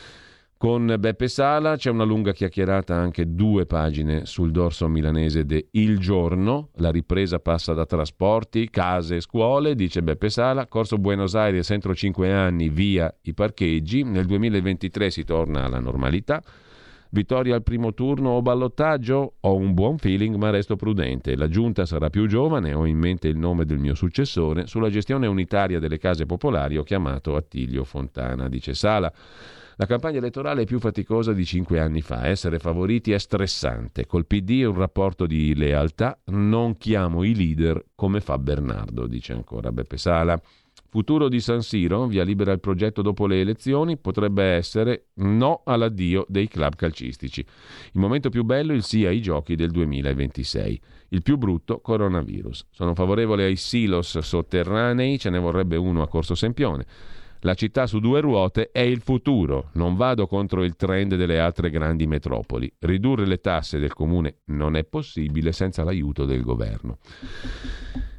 A: con Beppe Sala. C'è una lunga chiacchierata, anche due pagine sul dorso milanese de Il Giorno. La ripresa passa da trasporti, case e scuole, dice Beppe Sala. Corso Buenos Aires entro cinque anni, via i parcheggi. Nel duemilaventitré si torna alla normalità. Vittoria al primo turno o ballottaggio? Ho un buon feeling ma resto prudente. La giunta sarà più giovane, ho in mente il nome del mio successore. Sulla gestione unitaria delle case popolari ho chiamato Attilio Fontana, dice Sala. La campagna elettorale è più faticosa di cinque anni fa. Essere favoriti è stressante. Col P D è un rapporto di lealtà. Non chiamo i leader come fa Bernardo, dice ancora Beppe Sala. Futuro di San Siro, via libera il progetto dopo le elezioni, potrebbe essere no all'addio dei club calcistici. Il momento più bello, il sì ai giochi del duemilaventisei. Il più brutto, coronavirus. Sono favorevole ai silos sotterranei, ce ne vorrebbe uno a Corso Sempione. La città su due ruote è il futuro. Non vado contro il trend delle altre grandi metropoli. Ridurre le tasse del comune non è possibile senza l'aiuto del governo.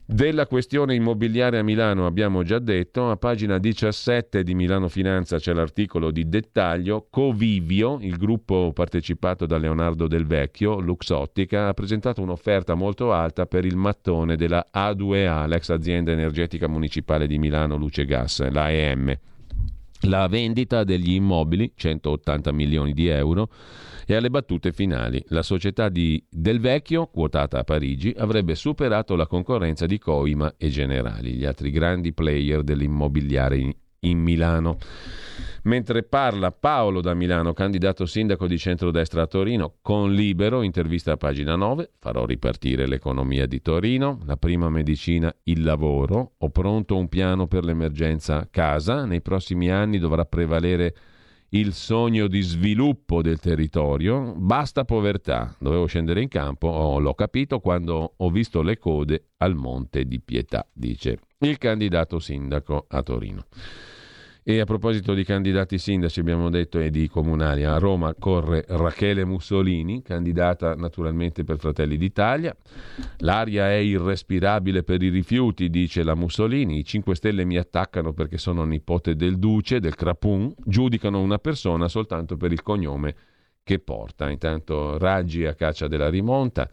A: Della questione immobiliare a Milano abbiamo già detto, a pagina diciassette di Milano Finanza c'è l'articolo di dettaglio. Covivio, il gruppo partecipato da Leonardo Del Vecchio, Luxottica, ha presentato un'offerta molto alta per il mattone della A due A, l'ex azienda energetica municipale di Milano Luce Gas, l'A E M. La vendita degli immobili, centottanta milioni di euro, e alle battute finali. La società di Del Vecchio, quotata a Parigi, avrebbe superato la concorrenza di Coima e Generali, gli altri grandi player dell'immobiliare in, in Milano. Mentre parla Paolo da Milano, candidato sindaco di centrodestra a Torino, con Libero, intervista a pagina nove, farò ripartire l'economia di Torino, la prima medicina, il lavoro, ho pronto un piano per l'emergenza casa, nei prossimi anni dovrà prevalere il sogno di sviluppo del territorio, basta povertà. Dovevo scendere in campo, oh, l'ho capito quando ho visto le code al Monte di Pietà, dice il candidato sindaco a Torino. E a proposito di candidati sindaci, abbiamo detto, e di comunali, a Roma corre Rachele Mussolini, candidata naturalmente per Fratelli d'Italia. L'aria è irrespirabile per i rifiuti, dice la Mussolini. I cinque Stelle mi attaccano perché sono nipote del duce, del Crapun. Giudicano una persona soltanto per il cognome che porta. Intanto Raggi a caccia della rimonta.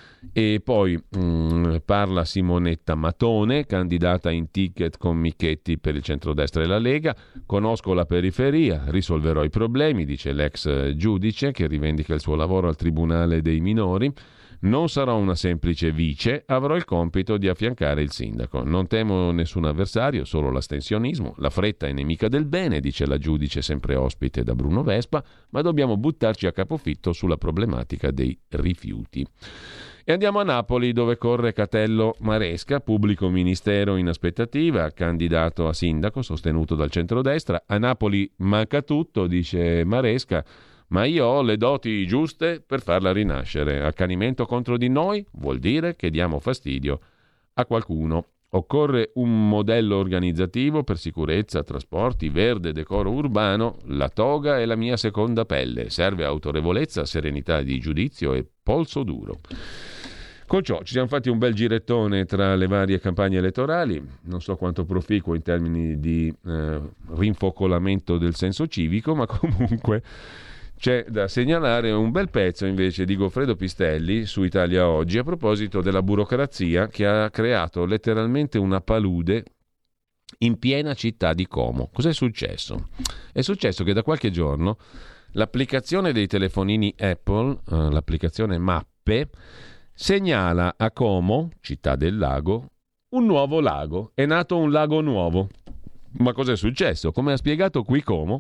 A: E poi mh, parla Simonetta Matone, candidata in ticket con Michetti per il centrodestra e la Lega. Conosco la periferia, risolverò i problemi, dice l'ex giudice che rivendica il suo lavoro al Tribunale dei minori. Non sarò una semplice vice, avrò il compito di affiancare il sindaco. Non temo nessun avversario, solo l'astensionismo. La fretta è nemica del bene, dice la giudice sempre ospite da Bruno Vespa, ma dobbiamo buttarci a capofitto sulla problematica dei rifiuti. E andiamo a Napoli, dove corre Catello Maresca, pubblico ministero in aspettativa, candidato a sindaco sostenuto dal centrodestra. A Napoli manca tutto, dice Maresca, ma io ho le doti giuste per farla rinascere. Accanimento contro di noi vuol dire che diamo fastidio a qualcuno. Occorre un modello organizzativo per sicurezza, trasporti, verde, decoro urbano. La toga è la mia seconda pelle. Serve autorevolezza, serenità di giudizio e polso duro. Con ciò ci siamo fatti un bel girettone tra le varie campagne elettorali, non so quanto proficuo in termini di eh, rinfocolamento del senso civico, ma comunque c'è da segnalare un bel pezzo invece di Goffredo Pistelli su Italia Oggi a proposito della burocrazia che ha creato letteralmente una palude in piena città di Como. Cos'è successo? È successo che da qualche giorno l'applicazione dei telefonini Apple, eh, l'applicazione Mappe, segnala a Como, città del lago, un nuovo lago. È nato un lago nuovo. Ma cos'è successo? Come ha spiegato qui Como,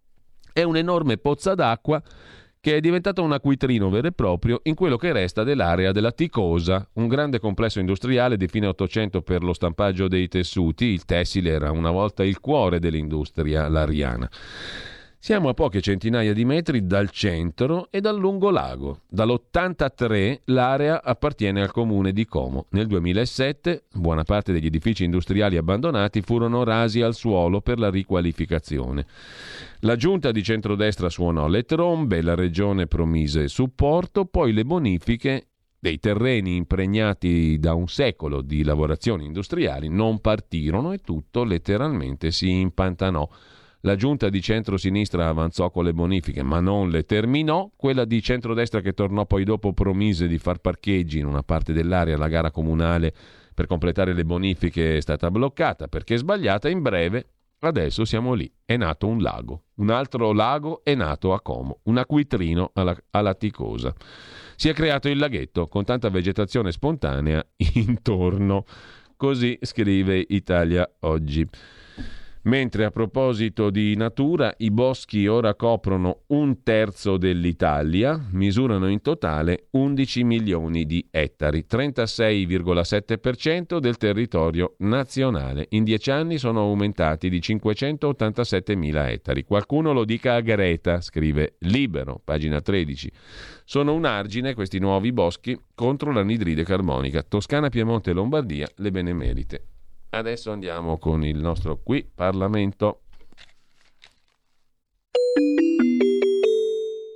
A: è un'enorme pozza d'acqua che è diventata un acquitrino vero e proprio in quello che resta dell'area della Ticosa, un grande complesso industriale di fine Ottocento per lo stampaggio dei tessuti. Il tessile era una volta il cuore dell'industria lariana. Siamo a poche centinaia di metri dal centro e dal lungolago. Dall'ottantatré l'area appartiene al comune di Como. Nel duemilasette buona parte degli edifici industriali abbandonati furono rasi al suolo per la riqualificazione. La giunta di centrodestra suonò le trombe, la regione promise supporto, poi le bonifiche dei terreni impregnati da un secolo di lavorazioni industriali non partirono e tutto letteralmente si impantanò. La giunta di centro-sinistra avanzò con le bonifiche, ma non le terminò. Quella di centrodestra che tornò poi dopo promise di far parcheggi in una parte dell'area. La gara comunale per completare le bonifiche è stata bloccata perché sbagliata. In breve, adesso siamo lì. È nato un lago. Un altro lago è nato a Como. Un acquitrino alla, alla Ticosa. Si è creato il laghetto con tanta vegetazione spontanea intorno. Così scrive Italia Oggi. Mentre a proposito di natura, i boschi ora coprono un terzo dell'Italia, misurano in totale undici milioni di ettari, trentasei virgola sette per cento del territorio nazionale. In dieci anni sono aumentati di cinquecentottantasettemila ettari. Qualcuno lo dica a Greta, scrive Libero, pagina tredici. Sono un argine questi nuovi boschi contro l'anidride carbonica. Toscana, Piemonte e Lombardia le benemerite. Adesso andiamo con il nostro Qui Parlamento.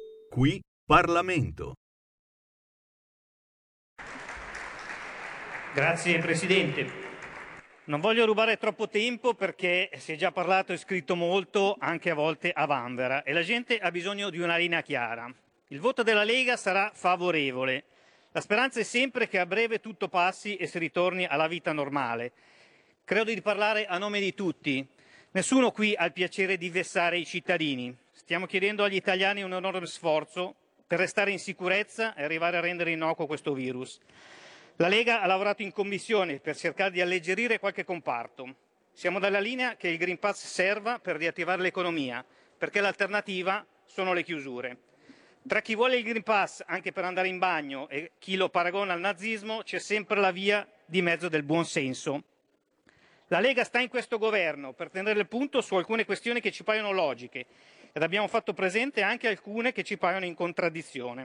F: Qui Parlamento.
J: Grazie Presidente. Non voglio rubare troppo tempo perché si è già parlato e scritto molto, anche a volte a vanvera, e la gente ha bisogno di una linea chiara. Il voto della Lega sarà favorevole. La speranza è sempre che a breve tutto passi e si ritorni alla vita normale. Credo di parlare a nome di tutti. Nessuno qui ha il piacere di vessare i cittadini. Stiamo chiedendo agli italiani un enorme sforzo per restare in sicurezza e arrivare a rendere innocuo questo virus. La Lega ha lavorato in commissione per cercare di alleggerire qualche comparto. Siamo dalla linea che il Green Pass serva per riattivare l'economia, perché l'alternativa sono le chiusure. Tra chi vuole il Green Pass anche per andare in bagno e chi lo paragona al nazismo c'è sempre la via di mezzo del buon senso. La Lega sta in questo governo per tenere il punto su alcune questioni che ci paiono logiche ed abbiamo fatto presente anche alcune che ci paiono in contraddizione.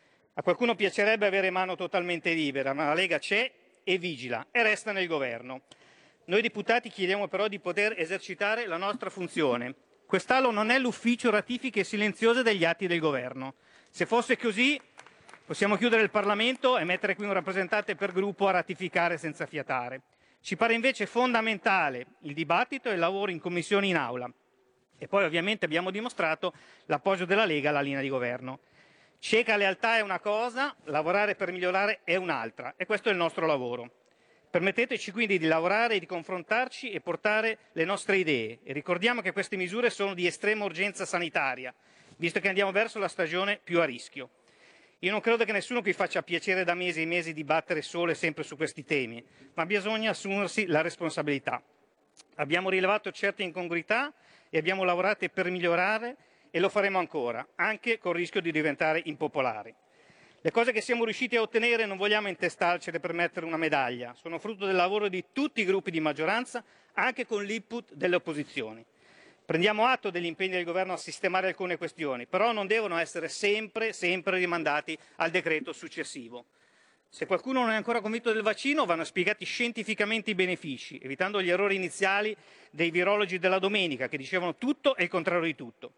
J: A qualcuno piacerebbe avere mano totalmente libera, ma la Lega c'è e vigila e resta nel governo. Noi deputati chiediamo però di poter esercitare la nostra funzione. Quest'Aula non è l'ufficio ratifiche silenziose degli atti del governo. Se fosse così, possiamo chiudere il Parlamento e mettere qui un rappresentante per gruppo a ratificare senza fiatare. Ci pare invece fondamentale il dibattito e il lavoro in commissione in aula. E poi ovviamente abbiamo dimostrato l'appoggio della Lega alla linea di governo. Cieca lealtà è una cosa, lavorare per migliorare è un'altra, e questo è il nostro lavoro. Permetteteci quindi di lavorare, di confrontarci e portare le nostre idee. E ricordiamo che queste misure sono di estrema urgenza sanitaria, visto che andiamo verso la stagione più a rischio. Io non credo che nessuno qui faccia piacere da mesi e mesi dibattere solo e sempre su questi temi, ma bisogna assumersi la responsabilità. Abbiamo rilevato certe incongruità e abbiamo lavorato per migliorare e lo faremo ancora, anche col rischio di diventare impopolari. Le cose che siamo riusciti a ottenere non vogliamo intestarcele per mettere una medaglia, sono frutto del lavoro di tutti i gruppi di maggioranza, anche con l'input delle opposizioni. Prendiamo atto degli impegni del Governo a sistemare alcune questioni, però non devono essere sempre, sempre rimandati al decreto successivo. Se qualcuno non è ancora convinto del vaccino, vanno spiegati scientificamente i benefici, evitando gli errori iniziali dei virologi della domenica, che dicevano tutto e il contrario di tutto.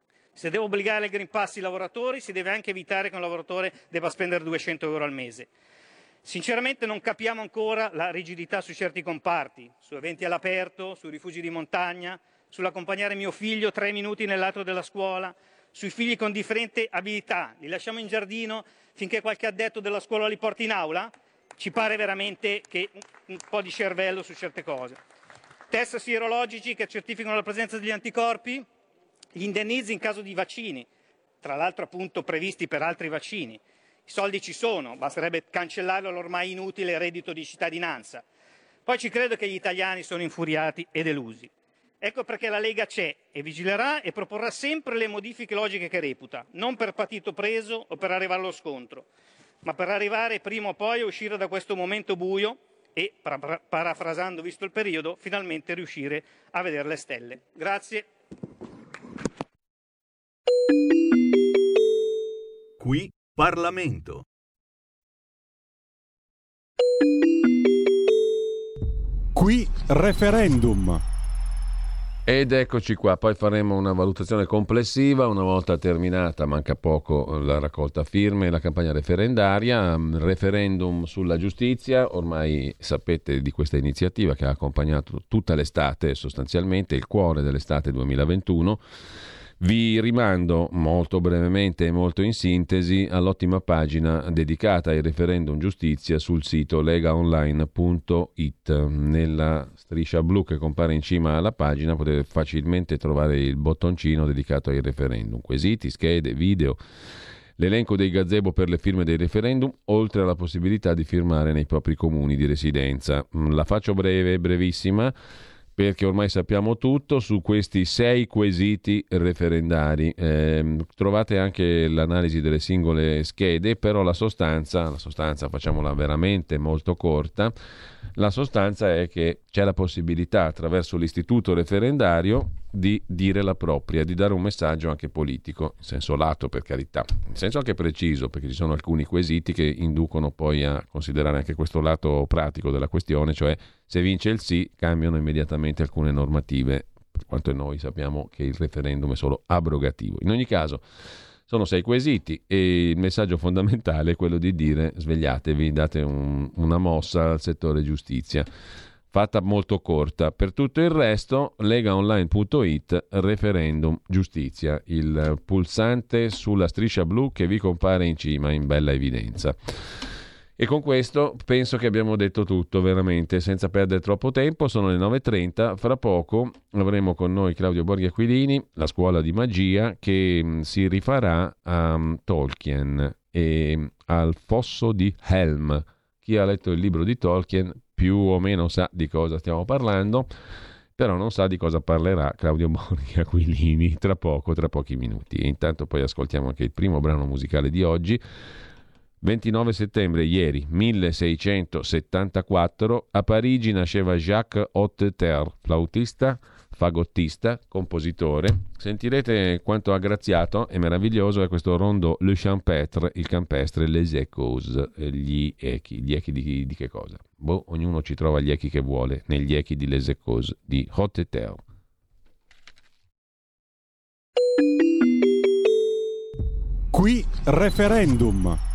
J: Se deve obbligare il Green Pass i lavoratori, si deve anche evitare che un lavoratore debba spendere duecento euro al mese. Sinceramente non capiamo ancora la rigidità su certi comparti, su eventi all'aperto, sui rifugi di montagna, sull'accompagnare mio figlio tre minuti nell'atrio della scuola, sui figli con differente abilità. Li lasciamo in giardino finché qualche addetto della scuola li porti in aula? Ci pare veramente che un po' di cervello su certe cose. Test sierologici che certificano la presenza degli anticorpi? Gli indennizzi in caso di vaccini, tra l'altro appunto previsti per altri vaccini. I soldi ci sono, basterebbe cancellare l'ormai inutile reddito di cittadinanza. Poi ci credo che gli italiani sono infuriati e delusi. Ecco perché la Lega c'è e vigilerà e proporrà sempre le modifiche logiche che reputa, non per partito preso o per arrivare allo scontro, ma per arrivare prima o poi a uscire da questo momento buio e, para- parafrasando visto il periodo, finalmente riuscire a vedere le stelle. Grazie.
F: Qui Parlamento.
D: Qui referendum.
A: Ed eccoci qua, poi faremo una valutazione complessiva una volta terminata, manca poco, la raccolta firme e la campagna referendaria, referendum sulla giustizia. Ormai sapete di questa iniziativa che ha accompagnato tutta l'estate, sostanzialmente il cuore dell'estate duemilaventuno. Vi rimando molto brevemente e molto in sintesi all'ottima pagina dedicata ai referendum giustizia sul sito legaonline punto it. Nella striscia blu che compare in cima alla pagina potete facilmente trovare il bottoncino dedicato ai referendum, quesiti, schede, video, l'elenco dei gazebo per le firme dei referendum, oltre alla possibilità di firmare nei propri comuni di residenza. La faccio breve, brevissima, perché ormai sappiamo tutto su questi sei quesiti referendari. Eh, trovate anche l'analisi delle singole schede, però la sostanza, la sostanza facciamola veramente molto corta, la sostanza è che c'è la possibilità attraverso l'istituto referendario di dire la propria, di dare un messaggio anche politico, in senso lato per carità, in senso anche preciso, perché ci sono alcuni quesiti che inducono poi a considerare anche questo lato pratico della questione, cioè se vince il sì cambiano immediatamente alcune normative, per quanto noi sappiamo che il referendum è solo abrogativo. In ogni caso Sono sei quesiti e il messaggio fondamentale è quello di dire svegliatevi, date un, una mossa al settore giustizia. Fatta molto corta. Per tutto il resto, legaonline punto it, referendum giustizia, il pulsante sulla striscia blu che vi compare in cima in bella evidenza. E con questo penso che abbiamo detto tutto, veramente, senza perdere troppo tempo. Sono le nove e trenta, fra poco avremo con noi Claudio Borghi Aquilini, la scuola di magia, che mh, si rifarà a um, Tolkien e al fosso di Helm. Chi ha letto il libro di Tolkien più o meno sa di cosa stiamo parlando, però non sa di cosa parlerà Claudio Borghi Aquilini tra poco, tra pochi minuti. E intanto poi ascoltiamo anche il primo brano musicale di oggi. ventinove settembre, ieri, milleseicentosettantaquattro, a Parigi nasceva Jacques Hotteterre, flautista, fagottista, compositore. Sentirete quanto aggraziato e meraviglioso è questo rondo Le Champêtre, il campestre, les échos, gli echi. Gli echi di, di che cosa? Boh, ognuno ci trova gli echi che vuole negli echi di Les échos di Hotteterre.
D: Qui referendum.